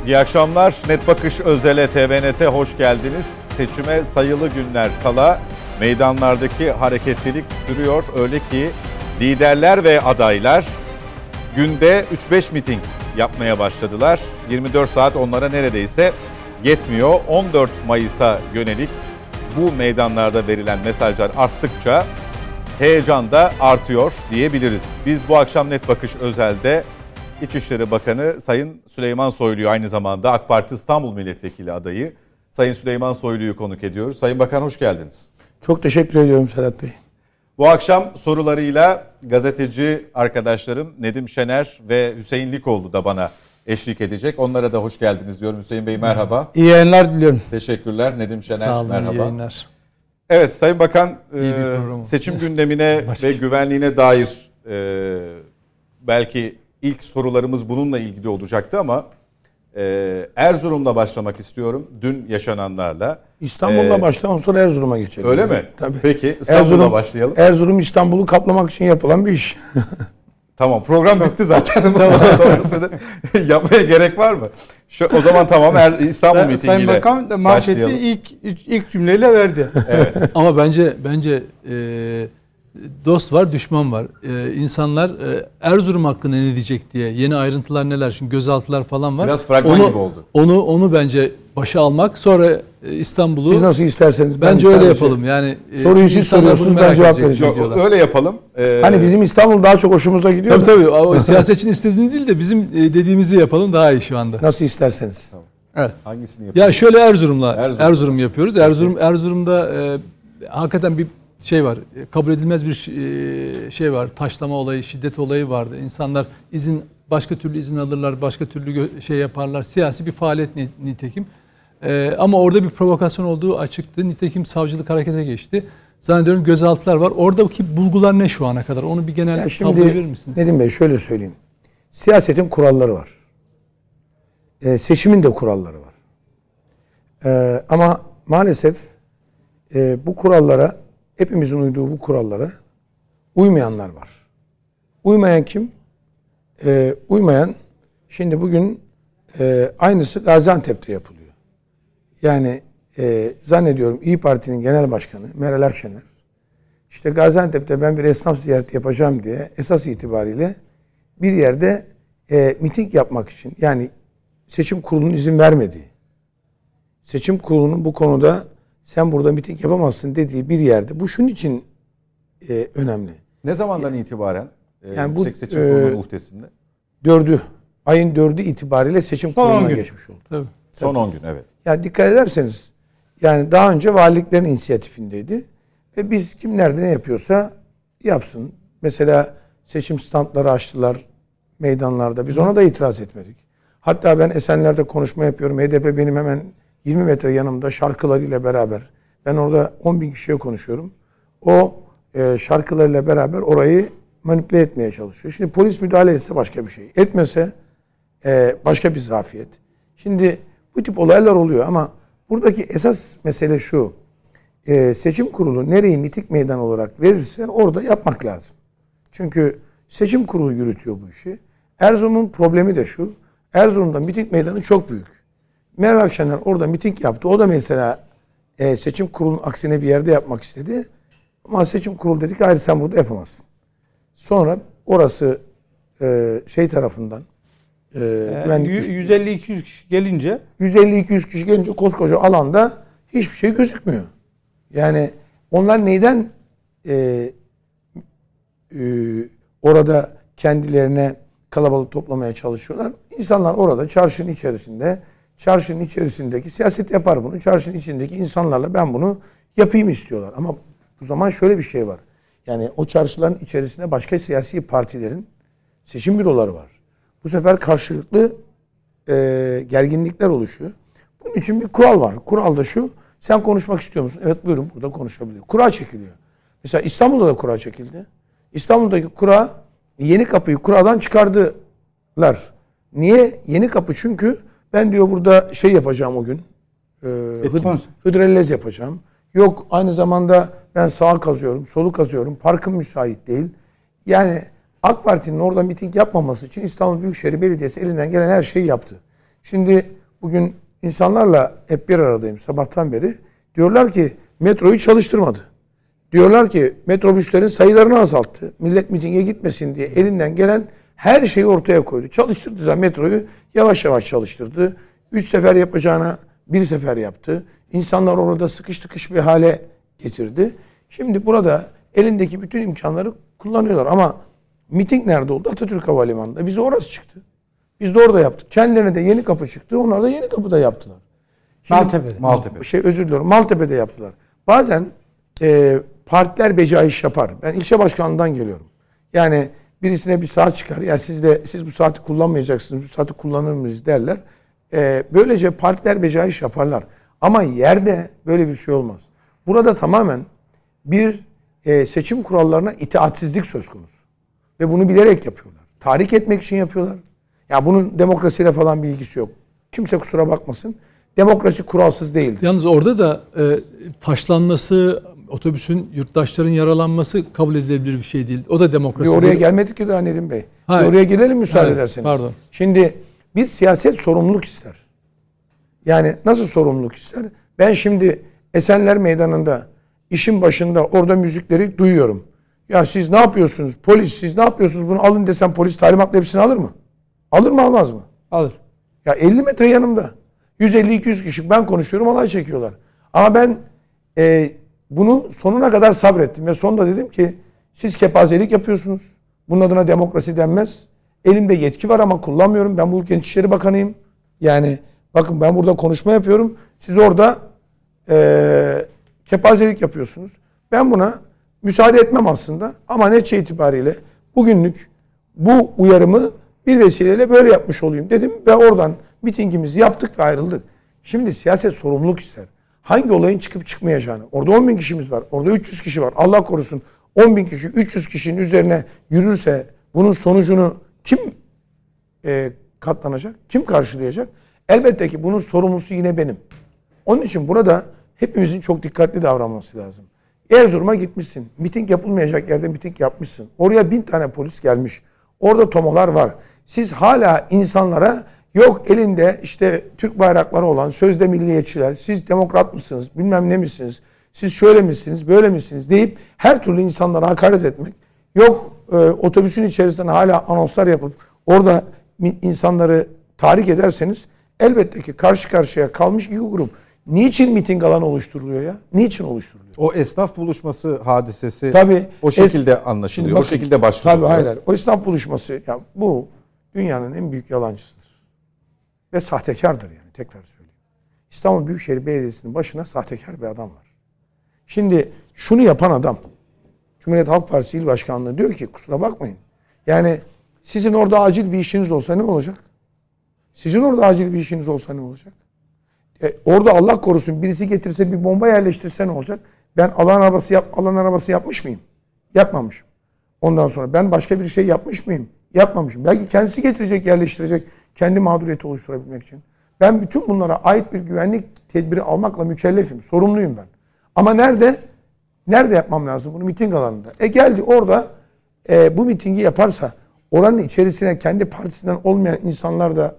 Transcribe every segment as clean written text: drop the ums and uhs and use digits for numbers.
İyi akşamlar. Net Bakış Özel'e, TVNET'e hoş geldiniz. Seçime sayılı günler kala meydanlardaki hareketlilik sürüyor. Öyle ki liderler ve adaylar günde 3-5 miting yapmaya başladılar. 24 saat onlara neredeyse yetmiyor. 14 Mayıs'a yönelik bu meydanlarda verilen mesajlar arttıkça heyecan da artıyor diyebiliriz. Biz bu akşam Net Bakış Özel'de İçişleri Bakanı Sayın Süleyman Soylu'yu, aynı zamanda AK Parti İstanbul Milletvekili adayı Sayın Süleyman Soylu'yu konuk ediyoruz. Sayın Bakan hoş geldiniz. Çok teşekkür ediyorum Serhat Bey. Bu akşam sorularıyla gazeteci arkadaşlarım Nedim Şener ve Hüseyin Likoğlu da bana eşlik edecek. Onlara da hoş geldiniz diyorum. Hüseyin Bey merhaba. İyi yayınlar diliyorum. Teşekkürler. Nedim Şener sağ olun, merhaba. İyi yayınlar. Evet Sayın Bakan, seçim gündemine ve güvenliğine dair belki ilk sorularımız bununla ilgili olacaktı ama Erzurum'la başlamak istiyorum. Dün yaşananlarla. İstanbul'la başlayalım, sonra Erzurum'a geçelim. Öyle mi? Tabii. Peki İstanbul'la başlayalım. Erzurum İstanbul'u kaplamak için yapılan bir iş. Tamam, program bitti zaten. Bundan sonrasını yapmaya gerek var mı? O zaman tamam, İstanbul mitingiyle Sayın Bakan da manşeti ilk cümleyle verdi. Evet. Ama bence dost var, düşman var. İnsanlar Erzurum hakkında ne diyecek diye, yeni ayrıntılar neler, şimdi gözaltılar falan var. Biraz fragman gibi oldu. Onu bence başa almak, sonra İstanbul'u. Siz nasıl isterseniz. Bence öyle yapalım. Yani soruyu siz soruyorsunuz, ben cevap vereceğim. Öyle yapalım. Hani bizim İstanbul daha çok hoşumuza gidiyor. Tabii. O siyasetçinin istediğini değil de bizim dediğimizi yapalım, daha iyi şu anda. Nasıl isterseniz. Tamam. Evet. Hangisini yapalım? Ya şöyle Erzurum yapıyoruz. Erzurum'da hakikaten bir şey var. Kabul edilmez bir şey var. Taşlama olayı, şiddet olayı vardı. İnsanlar başka türlü izin alırlar, başka türlü şey yaparlar. Siyasi bir faaliyet nitekim. Ama orada bir provokasyon olduğu açıktı. Nitekim savcılık harekete geçti. Zannediyorum gözaltılar var. Oradaki bulgular ne şu ana kadar? Onu bir genel tablo verir misiniz? Nedim Bey şöyle söyleyeyim. Siyasetin kuralları var. Seçimin de kuralları var. Ama maalesef bu kurallara, hepimizin uyduğu bu kurallara uymayanlar var. Uymayan kim? Uymayan, şimdi bugün aynısı Gaziantep'te yapılıyor. Yani zannediyorum İYİ Parti'nin genel başkanı Meral Akşener, işte Gaziantep'te ben bir esnaf ziyareti yapacağım diye esas itibariyle bir yerde miting yapmak için, yani seçim kurulunun izin vermediği, seçim kurulunun bu konuda sen burada miting yapamazsın dediği bir yerde, bu şunun için önemli. Ne zamandan itibaren yani bu Yüksek Seçim Kurulu'nun uhdesinde? Ayın 4'ü itibariyle seçim kuruluna geçmiş oldu. Tabii. Son 10 gün, evet. Yani dikkat ederseniz, yani daha önce valiliklerin inisiyatifindeydi ve biz kim nerede ne yapıyorsa yapsın. Mesela seçim standları açtılar meydanlarda. Biz ona da itiraz etmedik. Hatta ben Esenler'de konuşma yapıyorum. HDP benim hemen 20 metre yanımda şarkılarıyla beraber. Ben orada 10.000 kişiye konuşuyorum. O şarkılarıyla beraber orayı manipüle etmeye çalışıyor. Şimdi polis müdahale etse başka bir şey. Etmese başka bir zafiyet. Şimdi bu tip olaylar oluyor ama buradaki esas mesele şu. Seçim kurulu nereyi miting meydanı olarak verirse orada yapmak lazım. Çünkü seçim kurulu yürütüyor bu işi. Erzurum'un problemi de şu. Erzurum'da miting meydanı çok büyük. Meral Akşener orada miting yaptı. O da mesela seçim kurulunun aksine bir yerde yapmak istedi. Ama seçim kurulu dedi ki hayır, sen burada yapamazsın. Sonra orası şey tarafından 150-200 kişi gelince 150-200 kişi gelince koskoca alanda hiçbir şey gözükmüyor. Yani onlar neyden orada kendilerine kalabalık toplamaya çalışıyorlar? İnsanlar orada çarşının içerisindeki siyaset yapar bunu. Çarşının içindeki insanlarla ben bunu yapayım istiyorlar. Ama bu zaman şöyle bir şey var. Yani o çarşıların içerisinde başka siyasi partilerin seçim büroları var. Bu sefer karşılıklı gerginlikler oluşuyor. Bunun için bir kural var. Kural da şu: sen konuşmak istiyor musun? Evet, buyurun, burada konuşabilir. Kura çekiliyor. Mesela İstanbul'da da kura çekildi. İstanbul'daki kura, Yenikapı'yı kuradan çıkardılar. Niye? Yenikapı çünkü ben diyor burada şey yapacağım o gün. Hıdrellez yapacağım. Yok, aynı zamanda ben sağ kazıyorum, solu kazıyorum. Parkım müsait değil. Yani AK Parti'nin orada miting yapmaması için İstanbul Büyükşehir Belediyesi elinden gelen her şeyi yaptı. Şimdi bugün insanlarla hep bir aradayım sabahtan beri. Diyorlar ki metroyu çalıştırmadı. Diyorlar ki metrobüslerin sayılarını azalttı. Millet mitinge gitmesin diye elinden gelen her şeyi ortaya koydu. Çalıştırdı zaten metroyu yavaş yavaş çalıştırdı. 3 sefer yapacağına 1 sefer yaptı. İnsanlar orada sıkış tıkış bir hale getirdi. Şimdi burada elindeki bütün imkanları kullanıyorlar. Ama miting nerede oldu? Atatürk Havalimanı'nda. Bize orası çıktı. Biz de orada yaptık. Kendilerine de Yenikapı çıktı. Onlar da Yenikapı'da yaptılar. Maltepe'de. Özür diliyorum. Maltepe'de yaptılar. Bazen partiler becaiş yapar. Ben ilçe başkanlığından geliyorum. Yani birisine bir saat çıkar. Ya siz bu saati kullanmayacaksınız. Bu saati kullanır mıyız derler. Böylece partiler becaiş yaparlar. Ama yerde böyle bir şey olmaz. Burada tamamen bir seçim kurallarına itaatsizlik söz konusu. Ve bunu bilerek yapıyorlar. Tahrik etmek için yapıyorlar. Ya bunun demokrasiyle falan bir ilgisi yok. Kimse kusura bakmasın. Demokrasi kuralsız değildir. Yalnız orada da taşlanması, otobüsün yurttaşların yaralanması kabul edilebilir bir şey değil. O da demokrasi. Oraya gelmedik ki daha Nedim Bey. Oraya gelelim müsaade ederseniz. Pardon. Şimdi bir siyaset sorumluluk ister. Yani nasıl sorumluluk ister? Ben şimdi Esenler Meydanı'nda işin başında orada müzikleri duyuyorum. Ya siz ne yapıyorsunuz? Polis siz ne yapıyorsunuz? Bunu alın desem polis talimatla hepsini alır mı? Alır mı almaz mı? Alır. Ya 50 metre yanımda. 150-200 kişi ben konuşuyorum alay çekiyorlar. Ama ben bunu sonuna kadar sabrettim. Ve sonunda dedim ki siz kepazelik yapıyorsunuz. Bunun adına demokrasi denmez. Elimde yetki var ama kullanmıyorum. Ben bu ülkenin İçişleri Bakanıyım. Yani bakın ben burada konuşma yapıyorum. Siz orada kepazelik yapıyorsunuz. Ben buna müsaade etmem aslında. Ama netice itibariyle bugünlük bu uyarımı bir vesileyle böyle yapmış olayım dedim. Ve oradan mitingimizi yaptık ve ayrıldık. Şimdi siyaset sorumluluk ister. Hangi olayın çıkıp çıkmayacağını. Orada 10 bin kişimiz var. Orada 300 kişi var. Allah korusun 10 bin kişi 300 kişinin üzerine yürürse bunun sonucunu kim katlanacak? Kim karşılayacak? Elbette ki bunun sorumlusu yine benim. Onun için burada hepimizin çok dikkatli davranması lazım. Erzurum'a gitmişsin. Miting yapılmayacak yerde miting yapmışsın. Oraya 1000 tane polis gelmiş. Orada tomolar var. Siz hala insanlara yok elinde işte Türk bayrakları olan sözde milliyetçiler, siz demokrat mısınız, bilmem ne misiniz, siz şöyle misiniz, böyle misiniz deyip her türlü insanlara hakaret etmek. Yok otobüsün içerisinden hala anonslar yapıp orada insanları tahrik ederseniz elbette ki karşı karşıya kalmış iki grup. Niçin miting alanı oluşturuluyor ya? Niçin oluşturuluyor? O esnaf buluşması hadisesi tabii, o şekilde anlaşılıyor. Bakın, o şekilde başlıyor. Tabii hayır. O esnaf buluşması ya bu dünyanın en büyük yalancısıdır. Ve sahtekardır yani tekrar söyleyeyim. İstanbul Büyükşehir Belediyesi'nin başına sahtekar bir adam var. Şimdi şunu yapan adam Cumhuriyet Halk Partisi İl Başkanlığı diyor ki kusura bakmayın. Yani sizin orada acil bir işiniz olsa ne olacak? Sizin orada acil bir işiniz olsa ne olacak? Orada Allah korusun birisi getirse bir bomba yerleştirse ne olacak? Ben alan arabası yapmış mıyım? Yapmamışım. Ondan sonra ben başka bir şey yapmış mıyım? Yapmamışım. Belki kendisi getirecek, yerleştirecek kendi mağduriyeti oluşturabilmek için. Ben bütün bunlara ait bir güvenlik tedbiri almakla mükellefim. Sorumluyum ben. Ama nerede? Nerede yapmam lazım bunu? Miting alanında. Geldi orada bu mitingi yaparsa oranın içerisine kendi partisinden olmayan insanlar da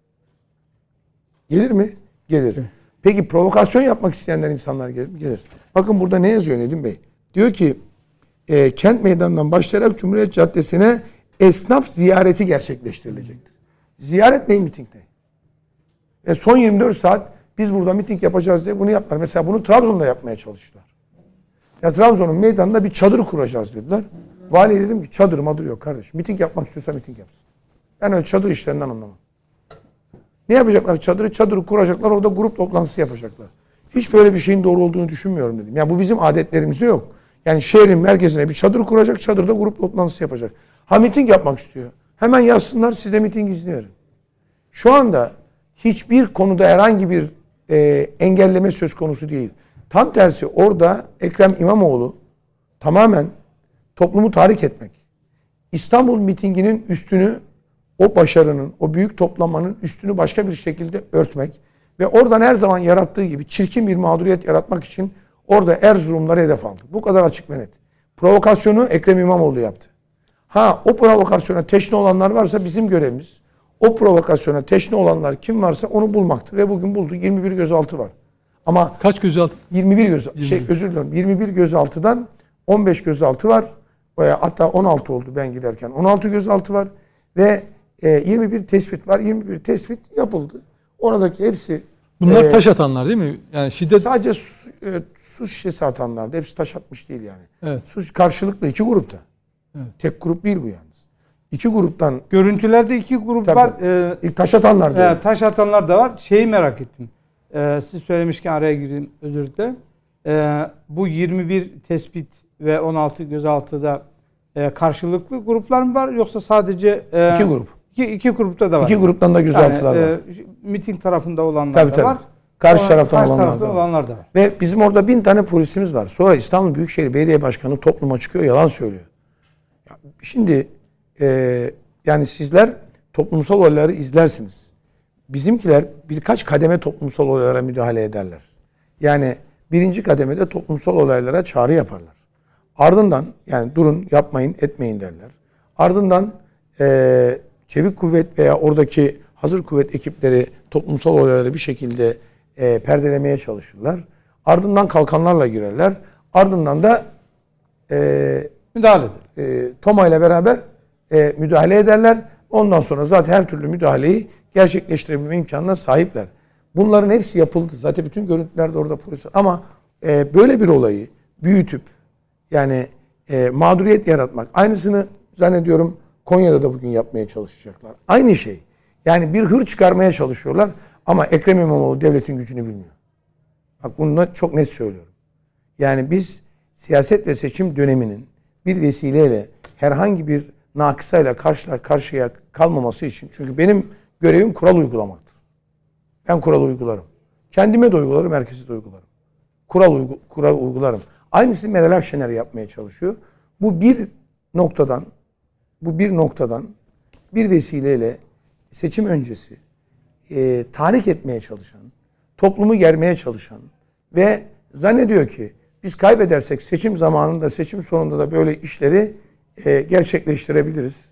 gelir mi? Gelir. Peki provokasyon yapmak isteyenler insanlar gelir mi? Gelir. Bakın burada ne yazıyor Nedim Bey? Diyor ki kent meydanından başlayarak Cumhuriyet Caddesi'ne esnaf ziyareti gerçekleştirilecektir. Ziyaret ne, miting ne? Son 24 saat biz burada miting yapacağız diye bunu yaptılar. Mesela bunu Trabzon'da yapmaya çalıştılar. Ya Trabzon'un meydanında bir çadır kuracağız dediler. Valiye dedim ki çadır madır yok kardeşim. Miting yapmak istiyorsa miting yapsın. Ben öyle çadır işlerinden anlamam. Ne yapacaklar çadırı? Çadırı kuracaklar, orada grup toplantısı yapacaklar. Hiç böyle bir şeyin doğru olduğunu düşünmüyorum dedim. Ya bu bizim adetlerimizde yok. Yani şehrin merkezine bir çadır kuracak, çadırda grup toplantısı yapacak. Ha miting yapmak istiyor. Hemen yazsınlar, siz de miting izni verin. Şu anda hiçbir konuda herhangi bir engelleme söz konusu değil. Tam tersi orada Ekrem İmamoğlu tamamen toplumu tahrik etmek. İstanbul mitinginin üstünü, o başarının, o büyük toplanmanın üstünü başka bir şekilde örtmek ve oradan her zaman yarattığı gibi çirkin bir mağduriyet yaratmak için orada Erzurumları hedef aldı. Bu kadar açık ve net. Provokasyonu Ekrem İmamoğlu yaptı. Ha o provokasyona teşne olanlar varsa bizim görevimiz o provokasyona teşne olanlar kim varsa onu bulmaktır. Ve bugün buldu. 21 gözaltı var. Ama kaç gözaltı? 21 gözaltı. Özür diliyorum. 21 gözaltıdan 15 gözaltı var. Hatta 16 oldu ben giderken. 16 gözaltı var. Ve 21 tespit var. 21 tespit yapıldı. Oradaki hepsi... Bunlar taş atanlar değil mi? Yani şiddet... Sadece su şişesi atanlardı. Hepsi taş atmış değil yani. Evet. Karşılıklı iki grupta. Evet. Tek grup değil bu yalnız. İki gruptan... Görüntülerde iki grup Tabii. var. İlk taş atanlar da. Taş atanlar da var. Şeyi merak ettim. Siz söylemişken araya gireyim, özür dilerim. Bu 21 tespit ve 16 gözaltıda karşılıklı gruplar mı var yoksa sadece iki grup. İki grupta da var. İki gruptan da gözaltılar var. Miting tarafında olanlar da var. Karşı taraftan olanlar da var. Ve bizim orada 1000 tane polisimiz var. Sonra İstanbul Büyükşehir Belediye Başkanı topluma çıkıyor, yalan söylüyor. Şimdi yani sizler toplumsal olayları izlersiniz. Bizimkiler birkaç kademe toplumsal olaylara müdahale ederler. Yani birinci kademede toplumsal olaylara çağrı yaparlar. Ardından yani durun, yapmayın, etmeyin derler. Ardından çevik kuvvet veya oradaki hazır kuvvet ekipleri toplumsal olayları bir şekilde perdelemeye çalışırlar. Ardından kalkanlarla girerler. Ardından da müdahale eder. TOMA ile beraber müdahale ederler. Ondan sonra zaten her türlü müdahaleyi gerçekleştirebilme imkanına sahipler. Bunların hepsi yapıldı. Zaten bütün görüntülerde orada polis var. Ama böyle bir olayı büyütüp yani mağduriyet yaratmak. Aynısını zannediyorum Konya'da da bugün yapmaya çalışacaklar. Aynı şey. Yani bir hır çıkarmaya çalışıyorlar. Ama Ekrem İmamoğlu devletin gücünü bilmiyor. Bak bunu çok net söylüyorum. Yani biz siyaset ve seçim döneminin bir vesileyle herhangi bir nakısayla karşıya kalmaması için. Çünkü benim görevim kural uygulamaktır. Ben kural uygularım. Kendime de uygularım, herkese de uygularım. Kural uygularım. Aynısını Meral Akşener yapmaya çalışıyor. Bu bir noktadan bir vesileyle seçim öncesi tahrik etmeye çalışan, toplumu germeye çalışan ve zannediyor ki biz kaybedersek seçim zamanında, seçim sonunda da böyle işleri gerçekleştirebiliriz.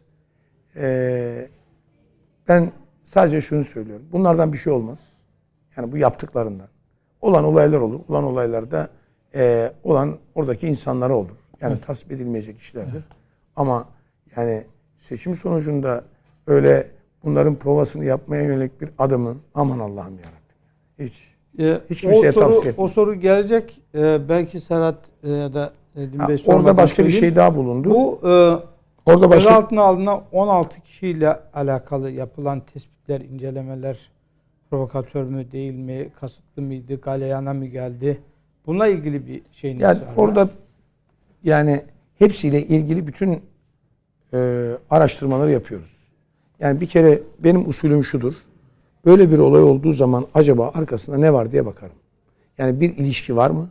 Ben sadece şunu söylüyorum. Bunlardan bir şey olmaz. Yani bu yaptıklarından. Olan olaylar olur. Olan olaylarda olan oradaki insanlara olur. Yani tasvip edilmeyecek işlerdir. Ama yani seçim sonucunda öyle bunların provasını yapmaya yönelik bir adımı aman Allah'ım yarabbim. Hiç kimseye tavsiye etmem. O soru gelecek. Belki Serhat ya da Edin Bey orada başka bir şey daha bulundu. Bu orada gözaltına alınan 16 kişiyle alakalı yapılan tespitler, incelemeler provokatör mü değil mi, kasıtlı mıydı, galeyana mı geldi? Bununla ilgili bir şeyiniz yani var mı? Orada yani hepsiyle ilgili bütün araştırmaları yapıyoruz. Yani bir kere benim usulüm şudur. Böyle bir olay olduğu zaman acaba arkasında ne var diye bakarım. Yani bir ilişki var mı?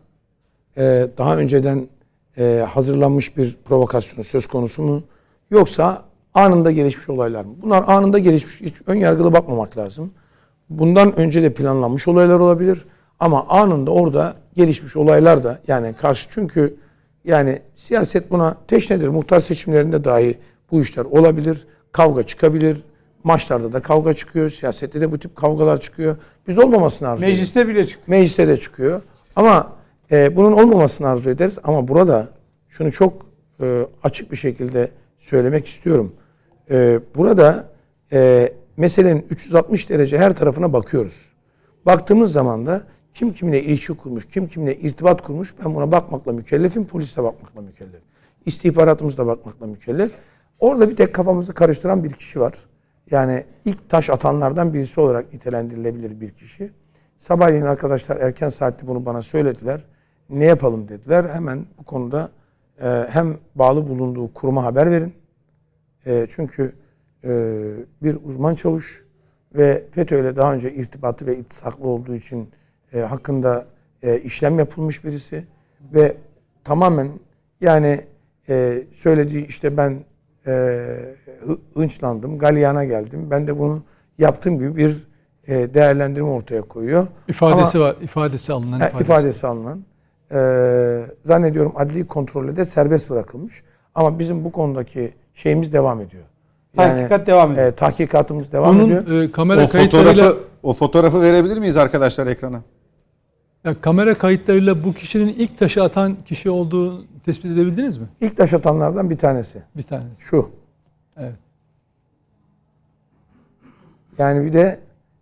Daha önceden hazırlanmış bir provokasyon söz konusu mu? Yoksa anında gelişmiş olaylar mı? Bunlar anında gelişmiş. Hiç ön yargılı bakmamak lazım. Bundan önce de planlanmış olaylar olabilir. Ama anında orada gelişmiş olaylar da yani karşı, çünkü yani siyaset buna teşnedir. Muhtar seçimlerinde dahi bu işler olabilir. Kavga çıkabilir. Maçlarda da kavga çıkıyor. Siyasette de bu tip kavgalar çıkıyor. Biz olmamasını arzu ederiz. Mecliste bile çıkıyor. Mecliste de çıkıyor. Ama bunun olmamasını arzu ederiz. Ama burada şunu çok açık bir şekilde söylemek istiyorum. Burada meselenin 360 derece her tarafına bakıyoruz. Baktığımız zaman da kim kiminle ilişki kurmuş, kim kiminle irtibat kurmuş, ben buna bakmakla mükellefim, polis de bakmakla mükellef. İstihbaratımız da bakmakla mükellef. Orada bir tek kafamızı karıştıran bir kişi var. Yani ilk taş atanlardan birisi olarak nitelendirilebilir bir kişi. Sabahleyin arkadaşlar erken saatte bunu bana söylediler. Ne yapalım dediler. Hemen bu konuda hem bağlı bulunduğu kuruma haber verin. Çünkü bir uzman çavuş ve FETÖ'yle daha önce irtibatı ve ittisaklı olduğu için hakkında işlem yapılmış birisi. Ve tamamen yani söylediği işte ben hınçlandım, galyana geldim. Ben de bunu yaptığım gibi bir değerlendirme ortaya koyuyor. İfadesi var. İfadesi alınan. İfadesi alınan. Zannediyorum adli kontrolle de serbest bırakılmış. Ama bizim bu konudaki şeyimiz devam ediyor. Tahkikat devam ediyor. Tahkikatımız devam ediyor. Onun kamera kayıtlarıyla O fotoğrafı verebilir miyiz arkadaşlar ekrana? kamera kayıtlarıyla bu kişinin ilk taşı atan kişi olduğu tespit edebildiniz mi? İlk taş atanlardan bir tanesi. Bir tanesi. Şu. Evet. Yani bir de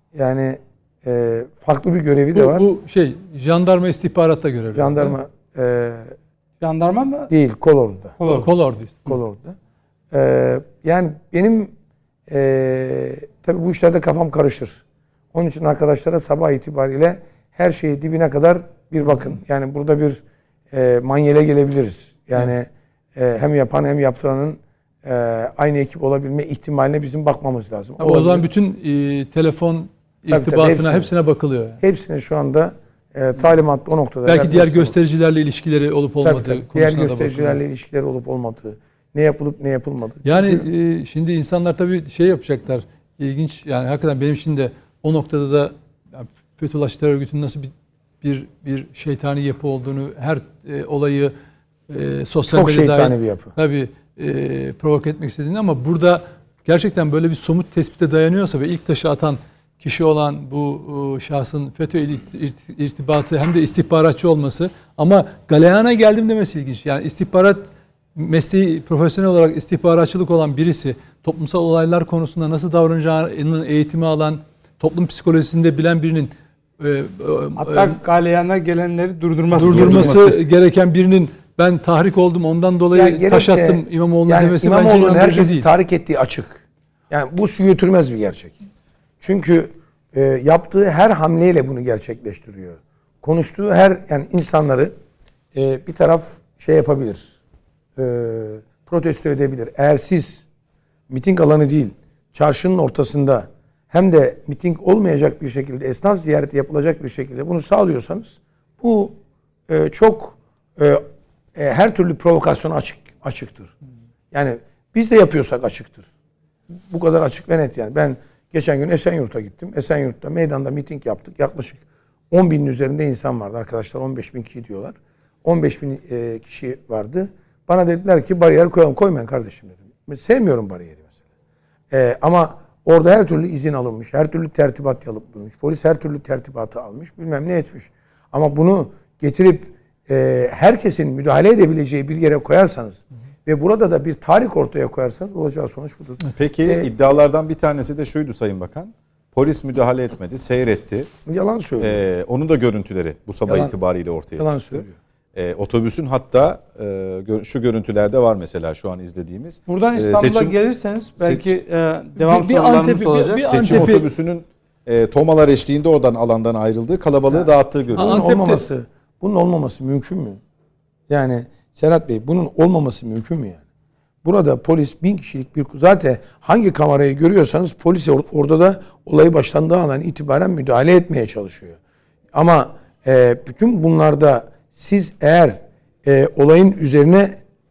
farklı bir görevi de var. Bu jandarma istihbaratta görevi. Jandarma Jandarma mı? değil, kolordu'da. Kolordu. Kolordu'da. Yani benim tabii bu işlerde kafam karışır. Onun için arkadaşlara sabah itibariyle her şeyi dibine kadar bir bakın. Yani burada bir manyele gelebiliriz. Yani hem yapan hem yaptıranın aynı ekip olabilme ihtimaline bizim bakmamız lazım. O zaman bütün telefon irtibatına hepsine bakılıyor. Yani. Hepsine şu anda talimat o noktada. Belki diğer göstericilerle ilişkileri olup olmadığı konusuna diğer da bakılıyor. göstericilerle ilişkileri olup olmadığı, ne yapılıp ne yapılmadığı. Yani şimdi insanlar tabii yapacaklar. İlginç, yani hakikaten benim için de o noktada da Fethullah Terör Örgütü'nün nasıl bir şeytani yapı olduğunu, her olayı sosyal çok medyada şeytani bir yapı. Tabii provoke etmek istediğini, ama burada gerçekten böyle bir somut tespite dayanıyorsa ve ilk taşı atan kişi olan bu şahsın FETÖ ile irtibatı hem de istihbaratçı olması, ama galeyana geldim demesi ilginç. Yani istihbarat mesleği, profesyonel olarak istihbaratçılık olan birisi toplumsal olaylar konusunda nasıl davranacağının eğitimi alan, toplum psikolojisinde bilen birinin hatta galeyana gelenleri durdurması gereken birinin ben tahrik oldum ondan dolayı taş attım İmamoğlu'na demesi bence İmamoğlu'nun inandırıcı herkesi değil. tahrik ettiği açık. Yani bu su götürmez bir gerçek. Çünkü yaptığı her hamleyle bunu gerçekleştiriyor. Konuştuğu yani insanları bir taraf yapabilir. Protesto edebilir. Eğer siz miting alanı değil, çarşının ortasında hem de miting olmayacak bir şekilde, esnaf ziyareti yapılacak bir şekilde bunu sağlıyorsanız, bu çok her türlü provokasyona açıktır. Yani biz de yapıyorsak açıktır. Bu kadar açık ve net yani. Ben geçen gün Esenyurt'a gittim. Esenyurt'ta meydanda miting yaptık. Yaklaşık 10 binin üzerinde insan vardı. Arkadaşlar 15 bin kişi diyorlar. 15 bin kişi vardı. Bana dediler ki bariyer koyalım. Koymayın kardeşim dedim. Ben sevmiyorum bariyeri mesela. Ama orada her türlü izin alınmış. Her türlü tertibat yapılmış. Polis her türlü tertibatı almış. Bilmem ne etmiş. Ama bunu getirip herkesin müdahale edebileceği bir yere koyarsanız ve burada da bir tahrik ortaya koyarsanız olacağı sonuç budur. Peki iddialardan bir tanesi de şuydu Sayın Bakan. Polis müdahale etmedi, seyretti. Yalan söylüyor. Onun da görüntüleri bu sabah itibariyle ortaya yalan çıktı. Söylüyor. Otobüsün hatta şu görüntülerde var mesela şu an izlediğimiz. Buradan İstanbul'a gelirseniz belki devam sorularımız olacak. Seçim otobüsünün tomalar eşliğinde oradan alandan ayrıldığı, kalabalığı dağıttığı görülüyor. Bunun olmaması mümkün mü? Yani Serhat Bey, bunun olmaması mümkün mü yani? Burada polis 1000 kişilik bir, zaten hangi kamerayı görüyorsanız polis orada da olayı başlandığı andan itibaren müdahale etmeye çalışıyor. Ama bütün bunlarda siz eğer olayın üzerine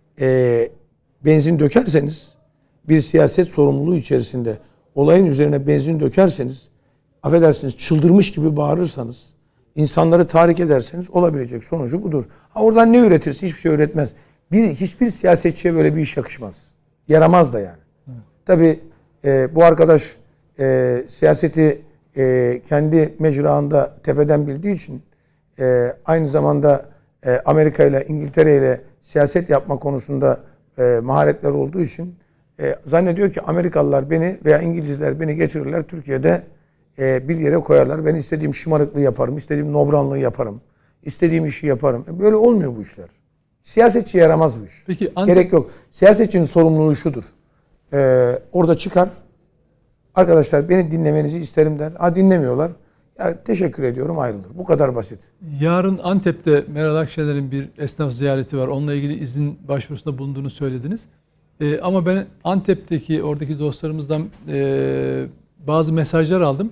benzin dökerseniz, bir siyaset sorumluluğu içerisinde olayın üzerine benzin dökerseniz, affedersiniz çıldırmış gibi bağırırsanız, insanları tahrik ederseniz olabilecek sonucu budur. Oradan ne üretirse hiçbir şey üretmez. Hiçbir siyasetçiye böyle bir iş yakışmaz. Yaramaz da yani. Tabii bu arkadaş siyaseti kendi mecraında tepeden bildiği için aynı zamanda Amerika ile İngiltere ile siyaset yapma konusunda maharetler olduğu için zannediyor ki Amerikalılar beni veya İngilizler beni getirirler Türkiye'de bir yere koyarlar. Ben istediğim şımarıklığı yaparım, istediğim nobranlığı yaparım, istediğim işi yaparım. Böyle olmuyor bu işler. Siyasetçi yaramaz bu iş. Peki, gerek yok. Siyasetçinin sorumluluğu şudur. Orada çıkar. Arkadaşlar beni dinlemenizi isterim der. Dinlemiyorlar. Ya, teşekkür ediyorum, ayrılır. Bu kadar basit. Yarın Antep'te Meral Akşener'in bir esnaf ziyareti var. Onunla ilgili izin başvurusunda bulunduğunu söylediniz. Ama ben Antep'teki oradaki dostlarımızdan bazı mesajlar aldım.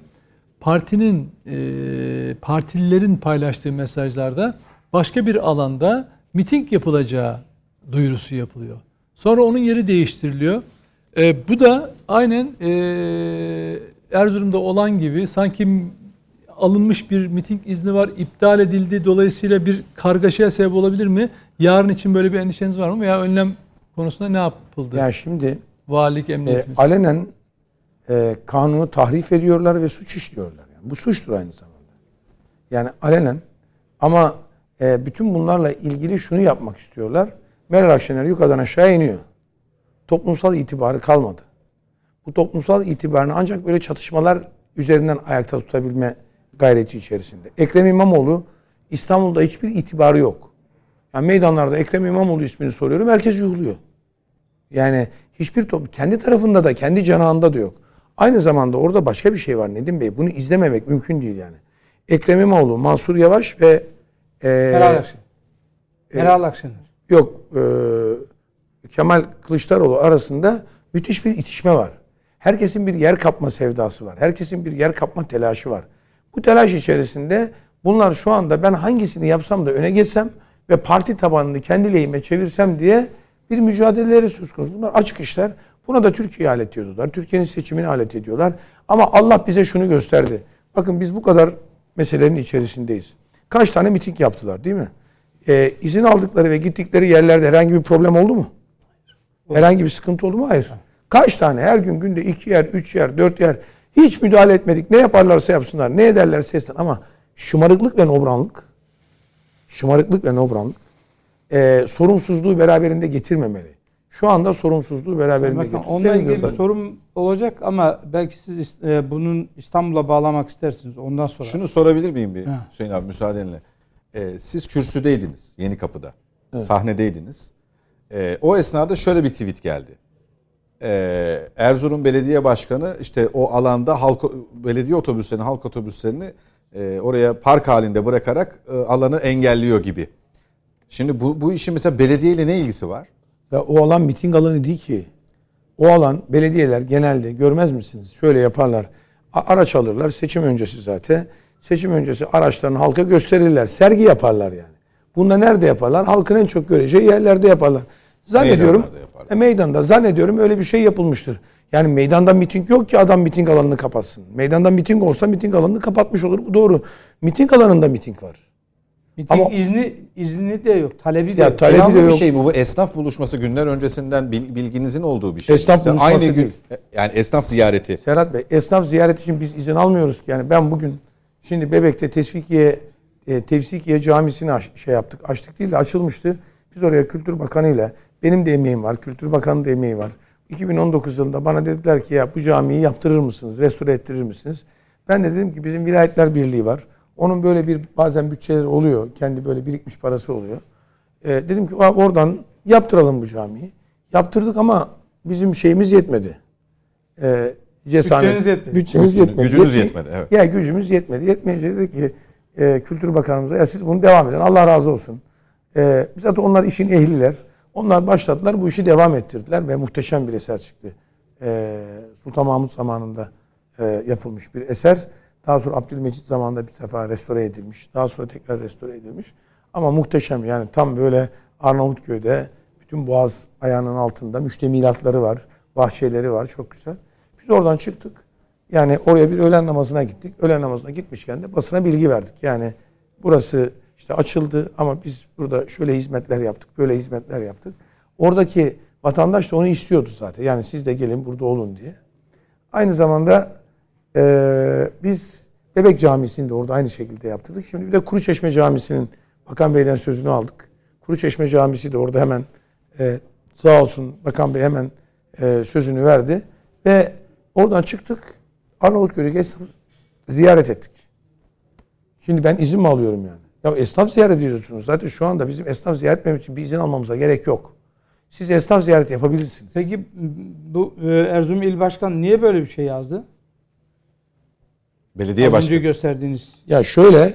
Partililerin paylaştığı mesajlarda başka bir alanda miting yapılacağı duyurusu yapılıyor. Sonra onun yeri değiştiriliyor. Bu da aynen Erzurum'da olan gibi sanki alınmış bir miting izni var, iptal edildi. Dolayısıyla bir kargaşaya sebep olabilir mi? Yarın için böyle bir endişeniz var mı? Veya önlem konusunda ne yapıldı? Ya şimdi Valilik, emniyetimiz. Alenen kanunu tahrif ediyorlar ve suç işliyorlar. Yani bu suçtur aynı zamanda. Yani alenen, ama bütün bunlarla ilgili şunu yapmak istiyorlar. Meral Akşener yukarıdan aşağı iniyor. Toplumsal itibarı kalmadı. Bu toplumsal itibarını ancak böyle çatışmalar üzerinden ayakta tutabilme gayreti içerisinde. Ekrem İmamoğlu İstanbul'da hiçbir itibarı yok. Yani meydanlarda Ekrem İmamoğlu ismini soruyorum, herkes yuhluyor. Yani hiçbir toplum, kendi tarafında da, kendi canağında da yok. Aynı zamanda orada başka bir şey var Nedim Bey. Bunu izlememek mümkün değil yani. Ekrem İmamoğlu, Mansur Yavaş ve Meral Akşener. Meral Akşener. Yok, Kemal Kılıçdaroğlu arasında müthiş bir itişme var. Herkesin bir yer kapma sevdası var. Herkesin bir yer kapma telaşı var. Bu telaş içerisinde bunlar şu anda ben hangisini yapsam da öne geçsem ve parti tabanını kendi lehime çevirsem diye bir mücadeleleri söz konusu. Bunlar açık işler. Buna da Türkiye'yi alet ediyorlar. Türkiye'nin seçimini alet ediyorlar. Ama Allah bize şunu gösterdi. Bakın biz bu kadar meselenin içerisindeyiz. Kaç tane miting yaptılar değil mi? İzin aldıkları ve gittikleri yerlerde herhangi bir problem oldu mu? Herhangi bir sıkıntı oldu mu? Hayır. Kaç tane? Her gün günde 2 yer, 3 yer, 4 yer. Hiç müdahale etmedik. Ne yaparlarsa yapsınlar. Ne ederlerse etsin. Ama şımarıklık ve nobranlık sorumsuzluğu beraberinde getirmemeli. Şu anda sorumsuzluğu beraberinde getiriyor. Onunla ilgili bir sorum olacak ama belki siz bunun İstanbul'a bağlamak istersiniz. Ondan sonra. Şunu sorabilir miyim bir Hüseyin abi müsaadenle? Siz kürsüdeydiniz Yenikapı'da. Evet. Sahnedeydiniz. O esnada şöyle bir tweet geldi. Erzurum Belediye Başkanı işte o alanda belediye otobüslerini, halk otobüslerini oraya park halinde bırakarak alanı engelliyor gibi. Şimdi bu işin mesela belediyeyle ne ilgisi var? Ya o alan miting alanı değil ki. O alan belediyeler genelde görmez misiniz? Şöyle yaparlar. Araç alırlar seçim öncesi zaten. Seçim öncesi araçlarını halka gösterirler. Sergi yaparlar yani. Bunu da nerede yaparlar? Halkın en çok göreceği yerlerde yaparlar. Zannediyorum meydanda zannediyorum öyle bir şey yapılmıştır. Yani meydanda miting yok ki adam miting alanını kapatsın. Meydanda miting olsa miting alanını kapatmış olur. Bu doğru. Miting alanında miting var. Miting izni de yok. Talebi de yok. Talebi de yok. Bir şey mi bu? Esnaf buluşması günler öncesinden bilginizin olduğu bir şey. Esnaf buluşması aynı değil. gün yani esnaf ziyareti. Serhat Bey, esnaf ziyareti için biz izin almıyoruz ki. Yani ben bugün şimdi Bebek'te Tevsikiye Camisi'ni açtık değil de açılmıştı. Biz oraya Kültür Bakanı ile benim de emeğim var, Kültür Bakanı'nın da emeği var. 2019 yılında bana dediler ki ya bu camiyi yaptırır mısınız, restore ettirir misiniz? Ben de dedim ki bizim Vilayetler Birliği var. Onun böyle bir bazen bütçeleri oluyor. Kendi böyle birikmiş parası oluyor. Dedim ki oradan yaptıralım bu camiyi. Yaptırdık ama bizim şeyimiz yetmedi. Bütçeniz yetmedi. Bütçemiz yetmedi. Gücünüz yetmedi. Evet. Ya gücümüz yetmedi. Yetmeyince dedi ki Kültür Bakanımıza ya siz bunu devam edin. Allah razı olsun. Zaten onlar işin ehliler. Onlar başladılar. Bu işi devam ettirdiler ve muhteşem bir eser çıktı. Sultan Mahmut zamanında yapılmış bir eser. Daha sonra Abdülmecit zamanında bir sefer restore edilmiş. Daha sonra tekrar restore edilmiş. Ama muhteşem yani tam böyle Arnavutköy'de bütün Boğaz ayağının altında müştemilatları var. Bahçeleri var. Çok güzel. Biz oradan çıktık. Yani oraya bir öğlen namazına gittik. Öğlen namazına gitmişken de basına bilgi verdik. Yani burası işte açıldı ama biz burada şöyle hizmetler yaptık. Böyle hizmetler yaptık. Oradaki vatandaş da onu istiyordu zaten. Yani siz de gelin burada olun diye. Aynı zamanda biz Bebek Camisi'ni de orada aynı şekilde yaptırdık. Şimdi bir de Kuruçeşme Camisi'nin Bakan Bey'den sözünü aldık. Kuruçeşme Camisi de orada hemen sağ olsun Bakan Bey hemen sözünü verdi. Ve oradan çıktık. Arnavutköy'ü ziyaret ettik. Şimdi ben izin mi alıyorum yani? Ya esnaf ziyaret ediyorsunuz. Zaten şu anda bizim esnaf ziyaret etmemiz için bir izin almamıza gerek yok. Siz esnaf ziyareti yapabilirsiniz. Peki bu Erzurum İl Başkanı niye böyle bir şey yazdı? Belediye başkanı. Az önce gösterdiğiniz. Ya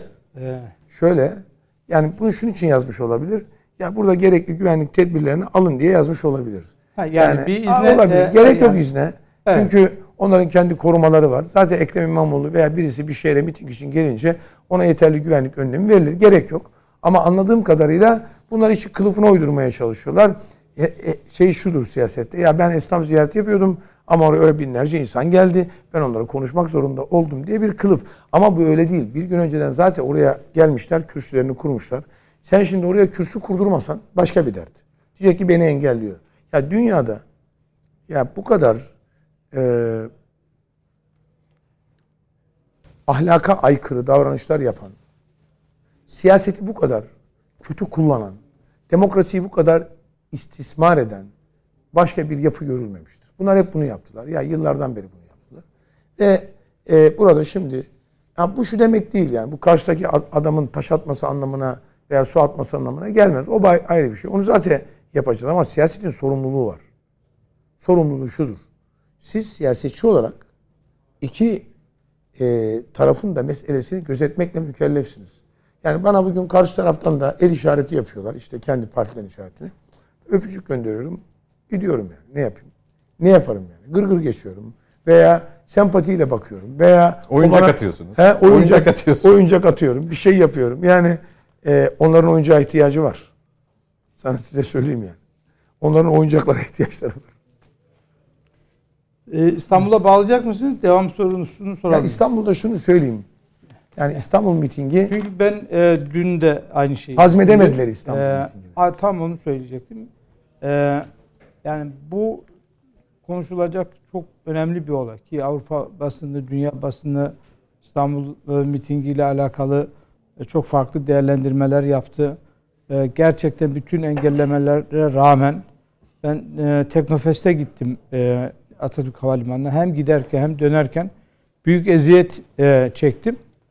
şöyle yani bunu şunun için yazmış olabilir. Ya burada gerekli güvenlik tedbirlerini alın diye yazmış olabilir. Yani bir izne olabilir. Gerek yok izne. Evet. Çünkü onların kendi korumaları var. Zaten Ekrem İmamoğlu veya birisi bir şehre miting için gelince ona yeterli güvenlik önlemi verilir. Gerek yok. Ama anladığım kadarıyla bunlar için kılıfına uydurmaya çalışıyorlar. Şudur siyasette. Ya ben esnaf ziyareti yapıyordum ama oraya öyle binlerce insan geldi. Ben onlara konuşmak zorunda oldum diye bir kılıf. Ama bu öyle değil. Bir gün önceden zaten oraya gelmişler, kürsülerini kurmuşlar. Sen şimdi oraya kürsü kurdurmasan başka bir dert. Diyecek ki beni engelliyor. Ya dünyada Ya bu kadar ahlaka aykırı davranışlar yapan, siyaseti bu kadar kötü kullanan, demokrasiyi bu kadar istismar eden başka bir yapı görülmemiştir. Bunlar hep bunu yaptılar. Ya yıllardan beri bunu yaptılar. Ve burada şimdi bu şu demek değil yani. Bu karşıdaki adamın taş atması anlamına veya su atması anlamına gelmez. O ayrı bir şey. Onu zaten yapacağız ama siyasetin sorumluluğu var. Sorumluluğu şudur. Siz siyasetçi olarak iki tarafın da meselesini gözetmekle mükellefsiniz. Yani bana bugün karşı taraftan da el işareti yapıyorlar. İşte kendi partilerin işaretini. Öpücük gönderiyorum. Gidiyorum yani. Ne yapayım? Ne yaparım yani? Gırgır geçiyorum. Veya sempatiyle bakıyorum. Veya oyuncak atıyorsunuz. Oyuncak atıyorsun. Oyuncak atıyorum. Bir şey yapıyorum. Yani onların oyuncağa ihtiyacı var. Sana size söyleyeyim yani. Onların oyuncaklara ihtiyaçları var. İstanbul'a bağlayacak mısınız? Devam sorusunu soralım. Ya İstanbul'da şunu söyleyeyim. Yani İstanbul mitingi... Çünkü ben dün de aynı şeyi... Hazmedemediler İstanbul mitingini. Tam onu söyleyecektim. Yani bu konuşulacak çok önemli bir olay ki Avrupa basını, dünya basını İstanbul mitingiyle alakalı çok farklı değerlendirmeler yaptı. Gerçekten bütün engellemelere rağmen ben Teknofest'e gittim Atatürk Havalimanı'na. Hem giderken hem dönerken büyük eziyet çektim.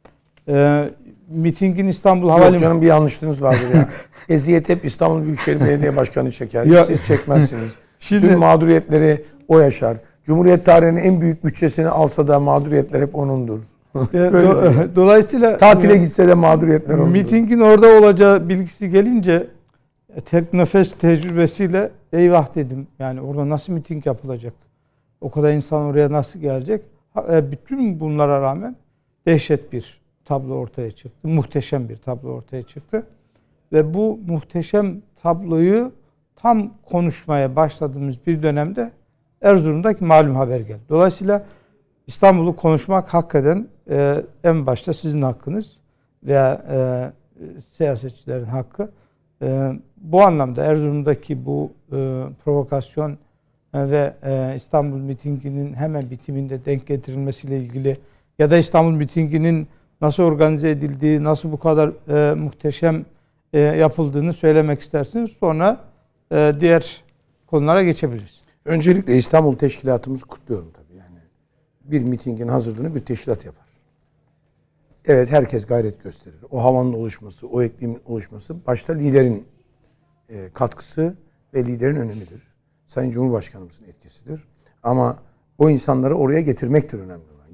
Mitingin İstanbul Havalimanı... Yok canım bir yanlışlığınız vardır ya. Eziyet hep İstanbul Büyükşehir Belediye Başkanı çeker. Siz çekmezsiniz. Şimdi tüm mağduriyetleri o yaşar. Cumhuriyet tarihinin en büyük bütçesini alsa da mağduriyetler hep onundur. Dolayısıyla tatile gitse de mağduriyetler onundur. Mitingin orada olacağı bilgisi gelince Teknofest tecrübesiyle eyvah dedim. Yani orada nasıl miting yapılacak? O kadar insan oraya nasıl gelecek? Bütün bunlara rağmen dehşet bir tablo ortaya çıktı. Muhteşem bir tablo ortaya çıktı. Ve bu muhteşem tabloyu tam konuşmaya başladığımız bir dönemde Erzurum'daki malum haber geldi. Dolayısıyla İstanbul'u konuşmak hakikaten en başta sizin hakkınız veya siyasetçilerin hakkı. Bu anlamda Erzurum'daki bu provokasyon ve İstanbul mitinginin hemen bitiminde denk getirilmesiyle ilgili ya da İstanbul mitinginin nasıl organize edildiği, nasıl bu kadar muhteşem yapıldığını söylemek istersiniz. Sonra diğer konulara geçebiliriz. Öncelikle İstanbul Teşkilatımızı kutluyorum tabii. Yani bir mitingin hazırlığını bir teşkilat yapar. Evet herkes gayret gösterir. O havanın oluşması, o iklimin oluşması başta liderin katkısı ve liderin önemidir. Sayın Cumhurbaşkanımızın etkisidir. Ama o insanları oraya getirmektir önemli olan.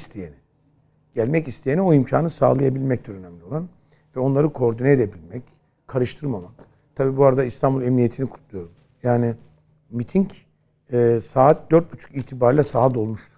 Gelmek isteyene o imkanı sağlayabilmektir önemli olan. Ve onları koordine edebilmek, karıştırmamak. Tabii bu arada İstanbul Emniyetini kutluyorum. Yani miting saat 4.30 itibariyle saha dolmuştu.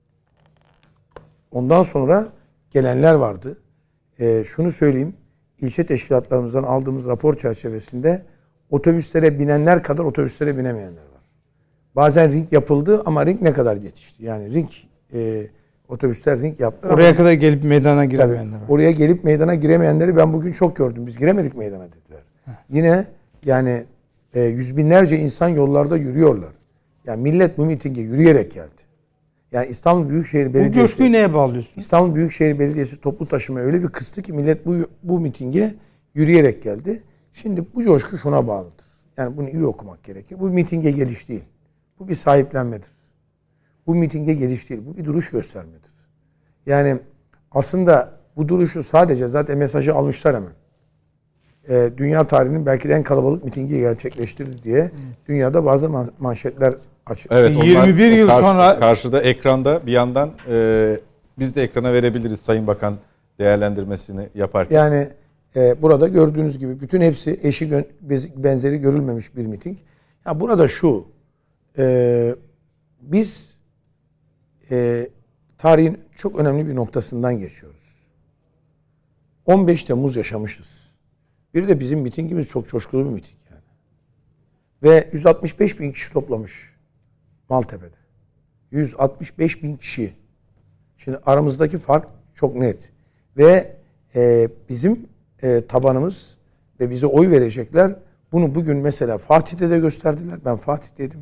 Ondan sonra gelenler vardı. Şunu söyleyeyim, ilçe teşkilatlarımızdan aldığımız rapor çerçevesinde otobüslere binenler kadar otobüslere binemeyenler var. Bazen ring yapıldı ama ring ne kadar yetişti? Yani ring otobüsler ring yaptı. Oraya kadar gelip meydana giremeyenler var. Oraya gelip meydana giremeyenleri ben bugün çok gördüm. Biz giremedik meydana dediler. Yine yani yüz binlerce insan yollarda yürüyorlar. Yani millet bu mitinge yürüyerek geldi. Yani İstanbul Büyükşehir Belediyesi... Bu coşkuyu neye bağlıyorsun? İstanbul Büyükşehir Belediyesi toplu taşıma öyle bir kıstı ki millet bu mitinge yürüyerek geldi. Şimdi bu coşku şuna bağlıdır. Yani bunu iyi okumak gerekir. Bu mitinge geliş değil. Bu bir sahiplenmedir. Bu mitinge geliş değil. Bu bir duruş göstermedir. Yani aslında bu duruşu sadece zaten mesajı almışlar hemen. Dünya tarihinin belki de en kalabalık mitingi gerçekleştirdi diye dünyada bazı manşetler açık. Evet, 21 yıl sonra karşıda ekranda bir yandan biz de ekrana verebiliriz Sayın Bakan değerlendirmesini yaparken. Yani burada gördüğünüz gibi bütün hepsi eşi benzeri görülmemiş bir miting. Ya burada şu biz tarihin çok önemli bir noktasından geçiyoruz. 15 Temmuz yaşamışız. Bir de bizim mitingimiz çok coşkulu bir miting yani. Ve 165 bin kişi toplamış Maltepe'de. 165 bin kişi. Şimdi aramızdaki fark çok net. Ve bizim tabanımız ve bize oy verecekler. Bunu bugün mesela Fatih'te de gösterdiler. Ben Fatih'teydim.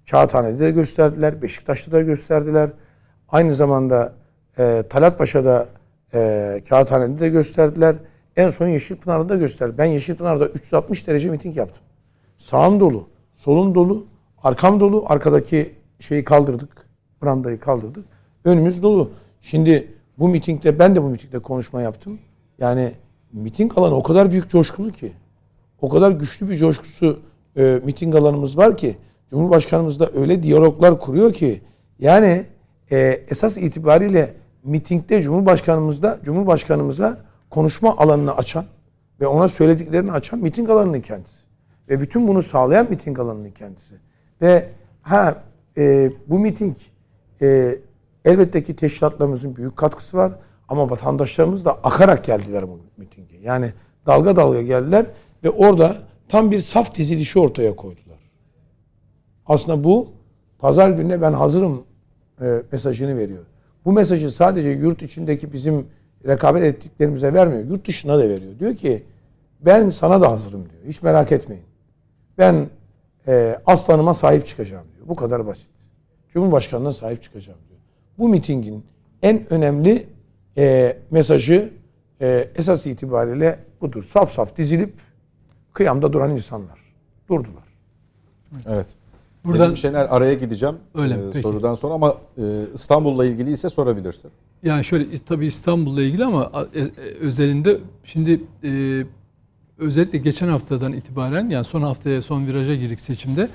Kağıthane'de de gösterdiler. Beşiktaş'ta da gösterdiler. Aynı zamanda Talatpaşa'da Kağıthane'de de gösterdiler. En son Yeşilpınar'da da gösterdi. Ben Yeşilpınar'da 360 derece miting yaptım. Sağım dolu, solum dolu, arkam dolu. Arkadaki şeyi kaldırdık. Brandayı kaldırdık. Önümüz dolu. Şimdi bu mitingde, ben de bu mitingde konuşma yaptım. Yani miting alanı o kadar büyük, coşkulu ki. O kadar güçlü bir coşkusu miting alanımız var ki. Cumhurbaşkanımız da öyle diyaloglar kuruyor ki. Yani esas itibariyle mitingde Cumhurbaşkanımıza konuşma alanını açan ve ona söylediklerini açan miting alanının kendisi. Ve bütün bunu sağlayan miting alanının kendisi. Ve bu miting elbette ki teşkilatlarımızın büyük katkısı var. Ama vatandaşlarımız da akarak geldiler bu mitinge. Yani dalga dalga geldiler ve orada tam bir saf dizilişi ortaya koydular. Aslında bu pazar gününe ben hazırım mesajını veriyor. Bu mesajı sadece yurt içindeki bizim rekabet ettiklerimize vermiyor. Yurt dışına da veriyor. Diyor ki ben sana da hazırım diyor. Hiç merak etmeyin. Ben aslanıma sahip çıkacağım diyor. Bu kadar basit. Cumhurbaşkanına sahip çıkacağım diyor. Bu mitingin en önemli mesajı esas itibariyle budur. Saf saf dizilip kıyamda duran insanlar. Durdular. Evet. Buradan Nedim Şener, araya gideceğim sorudan sonra ama İstanbul'la ilgili ise sorabilirsin. Yani şöyle, tabii İstanbul'la ilgili ama özelinde şimdi özellikle geçen haftadan itibaren, yani son haftaya, son viraja girdik seçimde.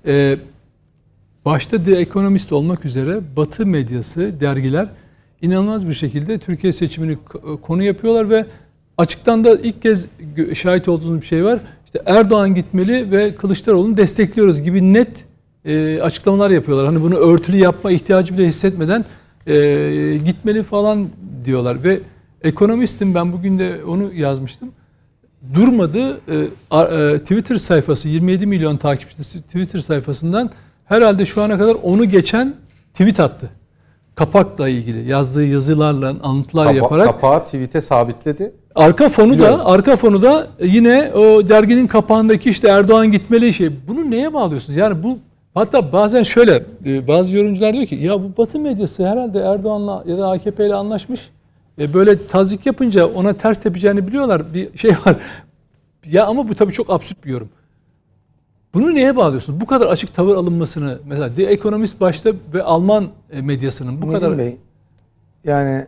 Başta The Economist olmak üzere Batı medyası, dergiler inanılmaz bir şekilde Türkiye seçimini konu yapıyorlar ve açıktan da ilk kez şahit olduğumuz bir şey var. İşte Erdoğan gitmeli ve Kılıçdaroğlu'nu destekliyoruz gibi net açıklamalar yapıyorlar. Hani bunu örtülü yapma ihtiyacı bile hissetmeden gitmeli falan diyorlar. Ve Ekonomist'im, ben bugün de onu yazmıştım. Durmadı. Twitter sayfası, 27 milyon takipçisi Twitter sayfasından herhalde şu ana kadar onu geçen tweet attı. Kapakla ilgili yazdığı yazılarla, anlatılar yaparak. Kapağı tweet'e sabitledi. Arka fonu da yine o derginin kapağındaki işte Erdoğan gitmeli şey. Bunu neye bağlıyorsunuz? Yani bu, hatta bazen şöyle bazı yorumcular diyor ki ya bu Batı medyası herhalde Erdoğan'la ya da AKP ile anlaşmış. Böyle tazyik yapınca ona ters tepeceğini biliyorlar. Bir şey var. Ya ama bu tabii çok absürt bir yorum. Bunu neye bağlıyorsunuz? Bu kadar açık tavır alınmasını, mesela The Economist başta ve Alman medyasının bu Nedim kadar... Bey, yani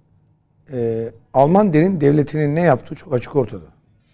Alman derin devletinin ne yaptığı çok açık ortada.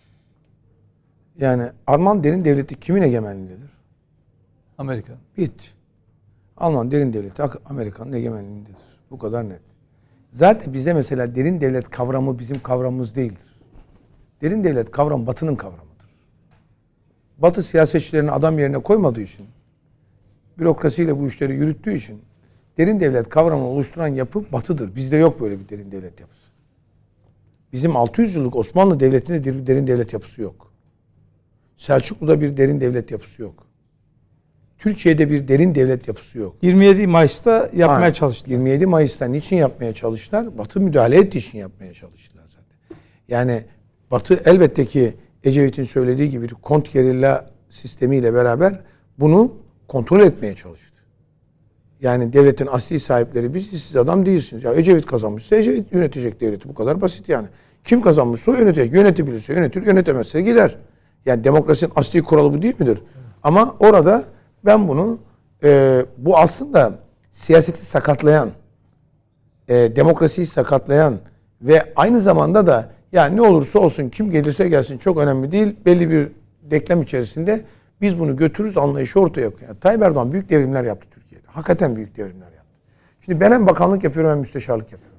Yani Alman derin devleti kimin egemenliğindedir? Amerika. Bitti. Alman derin devleti Amerika'nın egemenliğindedir. Bu kadar net. Zaten bize mesela derin devlet kavramı bizim kavramımız değildir. Derin devlet kavramı Batı'nın kavramıdır. Batı siyasetçilerini adam yerine koymadığı için, bürokrasiyle bu işleri yürüttüğü için derin devlet kavramını oluşturan yapı Batı'dır. Bizde yok böyle bir derin devlet yapısı. Bizim 600 yıllık Osmanlı Devleti'nde bir derin devlet yapısı yok. Selçuklu'da bir derin devlet yapısı yok. Türkiye'de bir derin devlet yapısı yok. 27 Mayıs'ta yapmaya çalıştılar. 27 Mayıs'ta niçin yapmaya çalıştılar? Batı müdahale ettiği için yapmaya çalıştılar zaten. Yani Batı elbette ki Ecevit'in söylediği gibi kontrgerilla sistemiyle beraber bunu kontrol etmeye çalıştı. Yani devletin asli sahipleri biziz, siz adam değilsiniz. Ya Ecevit kazanmışsa Ecevit yönetecek devleti. Bu kadar basit yani. Kim kazanmışsa o yönetecek. Yönetebilirse yönetir, yönetemezse gider. Yani demokrasinin asli kuralı bu değil midir? Ama orada ben bunu bu aslında siyaseti sakatlayan, demokrasiyi sakatlayan ve aynı zamanda da yani ne olursa olsun kim gelirse gelsin çok önemli değil. Belli bir denklem içerisinde biz bunu götürürüz anlayışı ortaya koyuyor. Yani Tayyip Erdoğan büyük devrimler yaptı Türkiye'de. Hakikaten büyük devrimler yaptı. Şimdi ben hem bakanlık yapıyorum hem müsteşarlık yapıyorum.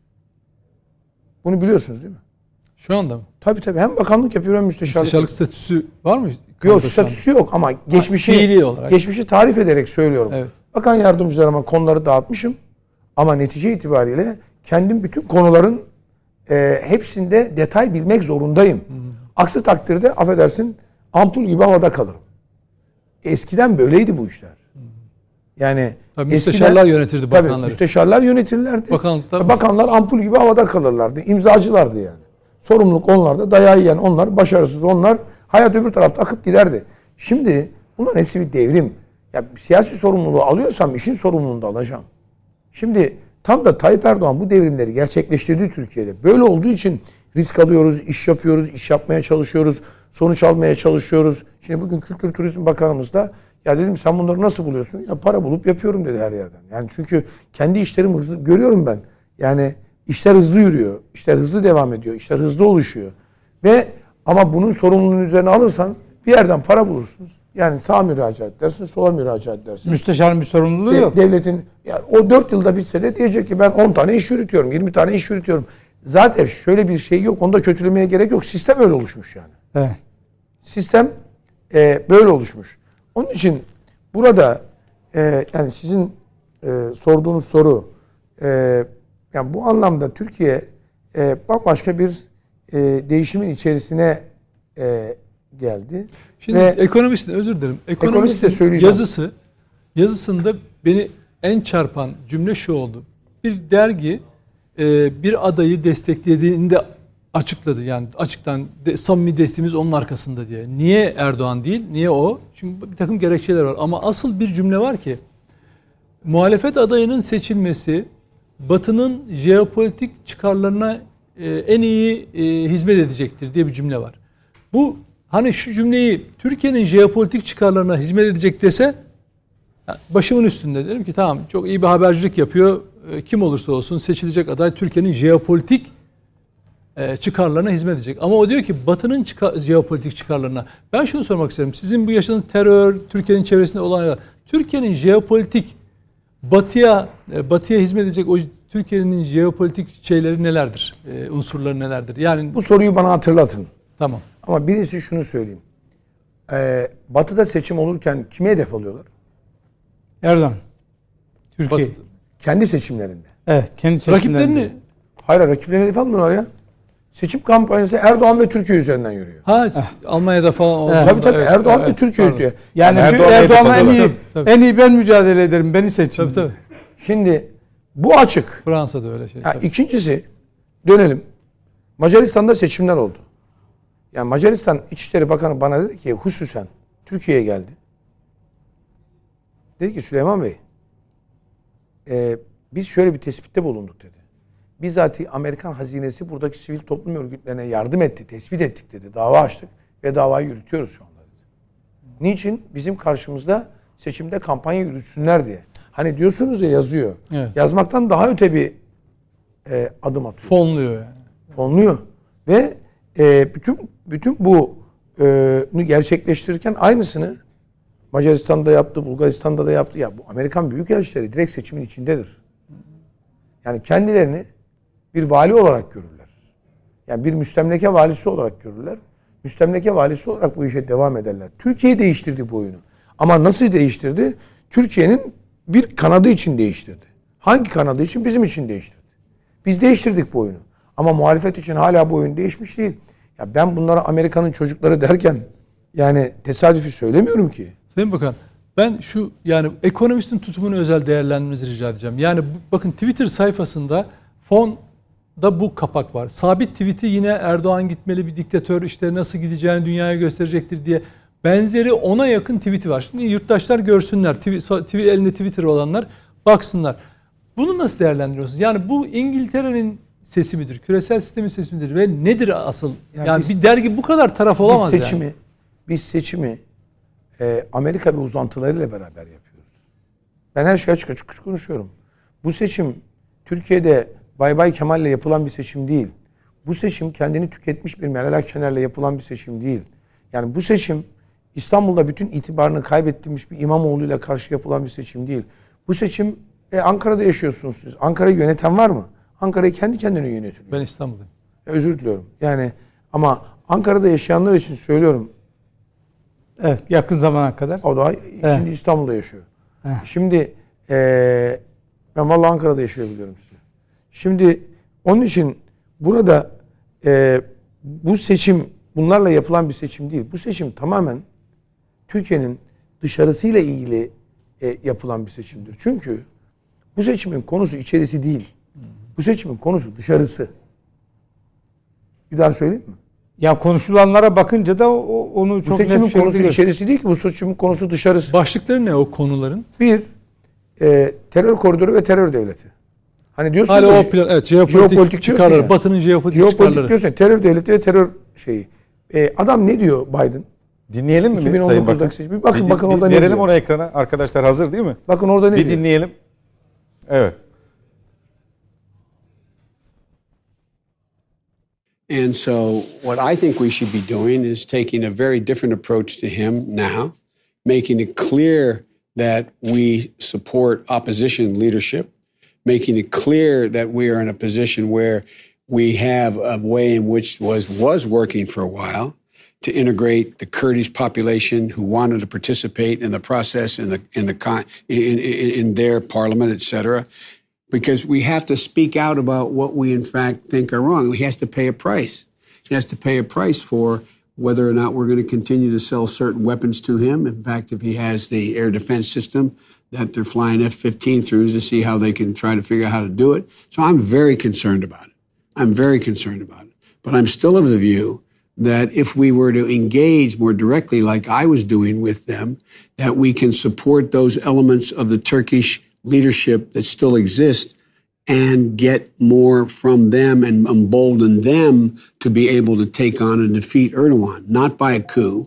Bunu biliyorsunuz değil mi? Şu anda mı? Tabii hem bakanlık yapıyorum hem müsteşarlık. Müsteşarlık statüsü var mı? Yok, statüsü yok ama geçmişi tarif ederek söylüyorum. Evet. Bakan yardımcılarıma konuları dağıtmışım ama netice itibariyle kendim bütün konuların hepsinde detay bilmek zorundayım. Aksi takdirde affedersin ampul gibi havada kalırım. Eskiden böyleydi bu işler. Yani tabii müsteşarlar yönetirdi bakanları. Tabii müsteşarlar yönetirlerdi. Bakanlar ampul gibi havada kalırlardı. İmzacılardı yani. Sorumluluk onlarda, dayağı yiyen onlar, başarısız onlar. Hayat öbür tarafta akıp giderdi. Şimdi bunların hepsi bir devrim. Ya siyasi sorumluluğu alıyorsam işin sorumluluğunu da alacağım. Şimdi tam da Tayyip Erdoğan bu devrimleri gerçekleştirdi Türkiye'de. Böyle olduğu için risk alıyoruz, iş yapıyoruz, iş yapmaya çalışıyoruz, sonuç almaya çalışıyoruz. Şimdi bugün Kültür Turizm Bakanımız da ya dedim sen bunları nasıl buluyorsun? Ya para bulup yapıyorum dedi her yerden. Yani çünkü kendi işlerim hızlı görüyorum ben. Yani işler hızlı yürüyor, işler hızlı devam ediyor, işler hızlı oluşuyor. Ve ama bunun sorumluluğunu üzerine alırsan bir yerden para bulursunuz. Yani sağa müracaat edersin, sola müracaat edersin. Müsteşarın bir sorumluluğu yok. Devletin ya o 4 yılda bitse de diyecek ki ben 10 tane iş yürütüyorum, 20 tane iş yürütüyorum. Zaten şöyle bir şey yok. Onu da kötülemeye gerek yok. Sistem öyle oluşmuş yani. Evet. Sistem böyle oluşmuş. Onun için burada yani sizin sorduğunuz soru yani bu anlamda Türkiye bambaşka bir değişimin içerisine geldi. Şimdi ve ekonomistin, özür dilerim. Ekonomist de söyleyeceğim. Yazısında beni en çarpan cümle şu oldu. Bir dergi bir adayı desteklediğinde açıkladı. Yani açıktan samimi desteğimiz onun arkasında diye. Niye Erdoğan değil? Niye o? Çünkü bir takım gerekçeler var. Ama asıl bir cümle var ki muhalefet adayının seçilmesi Batı'nın jeopolitik çıkarlarına en iyi hizmet edecektir diye bir cümle var. Bu hani şu cümleyi Türkiye'nin jeopolitik çıkarlarına hizmet edecek dese başımın üstünde derim ki tamam çok iyi bir habercilik yapıyor. Kim olursa olsun seçilecek aday Türkiye'nin jeopolitik çıkarlarına hizmet edecek. Ama o diyor ki Batı'nın jeopolitik çıkarlarına. Ben şunu sormak isterim. Sizin bu yaşadığınız terör, Türkiye'nin çevresinde olanlar, Türkiye'nin jeopolitik Batı'ya hizmet edecek o Türkiye'nin jeopolitik şeyleri nelerdir? Unsurları nelerdir? Yani bu soruyu bana hatırlatın. Tamam. Ama birisi şunu söyleyeyim. Batı'da seçim olurken kime hedef alıyorlar? Erdoğan. Türkiye. Batı. Kendi seçimlerinde. Evet. Kendi seçimlerinde. Rakiplerini Hayır, rakiplerini hedef almıyorlar ya. Seçim kampanyası Erdoğan ve Türkiye üzerinden yürüyor. Almanya'da falan oldu. Tabii Erdoğan ve Türkiye yürütüyor. Yani Erdoğan'la en iyi ben mücadele ederim. Beni seçin. Tabii. Şimdi bu açık. Fransa'da öyle şey. İkincisi dönelim. Macaristan'da seçimler oldu. Yani Macaristan İçişleri Bakanı bana dedi ki hususen Türkiye'ye geldi. Dedi ki Süleyman Bey biz şöyle bir tespitte bulunduk dedi. Bizatihi Amerikan hazinesi buradaki sivil toplum örgütlerine yardım etti, tespit ettik dedi. Dava açtık ve davayı yürütüyoruz şu anda dedi. Niçin? Bizim karşımızda seçimde kampanya yürütsünler diye. Hani diyorsunuz ya yazıyor. Evet. Yazmaktan daha öte bir adım atıyor. Fonluyor yani. Fonluyor. Ve bütün bu gerçekleştirirken aynısını Macaristan'da yaptı, Bulgaristan'da da yaptı. Ya bu Amerikan büyükelçileri direkt seçimin içindedir. Yani kendilerini bir vali olarak görürler. Yani bir müstemleke valisi olarak görürler. Müstemleke valisi olarak bu işe devam ederler. Türkiye değiştirdi bu oyunu. Ama nasıl değiştirdi? Türkiye'nin bir kanadı için değiştirdi. Hangi kanadı için? Bizim için değiştirdi. Biz değiştirdik bu oyunu. Ama muhalefet için hala bu oyun değişmiş değil. Ya ben bunlara Amerika'nın çocukları derken yani tesadüfi söylemiyorum ki. Sayın Bakan, ben şu yani ekonomistin tutumunu özel değerlendirmenizi rica edeceğim. Yani bakın Twitter sayfasında fonda bu kapak var. Sabit tweet'i yine Erdoğan gitmeli bir diktatör işte nasıl gideceğini dünyaya gösterecektir diye benzeri ona yakın tweet'i var. Şimdi yurttaşlar görsünler. Elinde Twitter olanlar baksınlar. Bunu nasıl değerlendiriyorsunuz? Yani bu İngiltere'nin sesi midir? Küresel sistemin sesi midir? Ve nedir asıl? Yani bir dergi bu kadar taraf olamaz yani. Biz seçimi Amerika ve uzantılarıyla beraber yapıyoruz. Ben her şeyi açık konuşuyorum. Bu seçim Türkiye'de Bay Bay Kemal'le yapılan bir seçim değil. Bu seçim kendini tüketmiş bir Meral Akşener'le yapılan bir seçim değil. Yani bu seçim İstanbul'da bütün itibarını kaybettirmiş bir İmamoğlu'yla karşı yapılan bir seçim değil. Bu seçim Ankara'da yaşıyorsunuz siz. Ankara'yı yöneten var mı? Ankara'yı kendi kendine yönetiyor. Ben İstanbul'dayım. Özür diliyorum. Yani ama Ankara'da yaşayanlar için söylüyorum. Evet, yakın zamana kadar. O da şimdi İstanbul'da yaşıyor. Şimdi ben vallahi Ankara'da yaşayabiliyorum size. Şimdi onun için burada bu seçim bunlarla yapılan bir seçim değil. Bu seçim tamamen Türkiye'nin dışarısıyla ilgili yapılan bir seçimdir. Çünkü bu seçimin konusu içerisi değil. Bu seçimin konusu dışarısı. Bir daha söyleyeyim mi? Ya konuşulanlara bakınca da onu Bu çok net seçimin bir şekilde konusu içerisi değil ki, bu seçimin konusu dışarısı. Başlıkları ne o konuların? Bir, terör koridoru ve terör devleti. Hani diyorsun Hala ya, o plan, evet, jeopolitik çıkarları, ya. Batı'nın jeopolitik Jeopolitik çıkarları. diyorsun, terör devleti ve terör şeyi. Adam ne diyor Biden? Dinleyelim mi Sayın Bakan? 2019'daki seçim. Bir bakın orada ne verelim diyor. onu ekrana. Arkadaşlar hazır değil mi? Bakın orada ne Bir diyor. dinleyelim. Evet. And so, what I think we should be doing is taking a very different approach to him now, making it clear that we support opposition leadership, making it clear that we are in a position where we have a way in which was working for a while to integrate the Kurdish population who wanted to participate in the process in their parliament, etc. Because we have to speak out about what we in fact think are wrong. He has to pay a price. He has to pay a price for whether or not we're going to continue to sell certain weapons to him. In fact, if he has the air defense system that they're flying F-15 through to see how they can try to figure out how to do it. So I'm very concerned about it. I'm very concerned about it. But I'm still of the view that if we were to engage more directly like I was doing with them, that we can support those elements of the Turkish leadership that still exist and get more from them and embolden them to be able to take on and defeat Erdogan, not by a coup,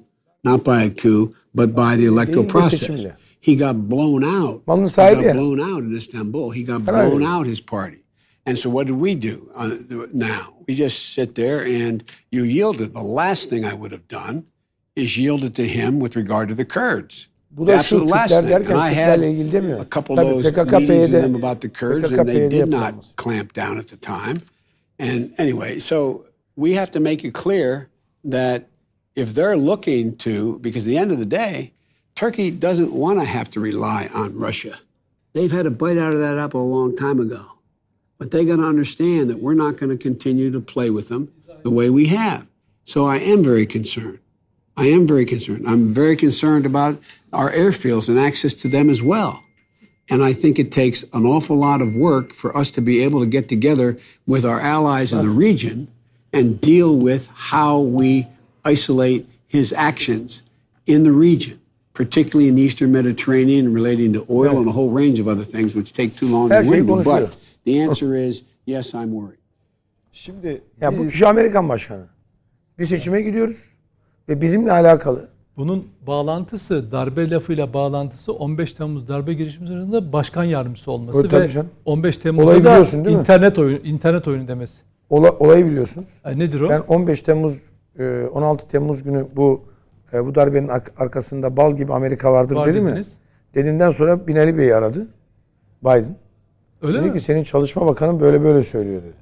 but by the electoral process. He got blown out. In Istanbul. He got blown out, his party. And so what did we do now? We just sit there and you yielded. The last thing I would have done is yielded to him with regard to the Kurds. Bu da şu, Kürtler derken Kürtlerle ilgili demiyor. A couple of those meetings with them about the Kurds, and they did not clamp down at the time. And anyway, so we have to make it clear that if they're looking to, because at the end of the day, Turkey doesn't want to have to rely on Russia. They've had a bite out of that apple a long time ago. But they got to understand that we're not going to continue to play with them the way we have. So I am very concerned. I'm very concerned about our airfields and access to them as well. And I think it takes an awful lot of work for us to be able to get together with our allies in the region and deal with how we isolate his actions in the region, particularly in the Eastern Mediterranean relating to oil and a whole range of other things which take too long to win. But the answer is yes, I'm worried. Şimdi ya bu kişi Amerikan başkanı. Bir seçime gidiyoruz ve bizimle alakalı. Bunun bağlantısı, darbe lafıyla bağlantısı 15 Temmuz darbe girişimi sırasında başkan yardımcısı olması ve 15 Temmuz'da da internet oyunu demesi. Olayı biliyorsunuz. Nedir o? Ben 15 Temmuz 16 Temmuz günü bu darbenin arkasında bal gibi Amerika vardır dedi mi? Dedimden sonra Binali Bey'i aradı Biden. Öyle dedi mi? ki senin çalışma bakanın böyle söylüyor dedi.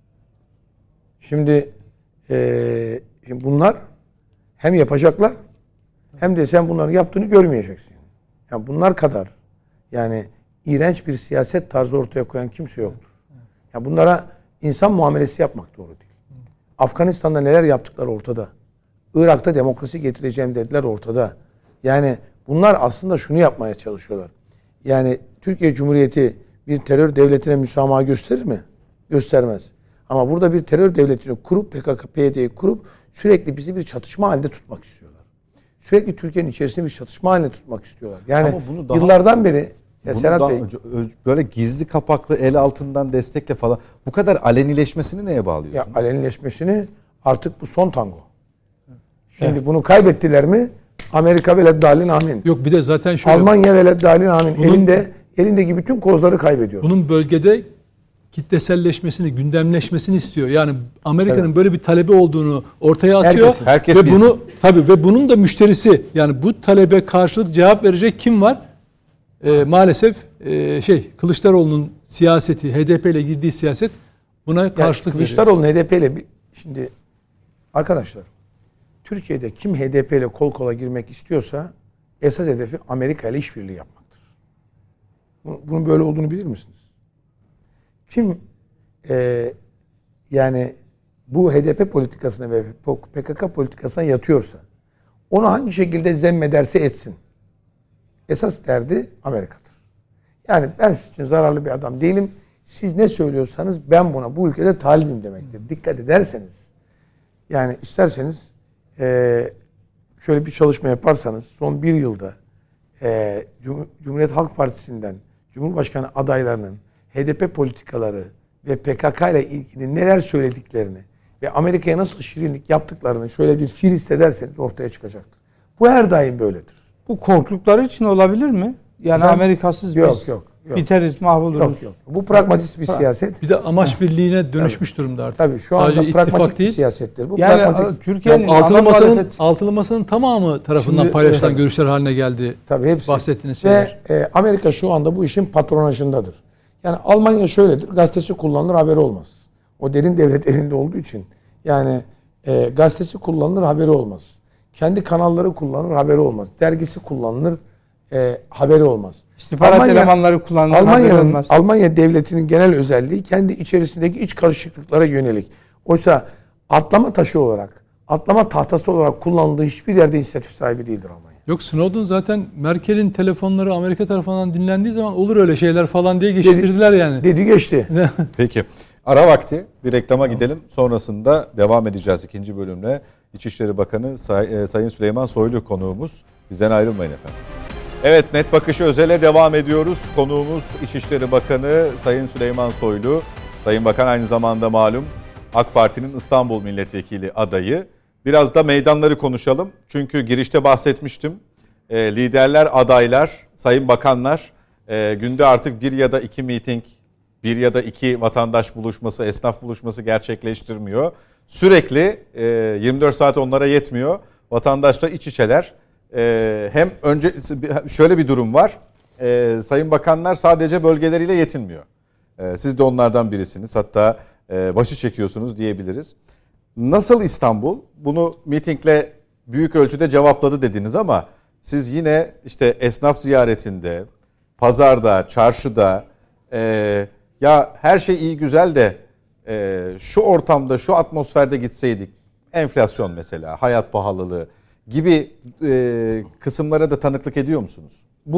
Şimdi bunlar hem yapacaklar hem de sen bunların yaptığını görmeyeceksin. Yani bunlar kadar yani iğrenç bir siyaset tarzı ortaya koyan kimse yoktur. Yani bunlara insan muamelesi yapmak doğru değil. Afganistan'da neler yaptıkları ortada. Irak'ta demokrasi getireceğim dediler ortada. Yani bunlar aslında şunu yapmaya çalışıyorlar. Yani Türkiye Cumhuriyeti bir terör devletine müsamaha gösterir mi? Göstermez. Ama burada bir terör devletini kurup PKK-PYD'yi kurup sürekli bizi bir çatışma halinde tutmak istiyorlar. Sürekli Türkiye'nin içerisinde bir çatışma halinde tutmak istiyorlar. Yani yıllardan beri Serhat Bey, böyle gizli kapaklı el altından destekle falan bu kadar alenileşmesini neye bağlıyorsun? Ya alenileşmesini artık bu son tango. Şimdi bunu kaybettiler mi? Amerika veleddallin amin. Yok bir de zaten şöyle. Almanya veleddallin amin. Elindeki bütün kozları kaybediyor. Bunun bölgede kitleselleşmesini, gündemleşmesini istiyor. Yani Amerika'nın böyle bir talebi olduğunu ortaya atıyor. Herkes ve bunu ve bunun da müşterisi yani bu talebe karşılık cevap verecek kim var? Maalesef Kılıçdaroğlu'nun siyaseti, HDP ile girdiği siyaset buna karşılık veriyor. Kılıçdaroğlu'nun HDP ile şimdi arkadaşlar Türkiye'de kim HDP ile kol kola girmek istiyorsa esas hedefi Amerika ile işbirliği yapmaktır. Bunun böyle olduğunu bilir misiniz? Kim yani bu HDP politikasına ve PKK politikasına yatıyorsa onu hangi şekilde zemmederse etsin. Esas derdi Amerika'dır. Yani ben sizin için zararlı bir adam değilim. Siz ne söylüyorsanız ben buna bu ülkede talibim demektir. Dikkat ederseniz Yani isterseniz şöyle bir çalışma yaparsanız son bir yılda Cumhuriyet Halk Partisi'nden Cumhurbaşkanı adaylarının HDP politikaları ve PKK ile ilgili neler söylediklerini ve Amerika'ya nasıl şirinlik yaptıklarını şöyle bir filist ederseniz ortaya çıkacaktır. Bu her daim böyledir. Bu korktukları için olabilir mi? Yani Amerikasız biz biteriz, mahvoluruz. Yok. Bu pragmatist bir siyaset. Bir de amaç birliğine dönüşmüş durumda artık. Tabii şu sadece anda pragmatik ittifak bir değil. siyasettir. Bu Yani pragmatik. Türkiye'nin Altılı Masa'nın tamamı tarafından Şimdi, paylaşılan görüşler haline geldi. Tabii hepsi. Bahsettiğiniz şeyler. Ve Amerika şu anda bu işin patronajındadır. Yani Almanya şöyledir. Gazetesi kullanılır, haberi olmaz. O derin devlet elinde olduğu için. Yani gazetesi kullanılır, haberi olmaz. Kendi kanalları kullanılır, haberi olmaz. Dergisi kullanılır, haberi olmaz. İstihbarat elemanları kullanılır, haberi olmaz. Almanya devletinin genel özelliği kendi içerisindeki iç karışıklıklara yönelik. Oysa atlama taşı olarak, atlama tahtası olarak kullanıldığı hiçbir yerde inisiyatif sahibi değildir Almanya. Yok, Snowden zaten Merkel'in telefonları Amerika tarafından dinlendiği zaman olur öyle şeyler falan diye geçiştirdiler yani. Dedi geçti. Peki. Ara vakti. Bir reklama gidelim. Sonrasında devam edeceğiz ikinci bölümle. İçişleri Bakanı Sayın Süleyman Soylu konuğumuz. Bizden ayrılmayın efendim. Evet, Net Bakışı Özel'e devam ediyoruz. Konuğumuz İçişleri Bakanı Sayın Süleyman Soylu. Sayın Bakan aynı zamanda malum AK Parti'nin İstanbul Milletvekili adayı. Biraz da meydanları konuşalım. Çünkü girişte bahsetmiştim. Liderler, adaylar, sayın bakanlar günde artık bir ya da iki miting, bir ya da iki vatandaş buluşması, esnaf buluşması gerçekleştirmiyor. Sürekli 24 saat onlara yetmiyor. Vatandaşla iç içeler. Hem önce şöyle bir durum var. Sayın bakanlar sadece bölgeleriyle yetinmiyor. Siz de onlardan birisiniz. Hatta başı çekiyorsunuz diyebiliriz. Nasıl İstanbul? Bunu mitingle büyük ölçüde cevapladı dediniz ama siz yine işte esnaf ziyaretinde, pazarda, çarşıda ya her şey iyi güzel de şu ortamda, şu atmosferde gitseydik, enflasyon mesela, hayat pahalılığı gibi kısımlara da tanıklık ediyor musunuz?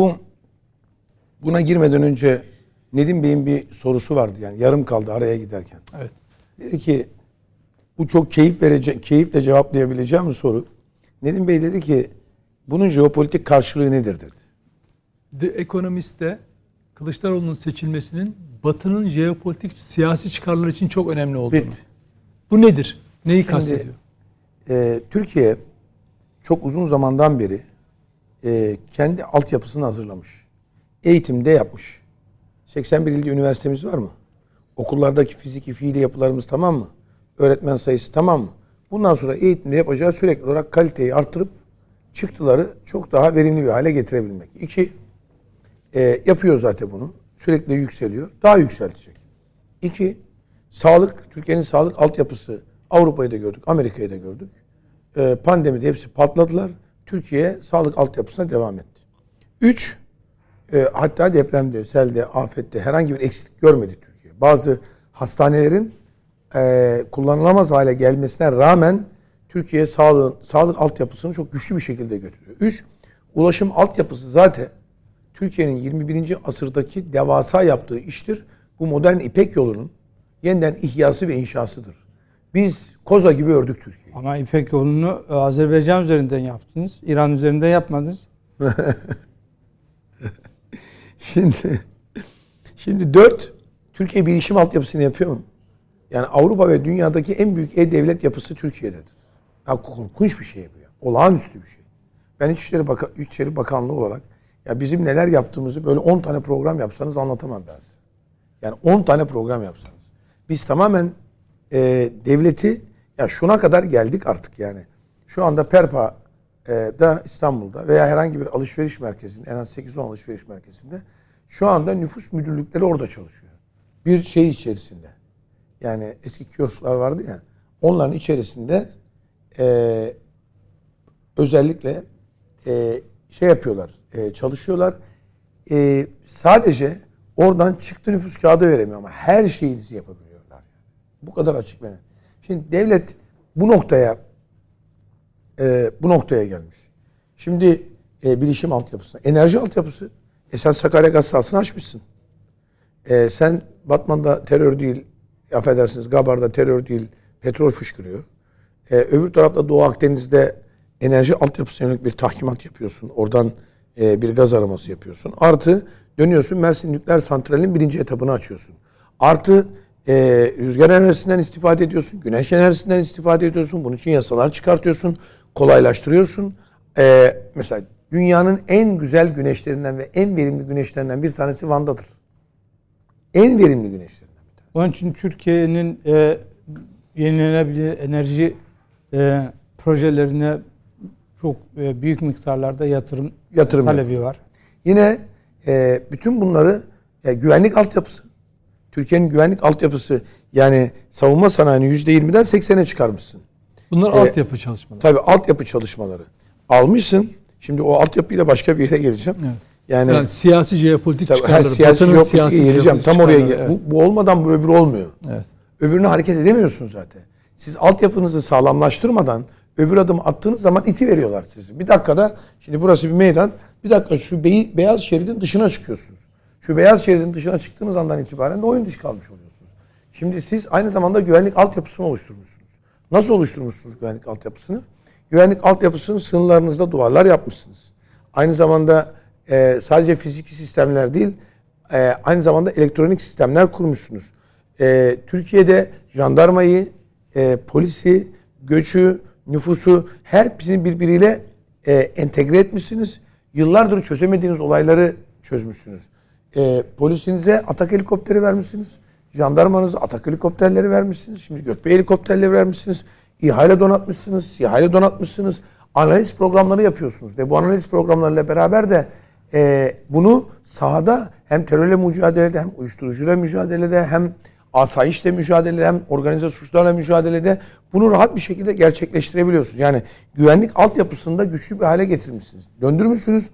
Buna girmeden önce Nedim Bey'in bir sorusu vardı, yani yarım kaldı araya giderken. Evet. Dedi ki bu çok keyifle cevaplayabileceğim bir soru. Nedim Bey dedi ki bunun jeopolitik karşılığı nedir dedi. The Economist'te Kılıçdaroğlu'nun seçilmesinin Batı'nın jeopolitik siyasi çıkarları için çok önemli olduğunu. Bu nedir? Neyi kastediyor? Türkiye çok uzun zamandan beri kendi altyapısını hazırlamış. Eğitimde yapmış. 81 ilde üniversitemiz var mı? Okullardaki fiziki fiili yapılarımız tamam mı? Öğretmen sayısı tamam mı? Bundan sonra eğitimde yapacağı sürekli olarak kaliteyi artırıp çıktıları çok daha verimli bir hale getirebilmek. 2, yapıyor zaten bunu. Sürekli yükseliyor. Daha yükseltecek. 2, sağlık. Türkiye'nin sağlık altyapısı. Avrupa'yı da gördük, Amerika'yı da gördük. Pandemide hepsi patladılar. Türkiye sağlık altyapısına devam etti. 3, hatta depremde, selde, afette herhangi bir eksiklik görmedi Türkiye. Bazı hastanelerin kullanılamaz hale gelmesine rağmen Türkiye sağlık altyapısını çok güçlü bir şekilde götürüyor. 3, ulaşım altyapısı zaten Türkiye'nin 21. asırdaki devasa yaptığı iştir. Bu modern İpek yolunun yeniden ihyası ve inşasıdır. Biz koza gibi ördük Türkiye'yi. Ama İpek yolunu Azerbaycan üzerinden yaptınız. İran üzerinden yapmadınız. Şimdi 4, Türkiye bilişim altyapısını yapıyor mu? Yani Avrupa ve dünyadaki en büyük e-devlet yapısı Türkiye'dedir. Ya korkunç bir şey yapıyor. Olağanüstü bir şey. Ben İçişleri Bakanlığı olarak ya bizim neler yaptığımızı böyle 10 tane program yapsanız anlatamam ben size. Yani 10 tane program yapsanız. Biz tamamen devleti ya şuna kadar geldik artık yani. Şu anda Perpa'da İstanbul'da veya herhangi bir alışveriş merkezinde, en az 8-10 alışveriş merkezinde şu anda nüfus müdürlükleri orada çalışıyor. Bir şey içerisinde. Yani eski kiosklar vardı ya. Onların içerisinde özellikle şey yapıyorlar. Çalışıyorlar. Sadece oradan çıktı nüfus kağıdı veremiyor ama her şeyinizi yapabiliyorlar. Bu kadar açık benim. Şimdi devlet bu noktaya gelmiş. Şimdi bilişim altyapısına, enerji altyapısı. Sen Sakarya gaz sahasını açmışsın. Sen Batman'da terör değil, affedersiniz Gabar'da terör değil, petrol fışkırıyor. Öbür tarafta Doğu Akdeniz'de enerji altyapısına yönelik bir tahkimat yapıyorsun. Oradan bir gaz araması yapıyorsun. Artı dönüyorsun Mersin Nükleer Santrali'nin 1. etabını açıyorsun. Artı rüzgar enerjisinden istifade ediyorsun. Güneş enerjisinden istifade ediyorsun. Bunun için yasalar çıkartıyorsun. Kolaylaştırıyorsun. Mesela dünyanın en güzel güneşlerinden ve en verimli güneşlerinden bir tanesi Van'dadır. En verimli güneşlerinden bir tanesi. Onun için Türkiye'nin yenilenebilir enerji projelerine çok büyük miktarlarda yatırım talebi var. Yine bütün bunları güvenlik altyapısı. Türkiye'nin güvenlik altyapısı yani savunma sanayini %20'den 80'e çıkarmışsın. Bunlar altyapı çalışmaları. Tabii altyapı çalışmaları. Almışsın. Şimdi o altyapıyla başka bir yere geleceğim. Evet. Yani siyasi jeopolitik çıkarları. Siyasi geleceğim. Tam oraya evet. Bu olmadan bu öbürü olmuyor. Evet. Öbürüne hareket edemiyorsun zaten. Siz altyapınızı sağlamlaştırmadan öbür adım attığınız zaman iti veriyorlar sizi. Bir dakikada şimdi burası bir meydan. Bir dakika şu beyaz şeridin dışına çıkıyorsunuz. Şu beyaz şeridin dışına çıktığınız andan itibaren de oyun dışı kalmış oluyorsunuz. Şimdi siz aynı zamanda güvenlik altyapısını oluşturmuşsunuz. Nasıl oluşturmuşsunuz güvenlik altyapısını? Güvenlik altyapısının sınırlarınızda duvarlar yapmışsınız. Aynı zamanda sadece fiziki sistemler değil, aynı zamanda elektronik sistemler kurmuşsunuz. Türkiye'de jandarmayı, polisi, göçü, nüfusu hepsini birbiriyle entegre etmişsiniz. Yıllardır çözemediğiniz olayları çözmüşsünüz. Polisinize atak helikopteri vermişsiniz. Jandarmanıza atak helikopterleri vermişsiniz. Şimdi gökbey helikopterleri vermişsiniz. İHA'yla donatmışsınız, SİHA'yla donatmışsınız. Analiz programları yapıyorsunuz. Ve bu analiz programlarıyla beraber de bunu sahada hem terörle mücadelede hem uyuşturucuyla mücadelede hem asayişle mücadelede hem organize suçlarla mücadelede bunu rahat bir şekilde gerçekleştirebiliyorsunuz. Yani güvenlik altyapısını da güçlü bir hale getirmişsiniz. Döndürmüşsünüz.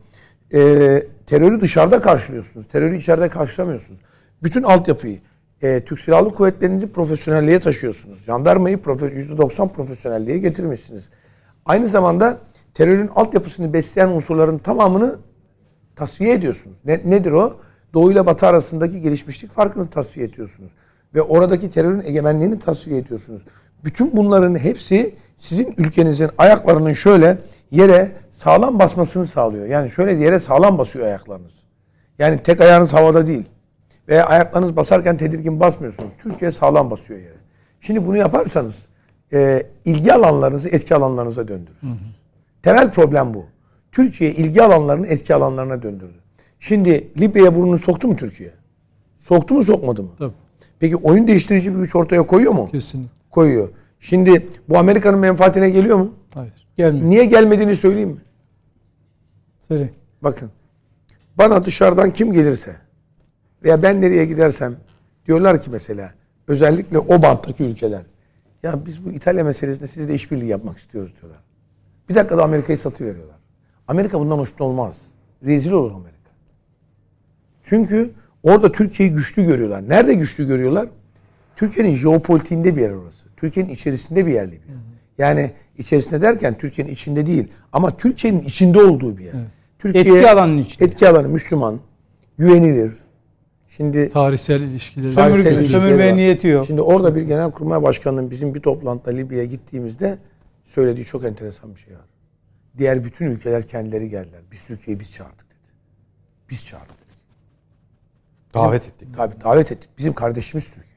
Terörü dışarıda karşılıyorsunuz. Terörü içeride karşılamıyorsunuz. Bütün altyapıyı Türk Silahlı Kuvvetleri'ni profesyonelliğe taşıyorsunuz. Jandarmayı %90 profesyonelliğe getirmişsiniz. Aynı zamanda terörün altyapısını besleyen unsurların tamamını tasfiye ediyorsunuz. Nedir o? Doğu ile Batı arasındaki gelişmişlik farkını tasfiye ediyorsunuz. Ve oradaki terörün egemenliğini tasfiye ediyorsunuz. Bütün bunların hepsi sizin ülkenizin ayaklarının şöyle yere sağlam basmasını sağlıyor. Yani şöyle yere sağlam basıyor ayaklarınız. Yani tek ayağınız havada değil. Veya ayaklarınız basarken tedirgin basmıyorsunuz. Türkiye sağlam basıyor yere. Şimdi bunu yaparsanız ilgi alanlarınızı etki alanlarınıza döndürürsünüz. Temel problem bu. Türkiye ilgi alanlarını etki alanlarına döndürdü. Şimdi Libya'ya burnunu soktu mu Türkiye? Soktu mu sokmadı mı? Tabii. Peki oyun değiştirici bir güç ortaya koyuyor mu? Kesinlikle. Koyuyor. Şimdi bu Amerika'nın menfaatine geliyor mu? Hayır. Gelmiyor. Niye gelmediğini söyleyeyim mi? Söyle. Bakın. Bana dışarıdan kim gelirse veya ben nereye gidersem diyorlar ki mesela özellikle o banttaki ülkeler ya biz bu İtalya meselesinde sizle işbirliği yapmak istiyoruz diyorlar. Bir dakikada Amerika'yı satıveriyorlar. Amerika bundan hoşnut olmaz. Rezil olur Amerika. Çünkü orada Türkiye'yi güçlü görüyorlar. Nerede güçlü görüyorlar? Türkiye'nin jeopolitiğinde bir yer orası. Türkiye'nin içerisinde bir yerli bir yer. Yani içerisinde derken Türkiye'nin içinde değil ama Türkiye'nin içinde olduğu bir yer. Evet. Türkiye, etki alanının içinde. Etki alanı Müslüman, güvenilir. Şimdi tarihsel ilişkileri. Sömürmeye niyeti yok. Şimdi orada bir Genelkurmay Başkanı'nın bizim bir toplantıda Libya'ya gittiğimizde söylediği çok enteresan bir şey var. Diğer bütün ülkeler kendileri geldiler. Biz Türkiye'yi biz çağırdık dedi. Biz çağırdık dedi. Davet ettik. Tabii davet ettik. Bizim kardeşimiz Türkiye.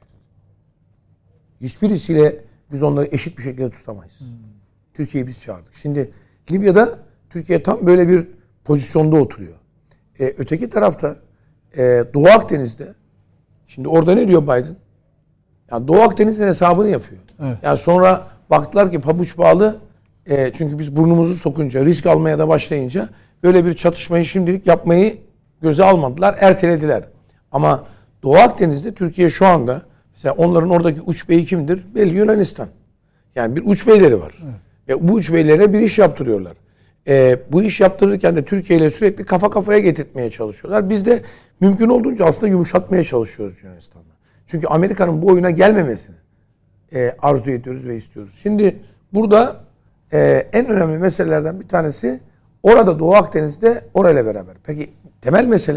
Hiçbirisiyle biz onları eşit bir şekilde tutamayız. Türkiye'yi biz çağırdık. Şimdi Libya'da Türkiye tam böyle bir pozisyonda oturuyor. Öteki tarafta Doğu Akdeniz'de şimdi orada ne diyor Biden? Yani Doğu Akdeniz'in hesabını yapıyor. Evet. Yani sonra baktılar ki pabuç bağlı çünkü biz burnumuzu sokunca risk almaya da başlayınca böyle bir çatışmayı şimdilik yapmayı göze almadılar. Ertelediler. Ama Doğu Akdeniz'de Türkiye şu anda mesela onların oradaki uç beyi kimdir? Belli Yunanistan. Yani bir uç beyleri var. Evet. Ve bu uç beylere bir iş yaptırıyorlar. Bu iş yaptırırken de Türkiye ile sürekli kafa kafaya getirtmeye çalışıyorlar. Biz de mümkün olduğunca aslında yumuşatmaya çalışıyoruz Yunanistan'da. Çünkü Amerika'nın bu oyuna gelmemesini arzu ediyoruz ve istiyoruz. Şimdi burada en önemli meselelerden bir tanesi orada Doğu Akdeniz'de orayla beraber. Peki temel mesele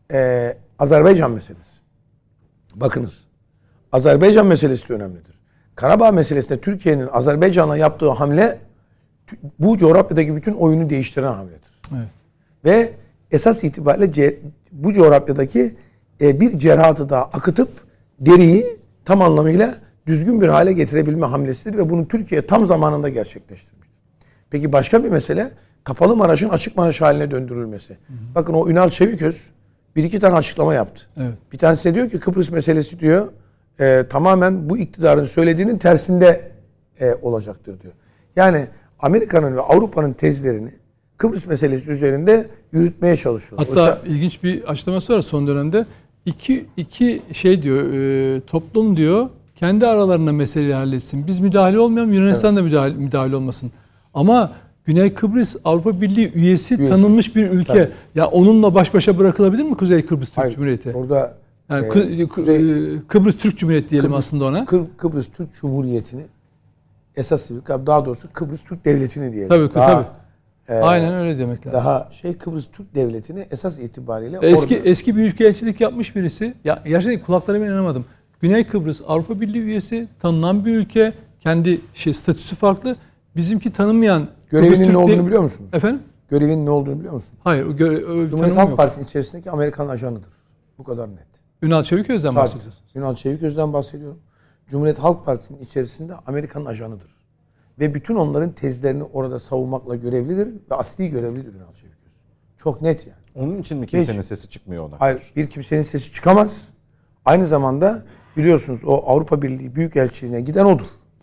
Azerbaycan meselesi. Bakınız. Azerbaycan meselesi de önemlidir. Karabağ meselesinde Türkiye'nin Azerbaycan'a yaptığı hamle bu coğrafyadaki bütün oyunu değiştiren hamledir. Evet. Ve esas itibariyle bu coğrafyadaki bir cerrahatı daha akıtıp deriyi tam anlamıyla düzgün bir hale getirebilme hamlesidir ve bunu Türkiye tam zamanında gerçekleştirmiştir. Peki başka bir mesele Kapalı Maraş'ın Açık Maraş haline döndürülmesi. Bakın o Ünal Çeviköz bir iki tane açıklama yaptı. Evet. Bir tanesi de diyor ki Kıbrıs meselesi diyor tamamen bu iktidarın söylediğinin tersinde olacaktır diyor. Yani Amerika'nın ve Avrupa'nın tezlerini Kıbrıs meselesi üzerinde yürütmeye çalışıyorlar. Hatta ilginç bir açıklaması var son dönemde. İki şey diyor, toplum diyor kendi aralarında meseleyi halletsin. Biz müdahale olmayalım, Yunanistan da müdahale olmasın. Ama Güney Kıbrıs Avrupa Birliği üyesi tanınmış bir ülke. Tabii. Ya onunla baş başa bırakılabilir mi Kuzey Kıbrıs Türk Cumhuriyeti? Orada yani Kıbrıs Türk Cumhuriyeti diyelim aslında ona. Kıbrıs Türk Cumhuriyeti'ni esas daha doğrusu Kıbrıs Türk Devleti'ni diyelim. Tabii. Aynen öyle demek lazım. Daha Kıbrıs Türk Devleti'ni esas itibariyle eski büyükelçilik yapmış birisi. Ya gerçekten kulaklarıma inanamadım. Güney Kıbrıs Avrupa Birliği üyesi, tanınan bir ülke, kendi statüsü farklı. Bizimki tanınmayan görevinin ne olduğunu biliyor musunuz? Efendim? Görevinin ne olduğunu biliyor musun? Hayır, Cumhuriyet Halk Partisi'nin içerisindeki Amerikan ajanıdır. Bu kadar net. Ünal Çeviköz'den bahsediyorsunuz. Ünal Çeviköz'den bahsediyorum. Cumhuriyet Halk Partisi'nin içerisinde Amerikan ajanıdır. Ve bütün onların tezlerini orada savunmakla görevlidir ve asli görevlidir Ünal Çeviköz. Çok net yani. Onun için mi kimsenin sesi çıkmıyor ona? Hayır, bir kimsenin sesi çıkamaz. Aynı zamanda biliyorsunuz o Avrupa Birliği Büyükelçiliğine giden odur.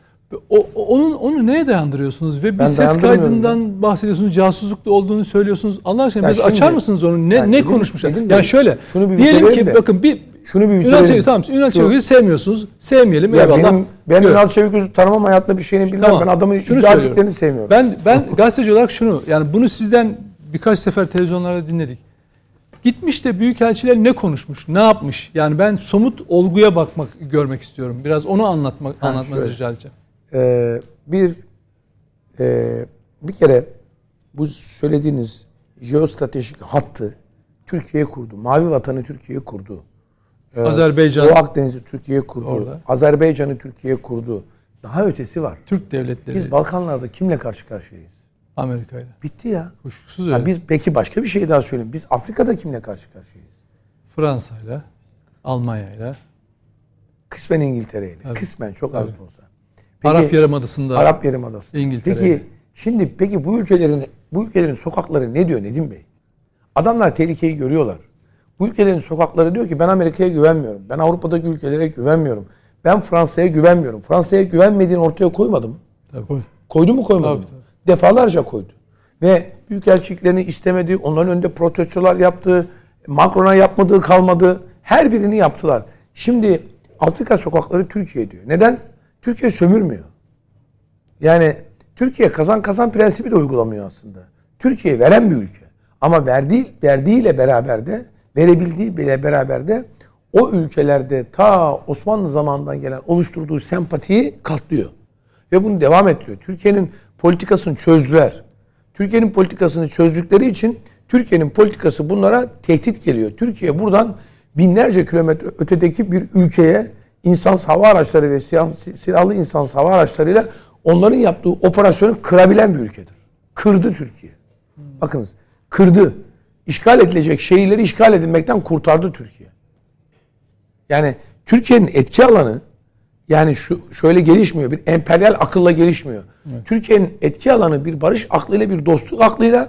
Onu neye dayandırıyorsunuz ve bir ses kaydından bahsediyorsunuz, casuslukta olduğunu söylüyorsunuz. Allah aşkına biraz açar mısınız onu? Ne konuşmuşlar? Yani şöyle diyelim ki bakın Ünal Çeviköz'ü sevmiyorsunuz. Sevmeyelim eyvallah. Ben Ünal Çeviköz'ü tanımam, hayatında bir şeyini bilmem. Tamam. Ben adamın iddialiklerini sevmiyorum. Ben gazeteci olarak yani bunu sizden birkaç sefer televizyonlarda dinledik. Gitmiş de büyükelçiler ne konuşmuş, ne yapmış? Yani ben somut olguya görmek istiyorum. Biraz onu anlatmanızı rica edeceğim. Bir kere bu söylediğiniz jeostratejik hattı Türkiye kurdu. Mavi Vatanı Türkiye kurdu. Azerbaycan. Doğu Akdeniz'i Türkiye kurdu. Orada. Azerbaycan'ı Türkiye kurdu. Daha ötesi var. Türk devletleri. Biz Balkanlarda kimle karşı karşıyayız? Amerika'yla. Bitti ya. Kuşkusuz öyle. Biz peki başka bir şey daha söyleyeyim. Biz Afrika'da kimle karşı karşıyayız? Fransa'yla, Almanya'yla. Kısmen İngiltere'yle. Evet. Kısmen çok az da olsa. Peki, Arap Yarımadası'nda. Arap Yarımadası. İngiltere'yle. Peki bu ülkelerin sokakları ne diyor Nedim Bey? Adamlar tehlikeyi görüyorlar. Bu ülkelerin sokakları diyor ki ben Amerika'ya güvenmiyorum. Ben Avrupa'daki ülkelere güvenmiyorum. Ben Fransa'ya güvenmiyorum. Fransa'ya güvenmediğini ortaya koymadı mı? Tabii. Koydu mu koymadı mı? Tabii. Defalarca koydu. Ve büyükelçiliklerini istemedi. Onların önünde protestolar yaptı. Macron'a yapmadığı kalmadı. Her birini yaptılar. Şimdi Afrika sokakları Türkiye diyor. Neden? Türkiye sömürmüyor. Yani Türkiye kazan prensibi de uygulamıyor aslında. Türkiye veren bir ülke. Ama verdiğiyle beraber de, verebildiğiyle beraber de o ülkelerde ta Osmanlı zamanından gelen oluşturduğu sempatiyi katlıyor. Ve bunu devam ettiriyor. Türkiye'nin politikasını çözdüler. Türkiye'nin politikasını çözdükleri için Türkiye'nin politikası bunlara tehdit geliyor. Türkiye buradan binlerce kilometre ötedeki bir ülkeye insansız hava araçları ve silahlı insansız hava araçlarıyla onların yaptığı operasyonu kırabilen bir ülkedir. Kırdı Türkiye. Bakınız, kırdı. İşgal edilecek şehirleri işgal edilmekten kurtardı Türkiye. Yani Türkiye'nin etki alanı yani şöyle gelişmiyor. Bir emperyal akılla gelişmiyor. Evet. Türkiye'nin etki alanı bir barış aklıyla, bir dostluk aklıyla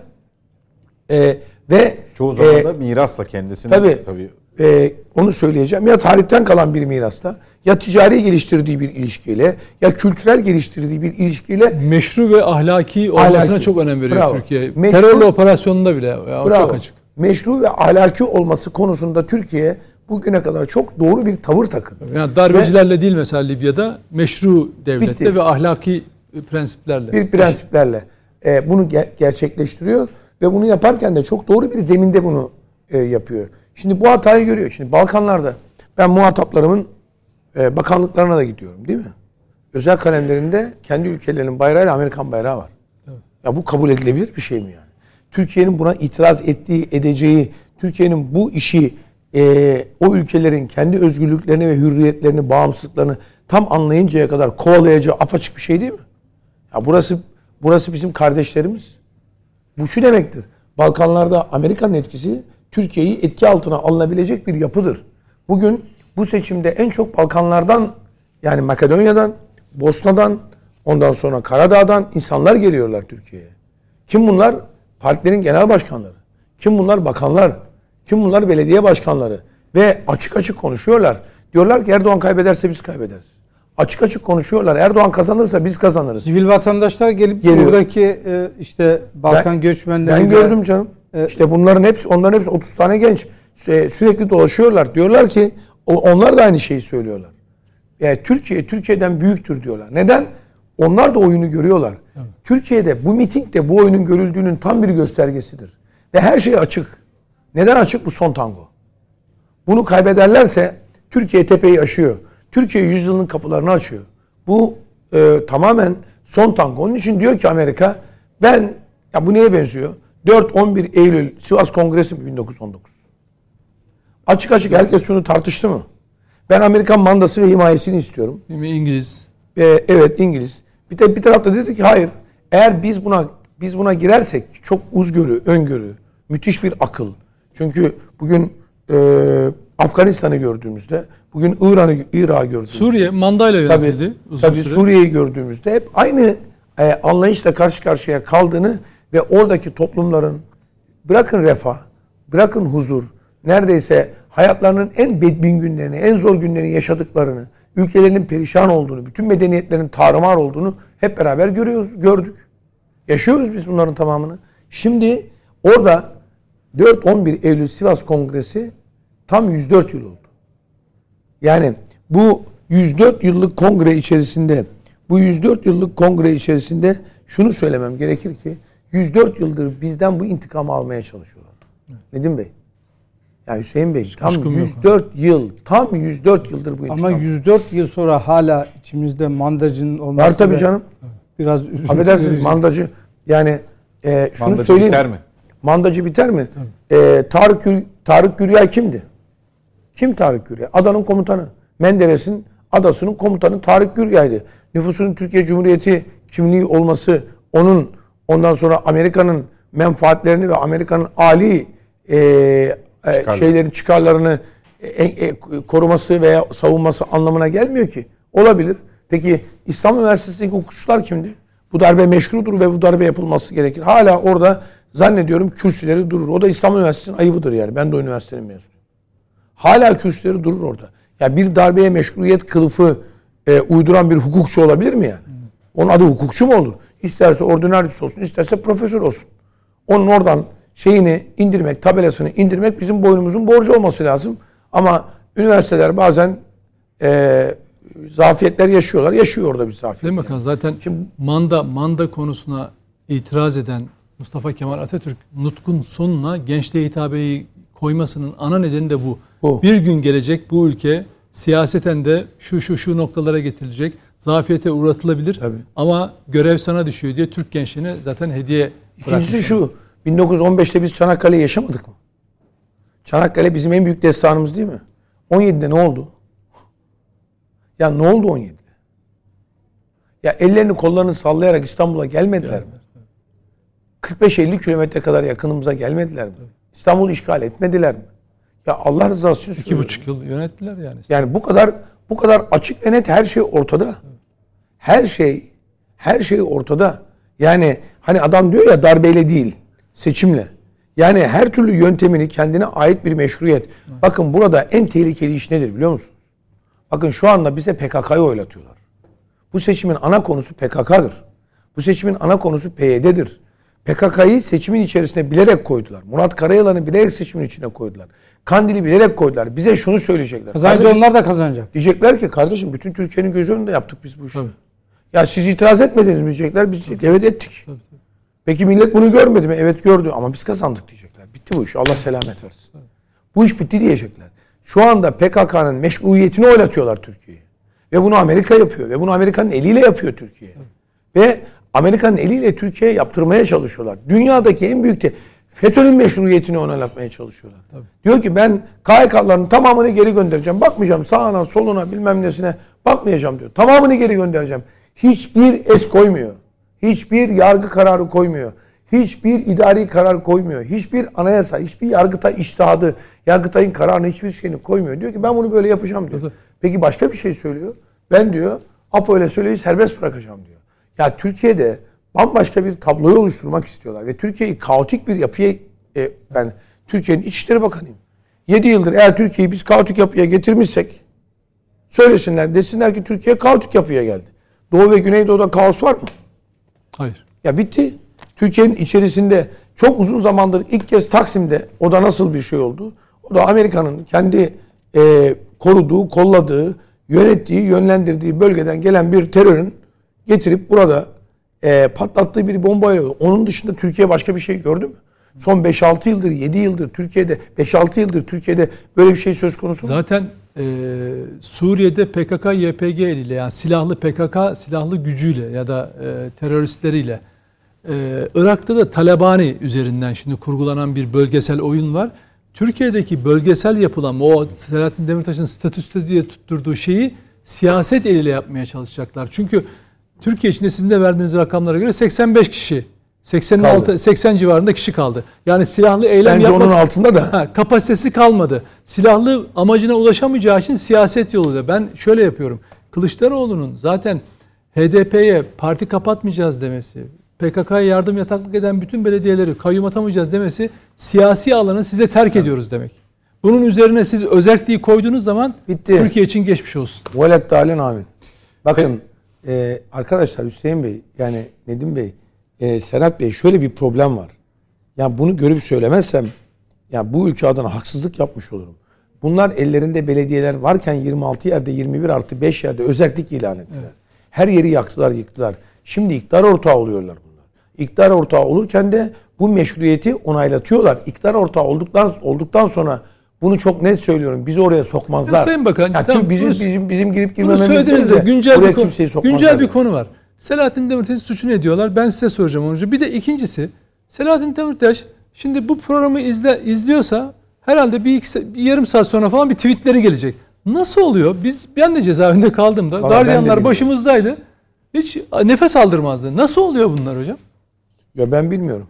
ve çoğu zaman da mirasla kendisine tabii. Onu söyleyeceğim. Ya tarihten kalan bir mirasla, ya ticari geliştirdiği bir ilişkiyle, ya kültürel geliştirdiği bir ilişkiyle meşru ve ahlaki olmasına çok önem veriyor Türkiye. Terörle operasyonunda bile çok açık. Meşru ve ahlaki olması konusunda Türkiye bugüne kadar çok doğru bir tavır takındı. Yani darbecilerle değil mesela Libya'da meşru devlette ve ahlaki prensiplerle. Bir prensiplerle bunu gerçekleştiriyor ve bunu yaparken de çok doğru bir zeminde bunu yapıyor. Şimdi bu hatayı görüyor. Şimdi Balkanlarda ben muhataplarımın bakanlıklarına da gidiyorum değil mi? Özel kalemlerinde kendi ülkelerinin bayrağıyla Amerikan bayrağı var. Evet. Ya bu kabul edilebilir bir şey mi yani? Türkiye'nin buna itiraz edeceği, Türkiye'nin bu işi o ülkelerin kendi özgürlüklerini ve hürriyetlerini, bağımsızlıklarını tam anlayıncaya kadar kovalayacağı apaçık bir şey değil mi? Ya burası bizim kardeşlerimiz. Bu şu demektir. Balkanlarda Amerika'nın etkisi Türkiye'yi etki altına alınabilecek bir yapıdır. Bugün bu seçimde en çok Balkanlardan, yani Makedonya'dan, Bosna'dan, ondan sonra Karadağ'dan insanlar geliyorlar Türkiye'ye. Kim bunlar? Partilerin genel başkanları. Kim bunlar? Bakanlar. Kim bunlar? Belediye başkanları. Ve açık açık konuşuyorlar. Diyorlar ki Erdoğan kaybederse biz kaybederiz. Açık açık konuşuyorlar. Erdoğan kazanırsa biz kazanırız. Sivil vatandaşlar gelip Geliyor. Buradaki işte Balkan göçmenleri... Ben gördüm canım. İşte onların hepsi 30 tane genç. Sürekli dolaşıyorlar. Diyorlar ki onlar da aynı şeyi söylüyorlar. Yani Türkiye'den büyüktür diyorlar. Neden? Onlar da oyunu görüyorlar. Evet. Türkiye'de bu mitingde bu oyunun görüldüğünün tam bir göstergesidir. Ve her şey açık. Neden açık? Bu son tango. Bunu kaybederlerse Türkiye tepeyi aşıyor. Türkiye yüzyılın kapılarını açıyor. Bu tamamen son tango. Onun için diyor ki Amerika, ya bu neye benziyor? 4-11 Eylül Sivas Kongresi mi 1919? Açık açık herkes şunu tartıştı mı? Ben Amerikan mandası ve himayesini istiyorum. İngiliz. Evet, İngiliz. Bir tarafta dedi ki hayır. Eğer biz buna girersek çok uzgörü, öngörü, müthiş bir akıl. Çünkü bugün Afganistan'ı gördüğümüzde, bugün Irak'ı gördüğümüzde, Suriye mandayla yönetildi. Tabii Suriye'yi gördüğümüzde hep aynı anlayışla karşı karşıya kaldığını ve oradaki toplumların bırakın refah, bırakın huzur, neredeyse hayatlarının en bedbin günlerini, en zor günlerini yaşadıklarını, ülkelerinin perişan olduğunu, bütün medeniyetlerin tarumar olduğunu hep beraber gördük. Yaşıyoruz biz bunların tamamını. Şimdi orada 4-11 Eylül Sivas Kongresi tam 104 yıl oldu. Yani bu 104 yıllık kongre içerisinde şunu söylemem gerekir ki 104 yıldır bizden bu intikamı almaya çalışıyorlar. Nedim Bey. Ya Hüseyin Bey tam 104 yıldır bu intikam. Ama 104 yıl sonra hala içimizde mandacının olması var tabii canım. Biraz üzüntü. Affedersiniz, mandacı. Yani şunu Mandacı söyleyeyim. biter mi? Mandacı biter mi? Tarık Güryay kimdi? Kim Tarık Güryay? Adanın komutanı. Menderes'in adasının komutanı Tarık Güryay'dı. Nüfusunun Türkiye Cumhuriyeti kimliği olması, onun ondan sonra Amerika'nın menfaatlerini ve Amerika'nın âli çıkarlarını koruması veya savunması anlamına gelmiyor ki. Olabilir. Peki İstanbul Üniversitesi'ndeki hukukçular kimdi? Bu darbe meşrudur ve bu darbe yapılması gerekir. Hala orada zannediyorum kürsüleri durur. O da İstanbul Üniversitesi'nin ayıbıdır yani. Ben de o üniversitenin mezunuyum. Hala kürsüleri durur orada. Ya bir darbeye meşruiyet kılıfı uyduran bir hukukçu olabilir mi yani? Onun adı hukukçu mu olur? İsterse ordinarius olsun, isterse profesör olsun. Onun oradan şeyini indirmek, tabelasını indirmek bizim boynumuzun borcu olması lazım. Ama üniversiteler bazen zafiyetler yaşıyorlar. Yaşıyor orada bir zafiyet. Değil mi bakan? Zaten şimdi manda konusuna itiraz eden Mustafa Kemal Atatürk nutkun sonuna gençliğe hitabeyi koymasının ana nedeni de bu. Bir gün gelecek bu ülke siyaseten de şu noktalara getirilecek. Zafiyete uğratılabilir. Tabii. Ama görev sana düşüyor diye Türk gençliğine zaten hediye bırakmış. İkincisi şu. 1915'te biz Çanakkale'yi yaşamadık mı? Çanakkale bizim en büyük destanımız değil mi? 17'de ne oldu? Ya ne oldu 17'de? Ya ellerini kollarını sallayarak İstanbul'a gelmediler mi? 45-50 kilometre kadar yakınımıza gelmediler mi? İstanbul'u işgal etmediler mi? Ya Allah rızası için 2,5 yıl yönettiler yani. Yani bu kadar açık ve net her şey ortada. Her şey ortada. Yani hani adam diyor ya darbeyle değil, seçimle. Yani her türlü yöntemini kendine ait bir meşruiyet. Bakın burada en tehlikeli iş nedir biliyor musunuz? Bakın şu anda bize PKK'yı oylatıyorlar. Bu seçimin ana konusu PKK'dır. Bu seçimin ana konusu PYD'dir. PKK'yı seçimin içerisine bilerek koydular. Murat Karayalan'ı bilerek seçimin içine koydular. Kandil'i bilerek koydular. Bize şunu söyleyecekler. Kazanınca onlar da kazanacak. Diyecekler ki kardeşim bütün Türkiye'nin gözü önünde yaptık biz bu işi. Tabii. Ya siz itiraz etmediniz mi diyecekler. Biz evet ettik. Tabii. Peki millet bunu görmedi mi? Evet gördü ama biz kazandık diyecekler. Bitti bu iş. Allah selamet versin. Bu iş bitti diyecekler. Şu anda PKK'nın meşruiyetini oynatıyorlar Türkiye'ye. Ve bunu Amerika yapıyor. Ve bunu Amerika'nın eliyle yapıyor Türkiye. Ve Amerika'nın eliyle Türkiye'ye yaptırmaya çalışıyorlar. Dünyadaki en büyük de FETÖ'nün meşruiyetini oynatmaya çalışıyorlar. Tabii. Diyor ki ben KHK'ların tamamını geri göndereceğim. Bakmayacağım sağına soluna bilmem nesine. Bakmayacağım diyor. Tamamını geri göndereceğim. Hiçbir es koymuyor. Hiçbir yargı kararı koymuyor. Hiçbir idari karar koymuyor. Hiçbir anayasa, hiçbir Yargıtay içtihadı, Yargıtay'ın kararını hiçbir şeyini koymuyor. Diyor ki ben bunu böyle yapacağım diyor. Peki başka bir şey söylüyor. Ben diyor Apo ile söyleyi serbest bırakacağım diyor. Ya Türkiye'de bambaşka bir tabloyu oluşturmak istiyorlar. Ve Türkiye'yi kaotik bir yapıya, ben Türkiye'nin İçişleri Bakanıyım. 7 yıldır eğer Türkiye'yi biz kaotik yapıya getirmişsek söylesinler, desinler ki Türkiye kaotik yapıya geldi. Doğu ve Güneydoğu'da kaos var mı? Hayır. Ya bitti. Türkiye'nin içerisinde çok uzun zamandır ilk kez Taksim'de o da nasıl bir şey oldu? O da Amerika'nın kendi koruduğu, kolladığı, yönettiği, yönlendirdiği bölgeden gelen bir terörün getirip burada patlattığı bir bombayla oldu. Onun dışında Türkiye başka bir şey gördü mü? Son 5-6 yıldır, 7 yıldır Türkiye'de, 5-6 yıldır Türkiye'de böyle bir şey söz konusu mu? Zaten Suriye'de PKK-YPG ile yani silahlı PKK silahlı gücüyle ya da teröristleriyle Irak'ta da Talabani üzerinden şimdi kurgulanan bir bölgesel oyun var. Türkiye'deki bölgesel yapılanma o Selahattin Demirtaş'ın statüsü diye tutturduğu şeyi siyaset eliyle yapmaya çalışacaklar. Çünkü Türkiye içinde sizin de verdiğiniz rakamlara göre 85 kişi 80 civarında kişi kaldı. Yani silahlı eylem bence onun altında da kapasitesi kalmadı. Silahlı amacına ulaşamayacağı için siyaset yoluyla. Ben şöyle yapıyorum. Kılıçdaroğlu'nun zaten HDP'ye parti kapatmayacağız demesi, PKK'ya yardım yataklık eden bütün belediyeleri kayyum atamayacağız demesi siyasi alanı size terk ediyoruz demek. Bunun üzerine siz özerkliği koyduğunuz zaman bitti. Türkiye için geçmiş olsun. Velet dalin amin. Bakın arkadaşlar Hüseyin Bey yani Nedim Bey, Serhat Bey şöyle bir problem var. Ya bunu görüp söylemezsem ya bu ülke adına haksızlık yapmış olurum. Bunlar ellerinde belediyeler varken 26 yerde 21+5 yerde özellik ilan ettiler. Evet. Her yeri yaktılar, yıktılar. Şimdi iktidar ortağı oluyorlar bunlar. İktidar ortağı olurken de bu meşruiyeti onaylatıyorlar. İktidar ortağı olduktan sonra bunu çok net söylüyorum. Bizi oraya sokmazlar. Ya Sayın Bakan, yani tamam, bizim girip bunu girmememiz de güncel bir konu var. Selahattin Demirtaş'ın suçu ne diyorlar? Ben size soracağım onu. Bir de ikincisi Selahattin Demirtaş şimdi bu programı izliyorsa herhalde bir yarım saat sonra falan bir tweetleri gelecek. Nasıl oluyor? Ben de cezaevinde kaldığımda gardiyanlar başımızdaydı. Hiç nefes aldırmazdı. Nasıl oluyor bunlar hocam? Ya ben bilmiyorum.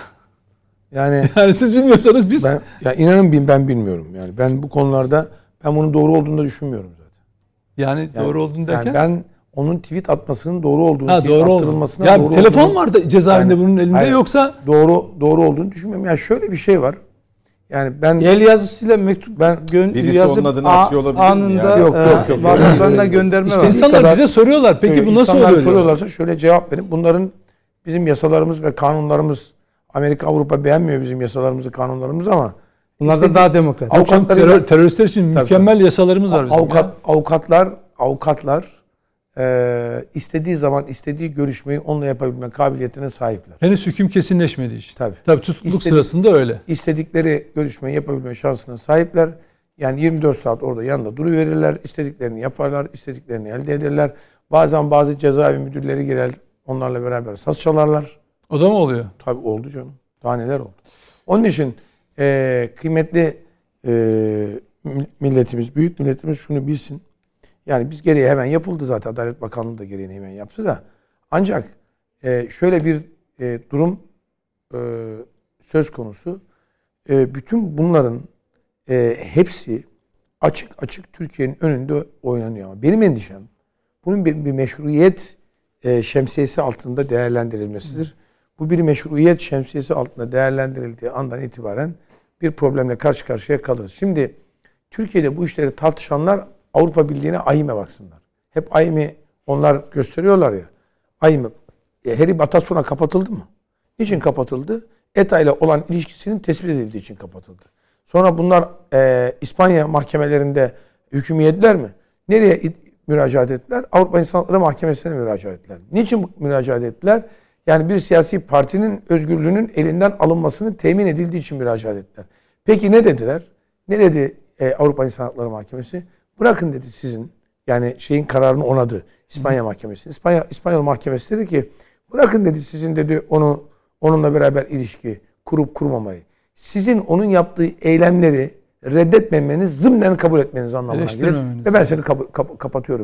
Yani siz bilmiyorsanız biz... inanın ben bilmiyorum. Yani ben bu konularda ben bunun doğru olduğunu da düşünmüyorum zaten. Yani doğru olduğunu derken? Yani ben onun tweet atmasının doğru olduğunu, attırılmasına doğru olduğunu... telefon vardı cezaevinde yani, bunun elinde yoksa... Doğru olduğunu düşünmüyorum. Yani şöyle bir şey var. Yani ben el yazısıyla mektup birisi yazıp onun adını atıyor olabilir anında mi? Yani? Yok. Varlıklarına gönderme işte var. İnsanlar bize soruyorlar. Peki bu nasıl oluyor? Soruyorlarsa şöyle cevap verin. Bunların bizim yasalarımız ve kanunlarımız Amerika, Avrupa beğenmiyor bizim yasalarımızı, kanunlarımızı ama bunlar da daha demokrat. Teröristler için mükemmel yasalarımız var bizim. Avukatlar istediği zaman istediği görüşmeyi onunla yapabilme kabiliyetine sahipler. Henüz hüküm kesinleşmediği için. Tabii tutukluk sırasında öyle. İstedikleri görüşmeyi yapabilme şansına sahipler. Yani 24 saat orada yanında duruverirler. İstediklerini yaparlar, istediklerini elde ederler. Bazen bazı cezaevi müdürleri girer, onlarla beraber saz çalarlar. O da mı oluyor? Tabii oldu canım. Daha neler oldu. Onun için kıymetli milletimiz, büyük milletimiz şunu bilsin. Yani biz gereği hemen yapıldı zaten. Adalet Bakanlığı da gereğini hemen yaptı da. Ancak şöyle bir durum söz konusu. Bütün bunların hepsi açık Türkiye'nin önünde oynanıyor. Ama benim endişem bunun bir meşruiyet şemsiyesi altında değerlendirilmesidir. Bu bir meşruiyet şemsiyesi altında değerlendirildiği andan itibaren bir problemle karşı karşıya kalırız. Şimdi Türkiye'de bu işleri tartışanlar Avrupa Birliği'ne AİHM'e baksınlar. Hep AİHM'i onlar gösteriyorlar ya. AİHM Harry Batasun'a kapatıldı mı? Niçin kapatıldı? ETA ile olan ilişkisinin tespit edildiği için kapatıldı. Sonra bunlar İspanya mahkemelerinde hüküm yediler mi? Nereye müracaat ettiler? Avrupa İnsan Hakları Mahkemesi'ne müracaat ettiler. Niçin müracaat ettiler? Yani bir siyasi partinin özgürlüğünün elinden alınmasını temin edildiği için müracaat ettiler. Peki ne dediler? Ne dedi Avrupa İnsan Hakları Mahkemesi? Bırakın dedi sizin yani şeyin kararını onadı İspanya Mahkemesi. İspanyol Mahkemesi dedi ki bırakın dedi sizin dedi onunla beraber ilişki kurup kurmamayı. Sizin onun yaptığı eylemleri reddetmemeniz, zımnen kabul etmeniz anlamına gelir. Ve ben seni kapatıyorum dedi.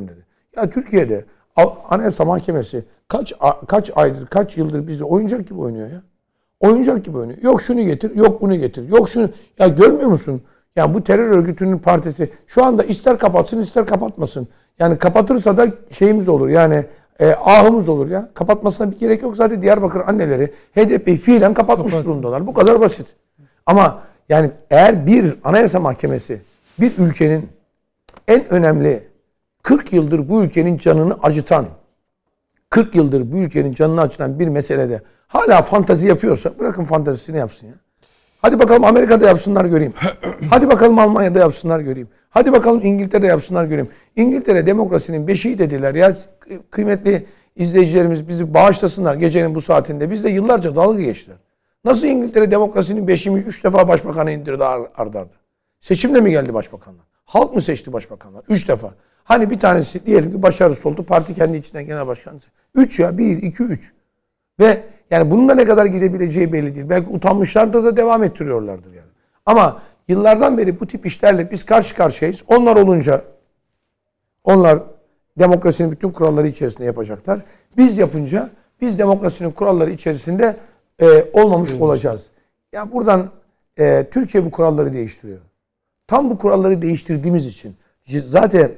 Ya Türkiye'de Anayasa Mahkemesi kaç aydır, kaç yıldır bizi oyuncak gibi oynuyor ya. Oyuncak gibi oynuyor. Yok şunu getir, yok bunu getir. Yok şunu. Ya görmüyor musun? Yani bu terör örgütünün partisi şu anda ister kapatsın ister kapatmasın. Yani kapatırsa da şeyimiz olur. Yani ahımız olur ya. Kapatmasına bir gerek yok. Zaten Diyarbakır anneleri HDP'yi fiilen kapatmış durumdalar. Bu kadar basit. Ama yani eğer bir Anayasa Mahkemesi bir ülkenin en önemli 40 yıldır bu ülkenin canını acıtan 40 yıldır bu ülkenin canını acıtan bir meselede hala fantazi yapıyorsa bırakın fantazisini yapsın ya. Hadi bakalım Amerika'da yapsınlar göreyim. Hadi bakalım Almanya'da yapsınlar göreyim. Hadi bakalım İngiltere'de yapsınlar göreyim. İngiltere demokrasinin beşiği dediler. Ya kıymetli izleyicilerimiz bizi bağışlasınlar gecenin bu saatinde. Biz de yıllarca dalga geçtiler. Nasıl İngiltere demokrasinin beşiğini 3 defa başbakanı indirdi ardarda? Seçimle mi geldi başbakanlar? Halk mı seçti başbakanlar? 3 defa. Hani bir tanesi diyelim ki başarısız oldu. Parti kendi içinden genel başkanı. 3 ya 1, 2, 3. Ve yani bununla ne kadar gidebileceği belli değil. Belki utanmışlardır da devam ettiriyorlardır yani. Ama yıllardan beri bu tip işlerle biz karşı karşıyayız. Onlar olunca onlar demokrasinin bütün kuralları içerisinde yapacaklar. Biz yapınca biz demokrasinin kuralları içerisinde olmamış olacağız. Yani buradan Türkiye bu kuralları değiştiriyor. Tam bu kuralları değiştirdiğimiz için zaten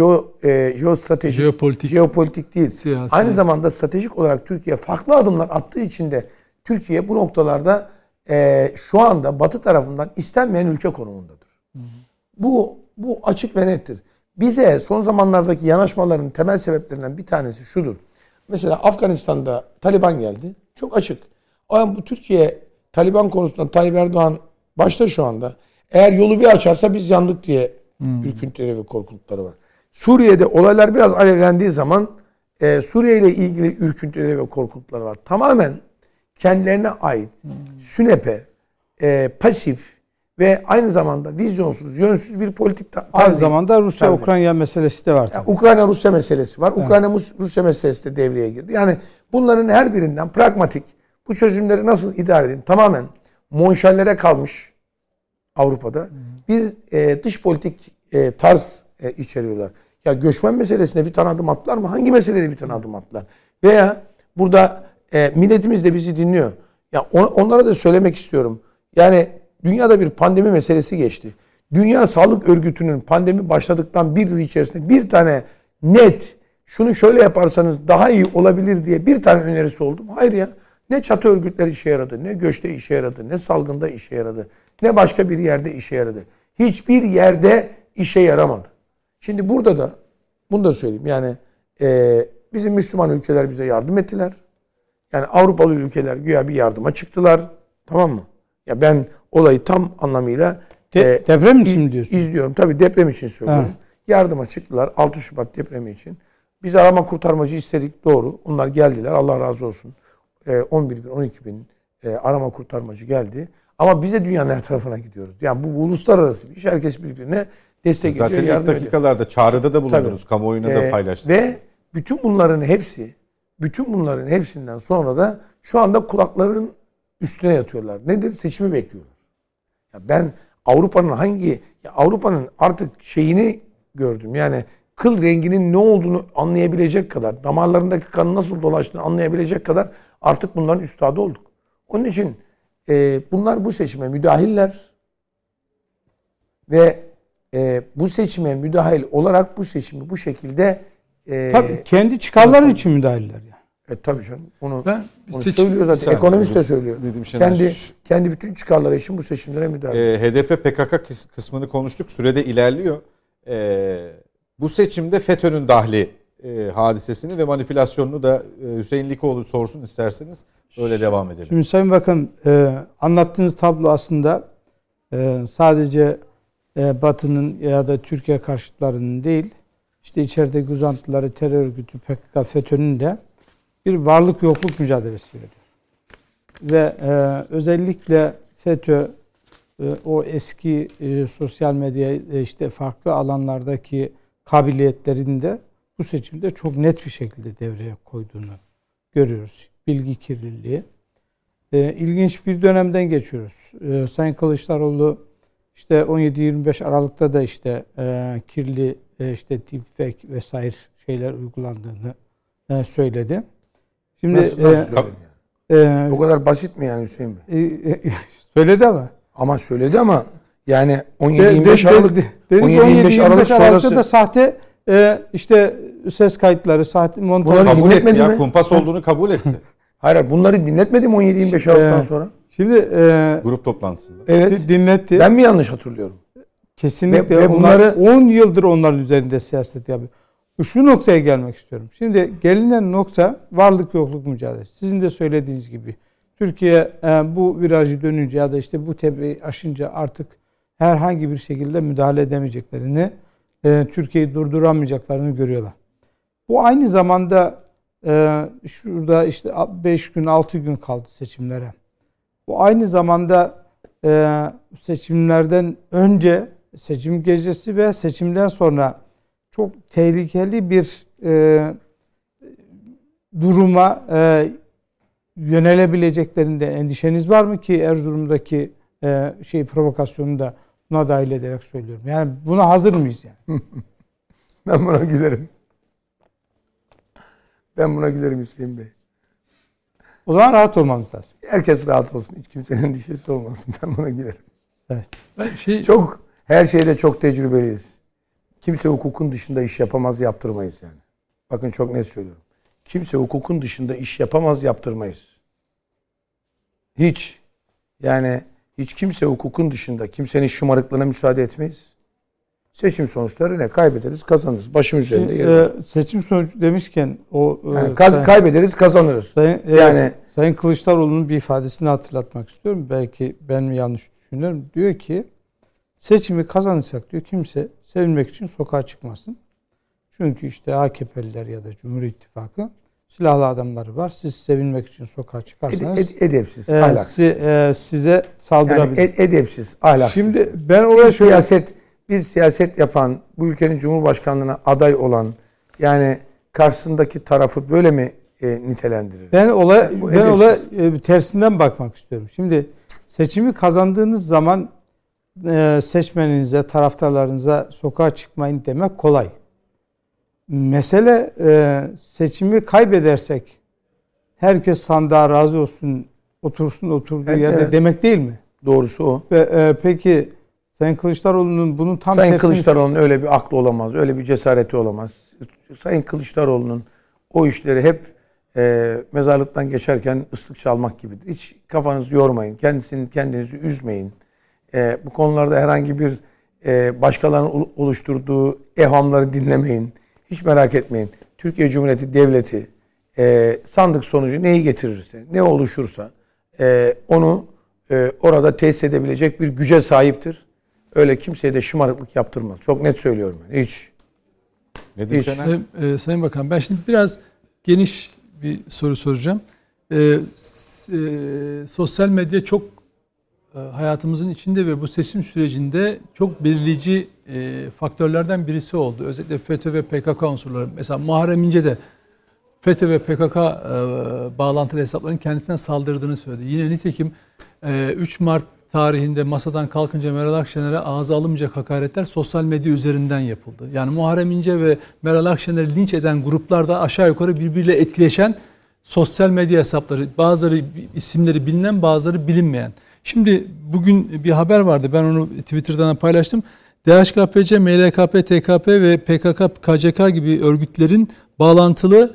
jeopolitik değil. Siyasi. Aynı zamanda stratejik olarak Türkiye farklı adımlar attığı için de Türkiye bu noktalarda şu anda Batı tarafından istenmeyen ülke konumundadır. Bu açık ve nettir. Bize son zamanlardaki yanaşmaların temel sebeplerinden bir tanesi şudur. Mesela Afganistan'da Taliban geldi. Çok açık. Ama bu Türkiye Taliban konusunda Tayyip Erdoğan başta şu anda eğer yolu bir açarsa biz yandık diye ürküntüleri ve korkuntuları var. Suriye'de olaylar biraz alevlendiği zaman Suriye ile ilgili ürküntüleri ve korkuntuları var. Tamamen kendilerine ait sünepe, pasif ve aynı zamanda vizyonsuz, yönsüz bir politik aynı zamanda Rusya-Ukrayna meselesi de var. Yani Ukrayna-Rusya meselesi var. Evet. Ukrayna-Rusya meselesi de devreye girdi. Yani bunların her birinden pragmatik bu çözümleri nasıl idare edin? Tamamen monşellere kalmış Avrupa'da bir dış politik tarz içeriyorlar. Ya göçmen meselesine bir tane adım attılar mı? Hangi meselede bir tane adım attılar? Veya burada milletimiz de bizi dinliyor. Ya onlara da söylemek istiyorum. Yani dünyada bir pandemi meselesi geçti. Dünya Sağlık Örgütü'nün pandemi başladıktan bir yıl içerisinde bir tane net şunu şöyle yaparsanız daha iyi olabilir diye bir tane önerisi oldu mu? Hayır ya. Ne çatı örgütleri işe yaradı, ne göçte işe yaradı, ne salgında işe yaradı, ne başka bir yerde işe yaradı. Hiçbir yerde işe yaramadı. Şimdi burada da bunu da söyleyeyim. Yani bizim Müslüman ülkeler bize yardım ettiler. Yani Avrupalı ülkeler güya bir yardıma çıktılar. Tamam mı? Ya ben olayı tam anlamıyla deprem için mi diyorsun? İzliyorum. Tabii deprem için söylüyorum. Ha. Yardıma çıktılar 6 Şubat depremi için. Biz arama kurtarmacı istedik. Doğru. Onlar geldiler. Allah razı olsun. 11 bin, 12 bin arama kurtarmacı geldi. Ama biz de dünyanın her tarafına gidiyoruz. Yani bu uluslararası bir iş. Herkes birbirine destek ediyor. Zaten ilk dakikalarda çağrıda da bulundunuz. Kamuoyuna da paylaştık. Ve bütün bunların hepsinden sonra da şu anda kulakların üstüne yatıyorlar. Nedir? Seçimi bekliyorlar. Ya ben Avrupa'nın artık şeyini gördüm. Yani kıl renginin ne olduğunu anlayabilecek kadar, damarlarındaki kanın nasıl dolaştığını anlayabilecek kadar artık bunların üstadı olduk. Onun için bunlar bu seçime müdahiller ve bu seçime müdahil olarak bu seçimi bu şekilde tabii kendi çıkarları için müdahiller yani. Tabii canım. Onu söylüyor zaten. Ekonomist de söylüyor. Kendi bütün çıkarları için bu seçimlere müdahale. HDP PKK kısmını konuştuk. Sürede ilerliyor. Bu seçimde FETÖ'nün dahli hadisesini ve manipülasyonunu da Hüseyin Likoğlu sorsun isterseniz. Öyle devam edelim. Şimdi Sayın Bakan, anlattığınız tablo aslında sadece Batı'nın ya da Türkiye karşıtlarının değil, işte içerideki uzantıları terör örgütü PKK, FETÖ'nün de bir varlık yokluk mücadelesi veriyor. Ve özellikle FETÖ o eski sosyal medya işte farklı alanlardaki kabiliyetlerini de bu seçimde çok net bir şekilde devreye koyduğunu görüyoruz. Bilgi kirliliği. İlginç bir dönemden geçiyoruz. Sayın Kılıçdaroğlu işte 17-25 Aralık'ta da işte kirli işte deepfake vesaire şeyler uygulandığını söyledi. Şimdi Nasıl söyledi yani? O kadar basit mi yani Hüseyin Bey? Söyledi ama. Ama söyledi ama yani 17-25 Aralık dedi 17-25 Aralık Aralık'ta sonrası da sahte işte ses kayıtları, sahte montaj. Bunları Kabul etti ya. mi? Kumpas olduğunu kabul etti. Hayır bunları dinletmedim 17-25 Aralık'tan sonra. Şimdi Grup toplantısında. Evet. dinletti. Ben mi yanlış hatırlıyorum? Kesinlikle Ve bunları 10 yıldır onların üzerinde siyaset yapıyor. Şu noktaya gelmek istiyorum. Şimdi gelinen nokta varlık yokluk mücadelesi. Sizin de söylediğiniz gibi Türkiye bu virajı dönünce ya da işte bu tepeyi aşınca artık herhangi bir şekilde müdahale edemeyeceklerini, Türkiye'yi durduramayacaklarını görüyorlar. Bu aynı zamanda şurada işte 5 gün 6 gün kaldı seçimlere. Bu aynı zamanda seçimlerden önce, seçim gecesi ve seçimden sonra çok tehlikeli bir duruma yönelebileceklerinde endişeniz var mı ki Erzurum'daki provokasyonu da buna dahil ederek söylüyorum. Yani buna hazır mıyız yani? Ben buna gülerim. Ben buna gülerim Hüseyin Bey. O zaman rahat olmamız lazım. Herkes rahat olsun. Hiç kimsenin endişesi olmasın. Ben buna gülerim. Evet. Çok her şeyde çok tecrübeliyiz. Kimse hukukun dışında iş yapamaz, yaptırmayız yani. Bakın çok net söylüyorum. Kimse hukukun dışında iş yapamaz, yaptırmayız. Hiç. Yani hiç kimse hukukun dışında kimsenin şımarıklığına müsaade etmeyiz. Seçim sonuçları ne? Kaybederiz, kazanırız. Başım üzerinde yer. Seçim sonucu demişken yani kaybederiz, kazanırız. Sayın Kılıçdaroğlu'nun bir ifadesini hatırlatmak istiyorum. Belki ben mi yanlış düşünüyorum. Diyor ki seçimi kazanırsak diyor kimse sevilmek için sokağa çıkmasın. Çünkü işte AKP'liler ya da Cumhur İttifakı silahlı adamları var. Siz sevilmek için sokağa çıkarsanız edepsiz, ahlaksız. Size saldırabilir. Yani edepsiz, ahlaksız. Şimdi ben oraya bir siyaset yapan, bu ülkenin Cumhurbaşkanlığına aday olan yani karşısındaki tarafı böyle mi nitelendirir? Ben olaya tersinden bakmak istiyorum. Şimdi seçimi kazandığınız zaman seçmeninize, taraftarlarınıza sokağa çıkmayın demek kolay. Mesele seçimi kaybedersek herkes sandığa razı olsun, otursun oturduğu yerde demek değil mi? Doğrusu o. Peki Sayın Kılıçdaroğlu'nun bunun tam Sayın Kılıçdaroğlu'nun öyle bir aklı olamaz, öyle bir cesareti olamaz. Sayın Kılıçdaroğlu'nun o işleri hep mezarlıktan geçerken ıslık çalmak gibidir. Hiç kafanızı yormayın, kendinizi üzmeyin. Bu konularda herhangi bir başkalarının oluşturduğu evhamları dinlemeyin. Hiç merak etmeyin. Türkiye Cumhuriyeti Devleti sandık sonucu neyi getirirse, ne oluşursa onu orada tesis edebilecek bir güce sahiptir. Öyle kimseye de şımarıklık yaptırmaz. Çok net söylüyorum ben. Hiç. Nedir Şener? Sayın Bakan, ben şimdi biraz geniş bir soru soracağım. Sosyal medya çok hayatımızın içinde ve bu seçim sürecinde çok belirleyici faktörlerden birisi oldu. Özellikle FETÖ ve PKK unsurları. Mesela Muharrem İnce de FETÖ ve PKK bağlantılı hesapların kendisine saldırdığını söyledi. Yine nitekim 3 Mart tarihinde masadan kalkınca Meral Akşener'e ağza alınmayacak hakaretler sosyal medya üzerinden yapıldı. Yani Muharrem İnce ve Meral Akşener'i linç eden gruplarda aşağı yukarı birbiriyle etkileşen sosyal medya hesapları, bazıları isimleri bilinen, bazıları bilinmeyen. Şimdi bugün bir haber vardı, ben onu Twitter'dan paylaştım. DHKPC, MLKP, TKP ve PKK, KCK gibi örgütlerin bağlantılı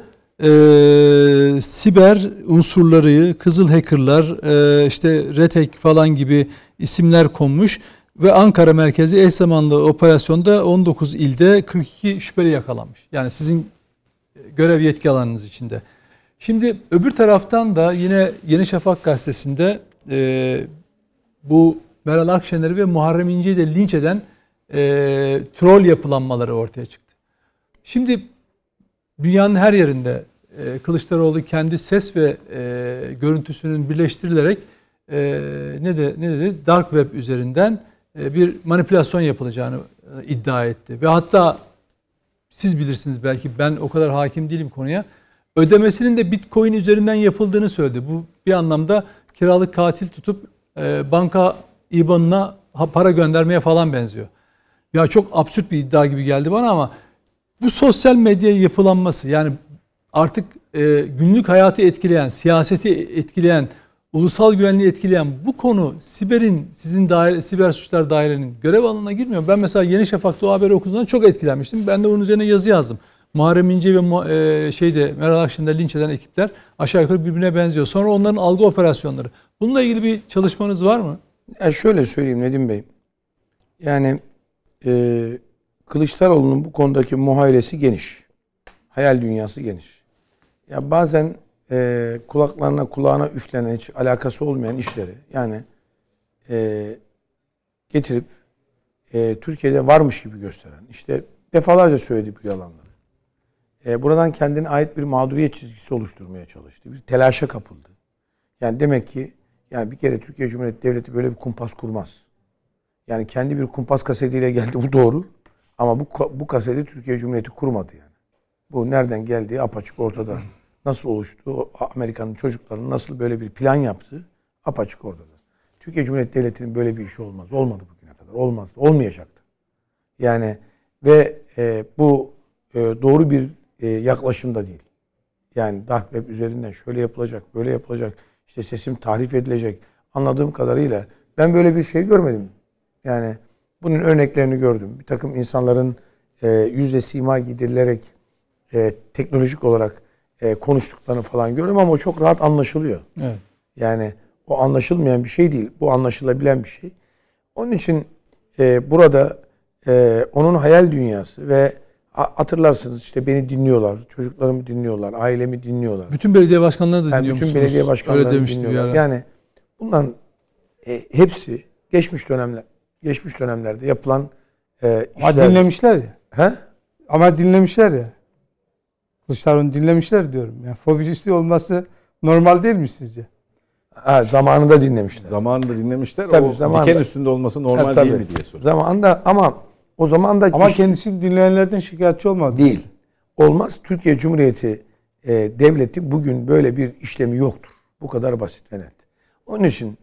siber unsurları, Kızıl Hacker'lar, işte RETEK falan gibi isimler konmuş ve Ankara merkezi eş zamanlı operasyonda 19 ilde 42 şüpheli yakalanmış. Yani sizin görev yetki alanınız içinde. Şimdi öbür taraftan da yine Yeni Şafak gazetesinde bu Meral Akşener'i ve Muharrem İnce'yi de linç eden troll yapılanmaları ortaya çıktı. Şimdi dünyanın her yerinde Kılıçdaroğlu kendi ses ve görüntüsünün birleştirilerek ne dedi? Dark Web üzerinden bir manipülasyon yapılacağını iddia etti. Ve hatta siz bilirsiniz, belki ben o kadar hakim değilim konuya. Ödemesinin de Bitcoin üzerinden yapıldığını söyledi. Bu bir anlamda kiralık katil tutup banka IBAN'ına para göndermeye falan benziyor. Ya çok absürt bir iddia gibi geldi bana ama Bu sosyal medya yapılanması, yani artık günlük hayatı etkileyen, siyaseti etkileyen, ulusal güvenliği etkileyen bu konu sizin siber suçlar dairenin görev alanına girmiyor. Ben mesela Yeni Şafak'ta o haberi okuduğumda çok etkilenmiştim. Ben de onun üzerine yazı yazdım. Muharrem İnce ve Meral Akşener'i linç eden ekipler aşağı yukarı birbirine benziyor. Sonra onların algı operasyonları. Bununla ilgili bir çalışmanız var mı? Şöyle söyleyeyim Nedim Bey. Yani Kılıçdaroğlu'nun bu konudaki muhayyilesi geniş. Hayal dünyası geniş. Ya bazen kulağına üflenen, hiç alakası olmayan işleri yani getirip Türkiye'de varmış gibi gösteren, işte defalarca söyledi bu yalanları. Buradan kendine ait bir mağduriyet çizgisi oluşturmaya çalıştı. Bir telaşa kapıldı. Yani demek ki yani bir kere Türkiye Cumhuriyeti Devleti böyle bir kumpas kurmaz. Yani kendi bir kumpas kasetiyle geldi, bu doğru. Ama bu kaseti Türkiye Cumhuriyeti kurmadı yani. Bu nereden geldiği apaçık ortada. Nasıl oluştu? Amerika'nın çocuklarının nasıl böyle bir plan yaptığı apaçık ortada. Türkiye Cumhuriyeti Devleti'nin böyle bir işi olmaz. Olmadı bugüne kadar. Olmazdı. Olmayacaktı. Yani ve bu doğru bir yaklaşım da değil. Yani dark web üzerinden şöyle yapılacak, böyle yapılacak. İşte sesim tahrif edilecek. Anladığım kadarıyla ben böyle bir şey görmedim. Yani bunun örneklerini gördüm. Bir takım insanların yüzde sima giydirilerek teknolojik olarak konuştuklarını falan gördüm ama o çok rahat anlaşılıyor. Evet. Yani o anlaşılmayan bir şey değil. Bu anlaşılabilen bir şey. Onun için burada onun hayal dünyası ve hatırlarsınız işte beni dinliyorlar, çocuklarımı dinliyorlar, ailemi dinliyorlar. Bütün belediye başkanları da dinliyor bütün musunuz? belediye başkanları Öyle demişti dinliyorlar. Yani bunların hepsi geçmiş dönemlerde yapılan Ama işler. dinlemişler ya. He? Ama dinlemişler ya. Kılıçdaroğlu'nu dinlemişler diyorum. Yani fobisi olması normal değil mi sizce? Zamanında dinlemişler. Zamanında dinlemişler. Tabii, o zamanında. diken üstünde olması normal Tabii. değil mi diye soruyor. Zamanında ama o zaman da Ama kendisi dinleyenlerden şikayetçi olmadı. değil. Olmaz. Türkiye Cumhuriyeti Devleti bugün böyle bir işlemi yoktur. Bu kadar basit ve net. Onun için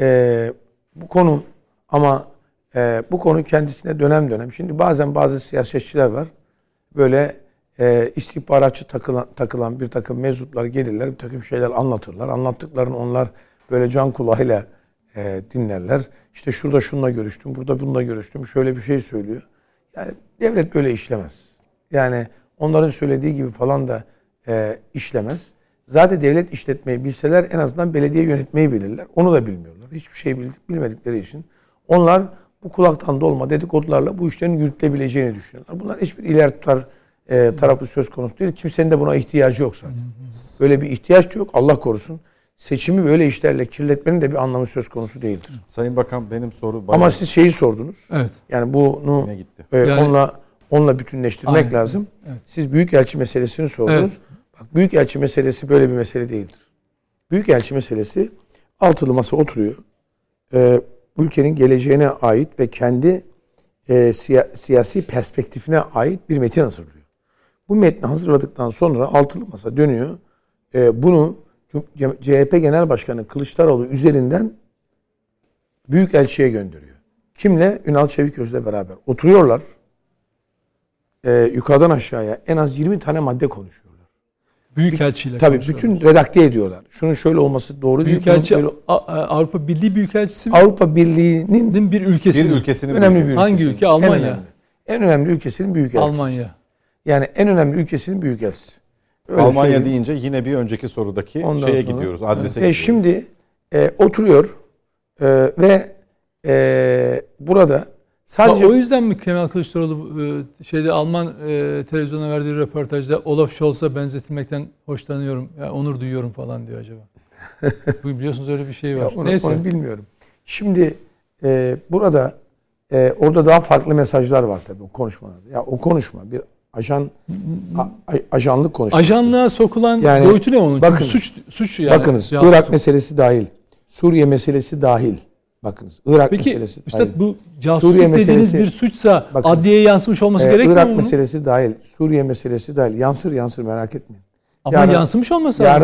bu konu ama bu konu kendisine dönem dönem. Şimdi bazen bazı siyasetçiler var. Böyle istihbaratçı takılan bir takım meczuplar gelirler. Bir takım şeyler anlatırlar. Anlattıklarını onlar böyle can kulağıyla dinlerler. İşte şurada şununla görüştüm, burada bununla görüştüm. Şöyle bir şey söylüyor. Yani devlet böyle işlemez. Yani onların söylediği gibi falan da işlemez. Zaten devlet işletmeyi bilseler en azından belediye yönetmeyi bilirler. Onu da bilmiyorlar. Hiçbir şey bilmedikleri için. Onlar bu kulaktan dolma dedikodularla bu işlerin yürütülebileceğini düşünüyorlar. Bunlar hiçbir ileri tutar tarafı söz konusu değil. Kimsenin de buna ihtiyacı yok zaten. Böyle bir ihtiyaç da yok. Allah korusun. Seçimi böyle işlerle kirletmenin de bir anlamı söz konusu değildir. Sayın Bakan benim soru... Ama siz şeyi sordunuz. Evet. Yani bunu Yine gitti. onunla bütünleştirmek Aynen. lazım. Evet. Siz büyükelçi meselesini sordunuz. Evet. Bak büyükelçi meselesi böyle bir mesele değildir. Büyükelçi meselesi altılı masa oturuyor. Ülkenin geleceğine ait ve kendi siyasi perspektifine ait bir metin hazırlıyor. Bu metni hazırladıktan sonra altılı masa dönüyor. Bunu CHP Genel Başkanı Kılıçdaroğlu üzerinden büyükelçiye gönderiyor. Kimle? Ünal Çeviköz'le beraber. Oturuyorlar. Yukarıdan aşağıya en az 20 tane madde konuşuyorlar. Büyükelçiyle Tabii konuşuyorlar. bütün redakte ediyorlar. Şunun şöyle olması doğru değil. Büyükelçi Böyle... Avrupa Birliği Büyükelçisi mi? Avrupa Birliği'nin Bir ülkesi. Bir ülkesinin önemli bir Hangi ülkesi. ülke? Almanya. En önemli ülkesinin büyükelçisi. Almanya. Yani en önemli ülkesinin büyükelçisi. Öyle Almanya söyleyeyim. deyince yine bir önceki sorudaki Ondan şeye sonra- gidiyoruz. Adrese Ve gidiyoruz. şimdi oturuyor ve burada sadece O yüzden mi Kemal Kılıçdaroğlu Alman televizyona verdiği röportajda Olaf Scholz'a benzetilmekten hoşlanıyorum, yani onur duyuyorum falan diyor acaba? Bu biliyorsunuz öyle bir şey var. Neyse. onu bilmiyorum. Şimdi burada orada daha farklı mesajlar var tabii o konuşmalarda. Ya o konuşma bir ajanlık konuşması. Ajanlığa sokulan Yani boyutu ne onun? bakın, Çünkü suç yani. Bakınız casus. Irak meselesi dahil. Suriye meselesi dahil. Bakınız Irak Peki meselesi Üstad dahil. bu casusluk Suriye dediğiniz meselesi- bir suçsa Bakın, adliyeye yansımış olması gerekmiyor Irak mu? meselesi dahil. Suriye meselesi dahil. Yansır merak etmeyin. Ama yansımış olması lazım.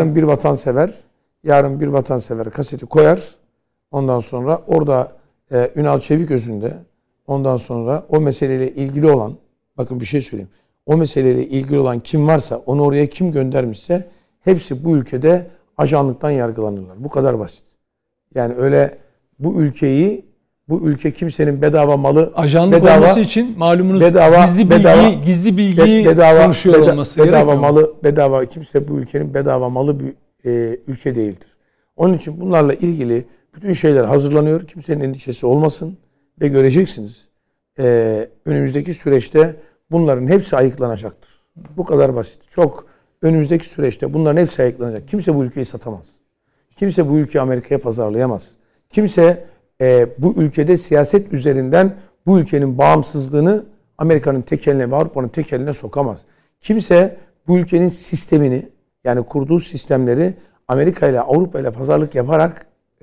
Yarın bir vatansever kaseti koyar. Ondan sonra orada Ünal Çeviköz'ün de ondan sonra o meseleyle ilgili olan bakın bir şey söyleyeyim. o meseleyle ilgili olan kim varsa, onu oraya kim göndermişse hepsi bu ülkede ajanlıktan yargılanırlar. Bu kadar basit. Yani öyle bu ülke kimsenin bedava malı, ajanlık bedava, olması için malumunuz bedava, gizli bilgiyi konuşuyor olması bedava gerekiyor. bedava kimse bu ülkenin bedava malı bir ülke değildir. Onun için bunlarla ilgili bütün şeyler hazırlanıyor. Kimsenin endişesi olmasın ve göreceksiniz. Önümüzdeki süreçte bunların hepsi ayıklanacaktır. Bu kadar basit. Çok önümüzdeki süreçte bunların hepsi ayıklanacak. Kimse bu ülkeyi satamaz. Kimse bu ülkeyi Amerika'ya pazarlayamaz. Kimse bu ülkede siyaset üzerinden bu ülkenin bağımsızlığını Amerika'nın tek eline ve Avrupa'nın tek eline sokamaz. Kimse bu ülkenin sistemini, yani kurduğu sistemleri Amerika ile Avrupa ile pazarlık yaparak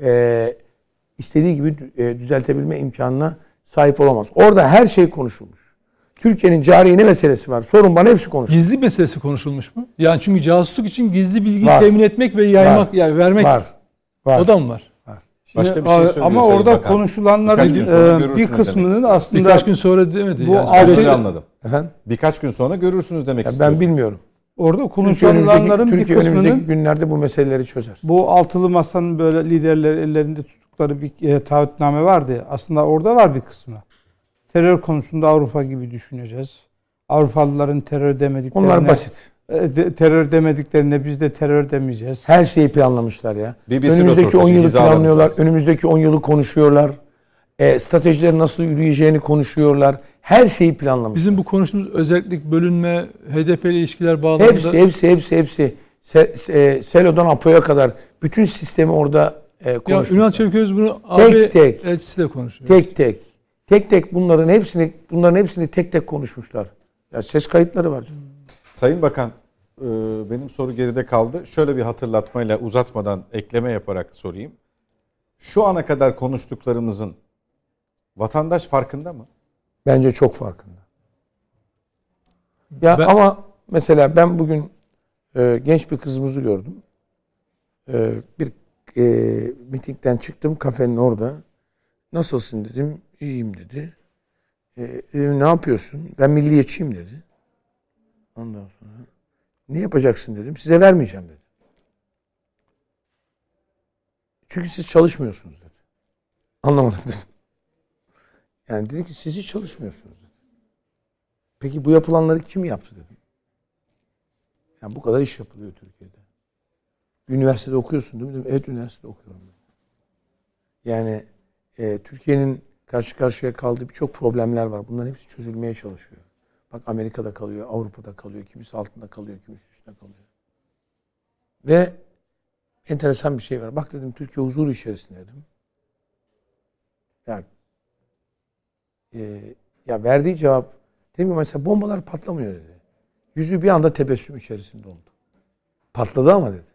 istediği gibi düzeltebilme imkanına sahip olamaz. Orada her şey konuşulmuş. Türkiye'nin cari ne meselesi var? Sorun bana, hepsi konuşulmuş. Gizli meselesi konuşulmuş mu? Yani çünkü casusluk için gizli bilgiyi Var. temin etmek ve yaymak, yani vermek. Var. O da mı var? Başka bir şey söylüyor ama Sayın orada Bakan. konuşulanların Birkaç gün sonra görürsünüz bir kısmının demek aslında Birkaç gün sonra demedi. Bu Yani Süreci altı- anladım. Efendim? Birkaç gün sonra görürsünüz demek Ya istiyorsun. ben bilmiyorum. orada konuşulanların bir Türkiye önümüzdeki kısmının günlerde bu meseleleri çözer. bu altılı masanın böyle liderleri ellerinde tuttukları bir taahhütname vardı ya, aslında orada var bir kısmı. Terör konusunda Avrupa gibi düşüneceğiz. Avrupalıların terör demediklerine, Onlar basit. Terör demediklerine biz de terör demeyeceğiz. Her şeyi planlamışlar ya. BBC Önümüzdeki 10 röportajı, yılı hizalamışlar. planlıyorlar. Önümüzdeki 10 yılı konuşuyorlar. Stratejileri nasıl yürüyeceğini konuşuyorlar. Her şeyi planlamışlar. bizim bu konuştuğumuz özellik, bölünme, HDP ile ilişkiler bağlamında Hepsi. Selo'dan Apo'ya kadar bütün sistemi orada ya konuşmuşlar. Ünal Çeviköz bunu AB tek. elçisiyle konuşuyor. Tek tek bunların hepsini tek tek konuşmuşlar. Ya ses kayıtları var canım. Sayın Bakan, benim soru geride kaldı. Şöyle bir hatırlatmayla, uzatmadan ekleme yaparak sorayım. Şu ana kadar konuştuklarımızın vatandaş farkında mı? Bence çok farkında. Ya Ben- ama mesela ben bugün genç bir kızımızı gördüm. Bir mitingden çıktım, kafenin orada. Nasılsın dedim. İyiyim dedi. Ne yapıyorsun? Ben milliyetçiyim dedi. Ondan sonra ne yapacaksın dedim. Size vermeyeceğim dedi. Çünkü siz çalışmıyorsunuz dedi. Anlamadım dedim. Yani dedi ki siz hiç çalışmıyorsunuz dedi. Peki bu yapılanları kim yaptı dedim. Yani bu kadar iş yapılıyor Türkiye'de. Üniversitede okuyorsun değil mi? Dedim. Evet, üniversitede okuyorum. Yani Türkiye'nin karşı karşıya kaldığı birçok problemler var. Bunların hepsi çözülmeye çalışıyor. Bak, Amerika'da kalıyor, Avrupa'da kalıyor, kimisi altında kalıyor, kimisi üstünde kalıyor. Ve enteresan bir şey var. Bak dedim, Türkiye huzur içerisinde dedim. Yani ya verdiği cevap, dedim ki mesela bombalar patlamıyor dedi. Yüzü bir anda tebessüm içerisinde oldu. Patladı ama dedi.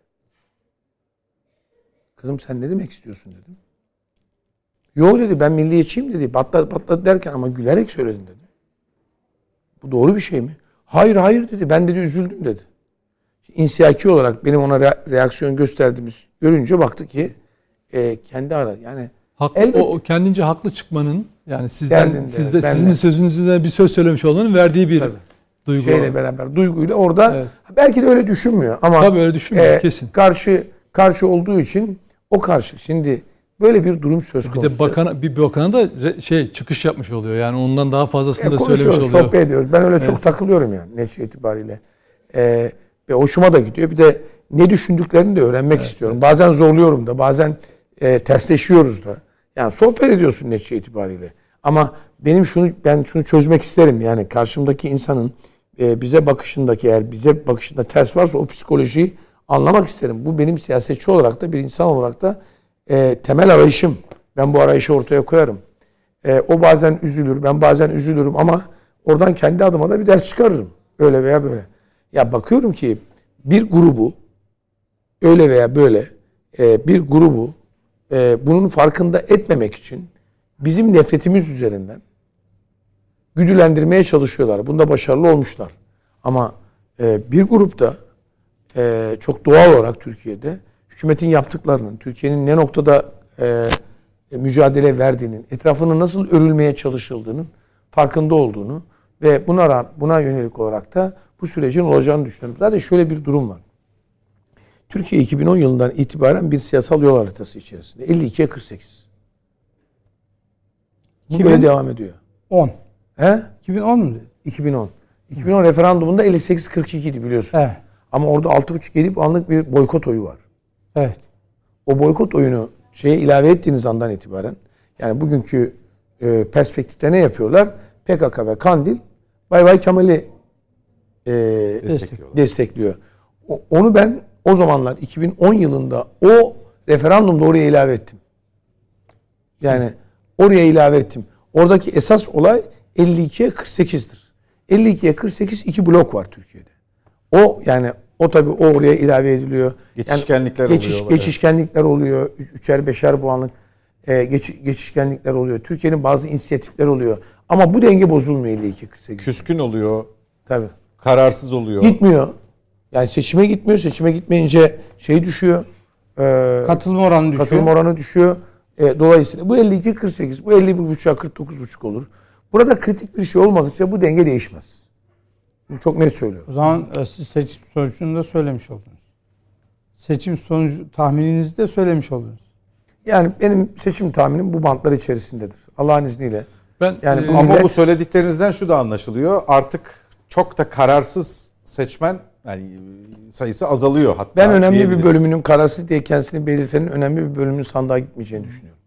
Kızım sen ne demek istiyorsun dedim. Yok dedi, ben milliyetçiyim dedi. Patladı derken ama gülerek söyledin dedi. Bu doğru bir şey mi? Hayır dedi. Ben dedi üzüldüm dedi. İnsiyaki olarak benim ona reaksiyon gösterdiğimiz görünce baktı ki kendi yani O kendince haklı çıkmanın, yani sizden Derdinde, sizin sözünüzden bir söz söylemiş olmanın verdiği bir duygu. Şeyle beraber, duyguyla orada Evet. belki de öyle düşünmüyor ama Tabii öyle düşünmüyor, kesin. Karşı olduğu için o karşı. Şimdi böyle bir durum söz Bir konusu. de bakana da çıkış yapmış oluyor. Yani ondan daha fazlasını da söylemiş Konuşuyoruz, oluyor. sohbet ediyoruz. Ben öyle çok takılıyorum yani netice itibariyle. Ve hoşuma da gidiyor. Bir de ne düşündüklerini de öğrenmek istiyorum. Bazen zorluyorum da, bazen tersleşiyoruz da. Yani sohbet ediyorsun netice itibariyle. Ama ben şunu çözmek isterim. Yani karşımdaki insanın bize bakışında ters varsa o psikolojiyi anlamak isterim. Bu benim siyasetçi olarak da, bir insan olarak da temel arayışım. Ben bu arayışı ortaya koyarım. O bazen üzülür, ben bazen üzülürüm ama oradan kendi adıma da bir ders çıkarırım. Öyle veya böyle. Ya bakıyorum ki bir grubu öyle veya böyle bir grubu bunun farkında etmemek için bizim nefretimiz üzerinden güdülendirmeye çalışıyorlar. Bunda başarılı olmuşlar. Ama bir grupta çok doğal olarak Türkiye'de hükümetin yaptıklarının, Türkiye'nin ne noktada mücadele verdiğinin, etrafının nasıl örülmeye çalışıldığının farkında olduğunu Ve buna yönelik olarak da bu sürecin olacağını düşünüyorum. Zaten şöyle bir durum var. Türkiye 2010 yılından itibaren bir siyasal yol haritası içerisinde. 52'ye 48. Bu böyle devam ediyor. 10. He? 2010 mu dedi? 2010. 2010 referandumunda 58-42 idi biliyorsun. Evet. Ama orada 6,5-7 puanlık bir boykot oyu var. Evet. O boykot oyunu ilave ettiğiniz andan itibaren, yani bugünkü perspektifte ne yapıyorlar? PKK ve Kandil Bay Bay Kemal'i destekliyor. Onu ben o zamanlar 2010 yılında o referandumda oraya ilave ettim. Yani oraya ilave ettim. Oradaki esas olay 52'ye 48'dir. 52'ye 48 iki blok var Türkiye'de. O tabii oraya ilave ediliyor. Geçişkenlikler oluyor. Geçişkenlikler oluyor. 3'er 5'er puanlık geçişkenlikler oluyor. Türkiye'nin bazı inisiyatifler oluyor. Ama bu denge bozulmuyor 52-48. Küskün oluyor. Tabii. Kararsız oluyor. Gitmiyor. Yani seçime gitmiyor. Seçime gitmeyince düşüyor. Katılım oranı düşüyor. Katılım oranı düşüyor. Dolayısıyla bu 52-48, bu 51,5'a 49,5 olur. Burada kritik bir şey olmadıkça bu denge değişmez. Bunu çok net söylüyorum. O zaman siz seçim sonucunu da söylemiş oldunuz. Seçim sonucu tahmininizi de söylemiş oldunuz. Yani benim seçim tahminim bu bantlar içerisindedir. Allah'ın izniyle. Ama bu söylediklerinizden şu da anlaşılıyor. Artık çok da kararsız seçmen sayısı azalıyor hatta. Ben önemli bir bölümünün kararsız diye kendisini belirtenin önemli bir bölümünün sandığa gitmeyeceğini düşünüyorum.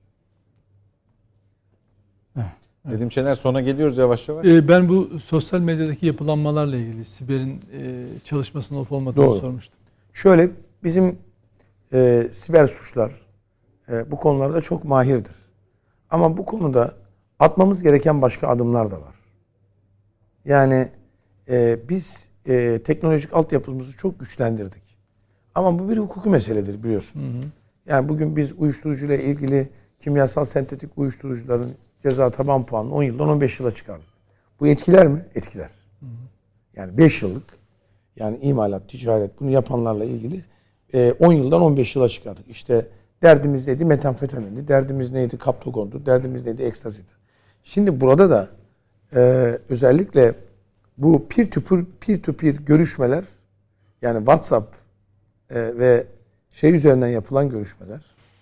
Nedim Şener, sona geliyoruz yavaş yavaş. Ben bu sosyal medyadaki yapılanmalarla ilgili Siber'in çalışmasının olup olmadığını sormuştum. Şöyle, bizim siber suçlar bu konularda çok mahirdir. Ama bu konuda atmamız gereken başka adımlar da var. Yani biz teknolojik altyapımızı çok güçlendirdik. Ama bu bir hukuki meseledir biliyorsun. Hı hı. Yani bugün biz uyuşturucuyla ilgili kimyasal sentetik uyuşturucuların ceza taban puanını 10 yıldan 15 yıla çıkardık. Bu etkiler mi? Etkiler. Hı hı. Yani 5 yıllık, yani imalat, ticaret, bunu yapanlarla ilgili 10 yıldan 15 yıla çıkardık. İşte derdimiz neydi? Metamfetamindi. Derdimiz neydi? Kaptogondu. Derdimiz neydi? Ekstaziydi. Şimdi burada da özellikle bu peer-to-peer görüşmeler, yani WhatsApp ve üzerinden yapılan görüşmeler,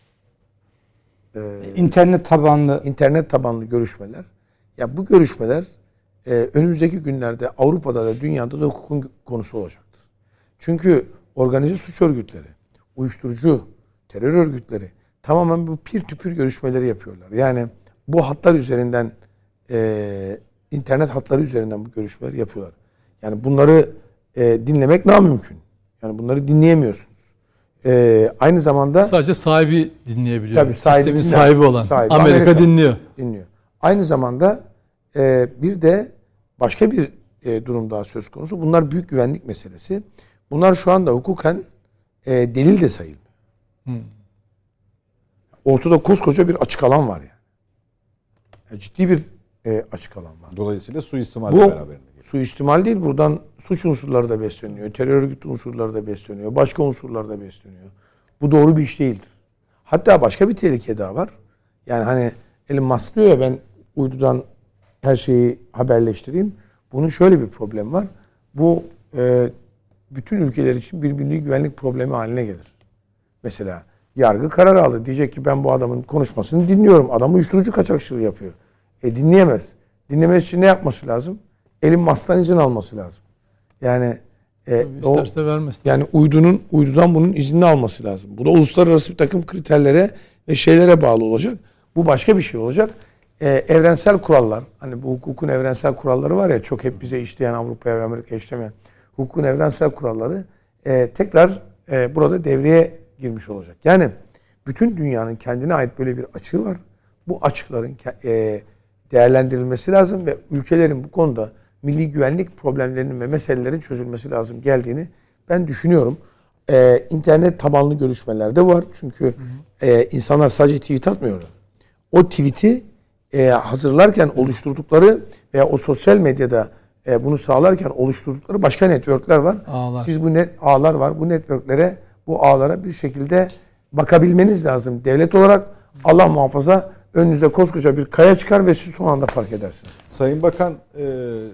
internet tabanlı görüşmeler. Ya bu görüşmeler önümüzdeki günlerde Avrupa'da da dünyada da hukukun konusu olacaktır. Çünkü organize suç örgütleri, uyuşturucu, terör örgütleri tamamen bu peer-to-peer görüşmeleri yapıyorlar. Yani bu hatlar üzerinden, internet hatları üzerinden bu görüşmeleri yapıyorlar. Yani bunları dinlemek namümkün. Yani bunları dinleyemiyorsunuz. Aynı zamanda sadece sahibi dinleyebiliyor. Tabii, sistemin sahibi olan. Amerika dinliyor. Aynı zamanda bir de başka bir durum daha söz konusu. Bunlar büyük güvenlik meselesi. Bunlar şu anda hukuken delil de sayılmıyor. Ortada koskoca bir açık alan var yani ciddi bir açık alan var. Dolayısıyla suistimal beraberinde. Suistimal değil. Buradan suç unsurları da besleniyor. Terör örgütü unsurları da besleniyor. Başka unsurlar da besleniyor. Bu doğru bir iş değildir. Hatta başka bir tehlike daha var. Yani hani Elon Musk diyor ya, ben uydudan her şeyi haberleştireyim. Bunun şöyle bir problemi var. Bu bütün ülkeler için bir milli güvenlik problemi haline gelir. Mesela yargı karar aldı. Diyecek ki ben bu adamın konuşmasını dinliyorum. Adam uyuşturucu kaçakçılığı yapıyor. Dinleyemez. Dinlemesi için ne yapması lazım? Elon Musk'tan izin alması lazım. Yani isterse vermez. Yani uydudan bunun iznini alması lazım. Bu da uluslararası bir takım kriterlere ve şeylere bağlı olacak. Bu başka bir şey olacak. Evrensel kurallar, hani bu hukukun evrensel kuralları var ya, çok hep bize işleyen, Avrupa'ya ve Amerika'ya işlemeyen hukukun evrensel kuralları tekrar burada devreye girmiş olacak. Yani bütün dünyanın kendine ait böyle bir açığı var. Bu açıkların değerlendirilmesi lazım ve ülkelerin bu konuda milli güvenlik problemlerinin ve meselelerin çözülmesi lazım geldiğini ben düşünüyorum. İnternet tabanlı görüşmelerde var. Çünkü insanlar sadece tweet atmıyorlar. O tweet'i hazırlarken oluşturdukları veya o sosyal medyada bunu sağlarken oluşturdukları başka networkler var. Ağlar. Siz bu ağlar var. Bu networklere, bu ağlara bir şekilde bakabilmeniz lazım. Devlet olarak Allah muhafaza önünüze koskoca bir kaya çıkar ve siz son anda fark edersiniz. Sayın Bakan,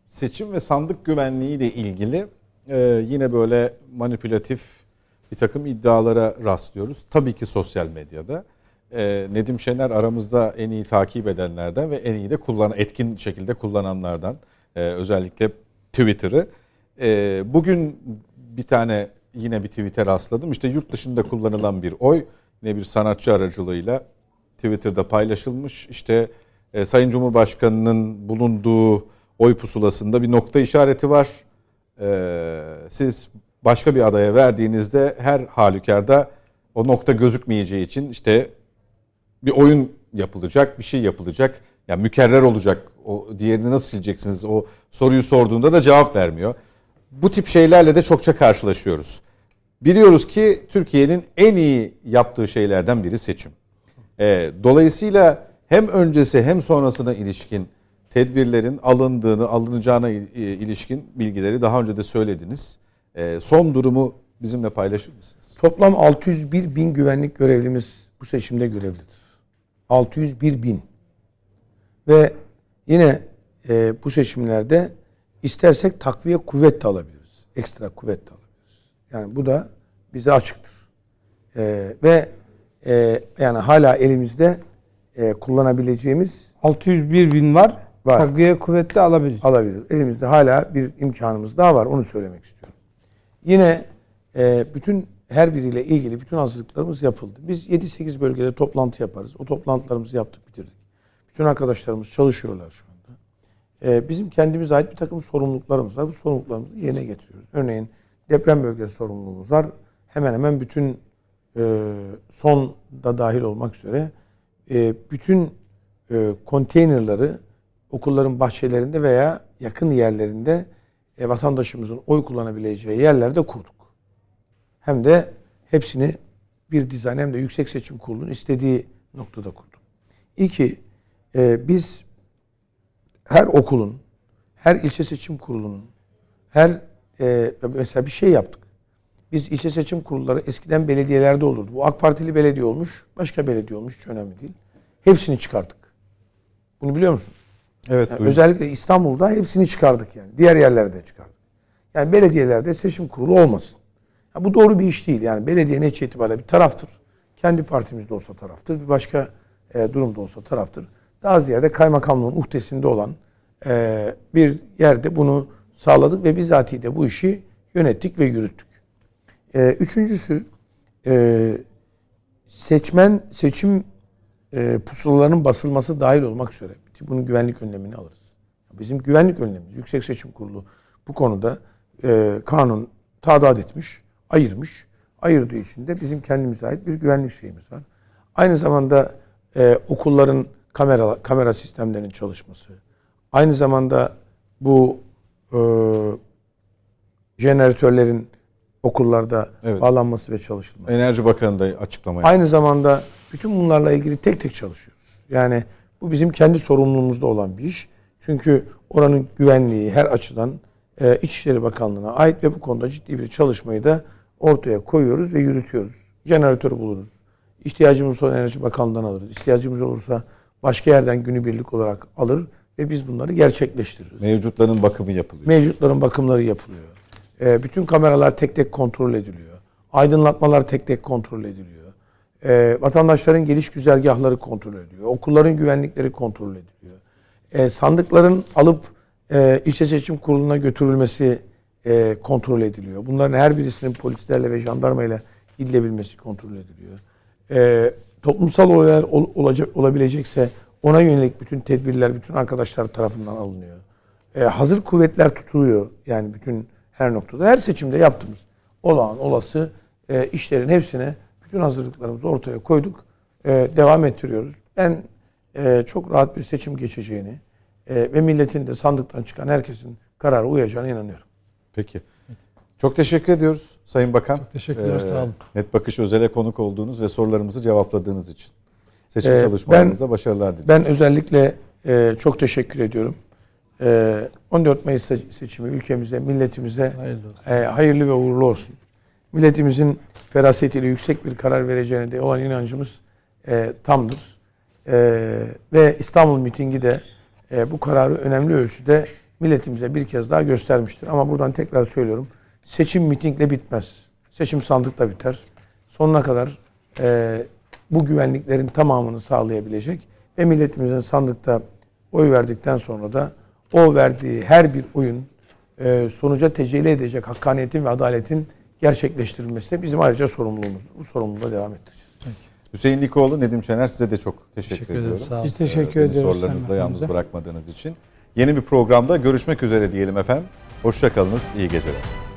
seçim ve sandık güvenliği ile ilgili yine böyle manipülatif bir takım iddialara rastlıyoruz. Tabii ki sosyal medyada. Nedim Şener aramızda en iyi takip edenlerden ve en iyi de etkin şekilde kullananlardan. Özellikle Twitter'ı. Bugün bir tane yine bir tweet'e rastladım. İşte yurt dışında kullanılan bir oy yine bir sanatçı aracılığıyla Twitter'da paylaşılmış. İşte Sayın Cumhurbaşkanı'nın bulunduğu oy pusulasında bir nokta işareti var. Siz başka bir adaya verdiğinizde her halükarda o nokta gözükmeyeceği için işte bir oyun yapılacak, bir şey yapılacak. Yani mükerrer olacak. O diğerini nasıl sileceksiniz? O soruyu sorduğunda da cevap vermiyor. Bu tip şeylerle de çokça karşılaşıyoruz. Biliyoruz ki Türkiye'nin en iyi yaptığı şeylerden biri seçim. Dolayısıyla hem öncesi hem sonrasına ilişkin tedbirlerin alınacağına ilişkin bilgileri daha önce de söylediniz. Son durumu bizimle paylaşır mısınız? Toplam 601 bin güvenlik görevlimiz bu seçimde görevlidir. 601 bin. Ve yine bu seçimlerde istersek takviye kuvvet de alabiliriz. Ekstra kuvvet de alabiliriz. Yani bu da bize açıktır. Ve yani hala elimizde kullanabileceğimiz 601 bin var. Takviye kuvvetli alabilir. Alabilir. Elimizde hala bir imkanımız daha var. Onu söylemek istiyorum. Yine bütün her biriyle ilgili bütün hazırlıklarımız yapıldı. Biz 7-8 bölgede toplantı yaparız. O toplantılarımızı yaptık, bitirdik. Bütün arkadaşlarımız çalışıyorlar şu anda. Bizim kendimize ait bir takım sorumluluklarımız var. Bu sorumluluklarımızı yerine getiriyoruz. Örneğin deprem bölgesi sorumluluğumuz var. Hemen hemen bütün son da dahil olmak üzere bütün konteynerları okulların bahçelerinde veya yakın yerlerinde vatandaşımızın oy kullanabileceği yerlerde kurduk. Hem de hepsini bir dizayn hem de Yüksek Seçim Kurulu'nun istediği noktada kurduk. İki, biz her okulun, her ilçe seçim kurulunun, mesela bir şey yaptık. Biz ilçe seçim kurulları eskiden belediyelerde olurdu. Bu AK Partili belediye olmuş, başka belediye olmuş, hiç önemli değil. Hepsini çıkardık. Bunu biliyor musun? Evet. Yani özellikle İstanbul'da hepsini çıkardık yani. Diğer yerlerde çıkardık. Yani belediyelerde seçim kurulu olmasın. Ya bu doğru bir iş değil. Yani belediye netice itibariyle bir taraftır. Kendi partimizde olsa taraftır. Bir başka durumda olsa taraftır. Daha ziyade kaymakamlığın uhdesinde olan bir yerde bunu sağladık ve bizatihi de bu işi yönettik ve yürüttük. Üçüncüsü seçim pusulalarının basılması dahil olmak üzere bunun güvenlik önlemini alırız. Bizim güvenlik önlemimiz, Yüksek Seçim Kurulu bu konuda kanun tadat etmiş, ayırmış. Ayırdığı için de bizim kendimize ait bir güvenlik şeyimiz var. Aynı zamanda okulların kamera sistemlerinin çalışması, aynı zamanda bu jeneratörlerin okullarda bağlanması ve çalışılması. Enerji Bakanı da açıklama yaptı. Aynı zamanda bütün bunlarla ilgili tek tek çalışıyoruz. Yani bu bizim kendi sorumluluğumuzda olan bir iş. Çünkü oranın güvenliği her açıdan İçişleri Bakanlığı'na ait ve bu konuda ciddi bir çalışmayı da ortaya koyuyoruz ve yürütüyoruz. Jeneratörü buluruz. İhtiyacımız olursa Enerji Bakanlığı'ndan alırız. İhtiyacımız olursa başka yerden günübirlik olarak alır ve biz bunları gerçekleştiririz. Mevcutların bakımı yapılıyor. Mevcutların bakımları yapılıyor. Bütün kameralar tek tek kontrol ediliyor. Aydınlatmalar tek tek kontrol ediliyor. Vatandaşların geliş güzergahları kontrol ediliyor. Okulların güvenlikleri kontrol ediliyor. Sandıkların alıp ilçe seçim kuruluna götürülmesi kontrol ediliyor. Bunların her birisinin polislerle ve jandarmayla gidilebilmesi kontrol ediliyor. Toplumsal olaylar olabilecekse ona yönelik bütün tedbirler bütün arkadaşlar tarafından alınıyor. Hazır kuvvetler tutuluyor. Yani bütün her noktada. Her seçimde yaptığımız olağan olası işlerin hepsine bütün hazırlıklarımızı ortaya koyduk. Devam ettiriyoruz. Ben çok rahat bir seçim geçeceğini ve milletin de sandıktan çıkan herkesin karara uyacağına inanıyorum. Peki. Çok teşekkür ediyoruz Sayın Bakan. Çok teşekkürler, sağ olun. Net Bakış Özel'e konuk olduğunuz ve sorularımızı cevapladığınız için. Seçim çalışmalarınıza başarılar diliyorum. Ben özellikle çok teşekkür ediyorum. 14 Mayıs seçimi ülkemize, milletimize hayırlı ve uğurlu olsun. Milletimizin ferasetiyle yüksek bir karar vereceğine de olan inancımız tamdır. Ve İstanbul mitingi de bu kararı önemli ölçüde milletimize bir kez daha göstermiştir. Ama buradan tekrar söylüyorum. Seçim mitingle bitmez. Seçim sandıkla biter. Sonuna kadar bu güvenliklerin tamamını sağlayabilecek ve milletimizin sandıkta oy verdikten sonra da o verdiği her bir oyun sonuca tecelli edecek hakkaniyetin ve adaletin gerçekleştirilmesi de bizim ayrıca sorumluluğumuz. Bu sorumluluğa devam ettireceğiz. Hüseyin Likoğlu, Nedim Şener, size de çok teşekkür ediyorum. Ederim. Sağ olun. Biz teşekkür Beni ediyoruz. sorularınızla Sayın yalnız Mahmut'a. bırakmadığınız için. Yeni bir programda görüşmek üzere diyelim efendim. Hoşça kalınız, iyi geceler.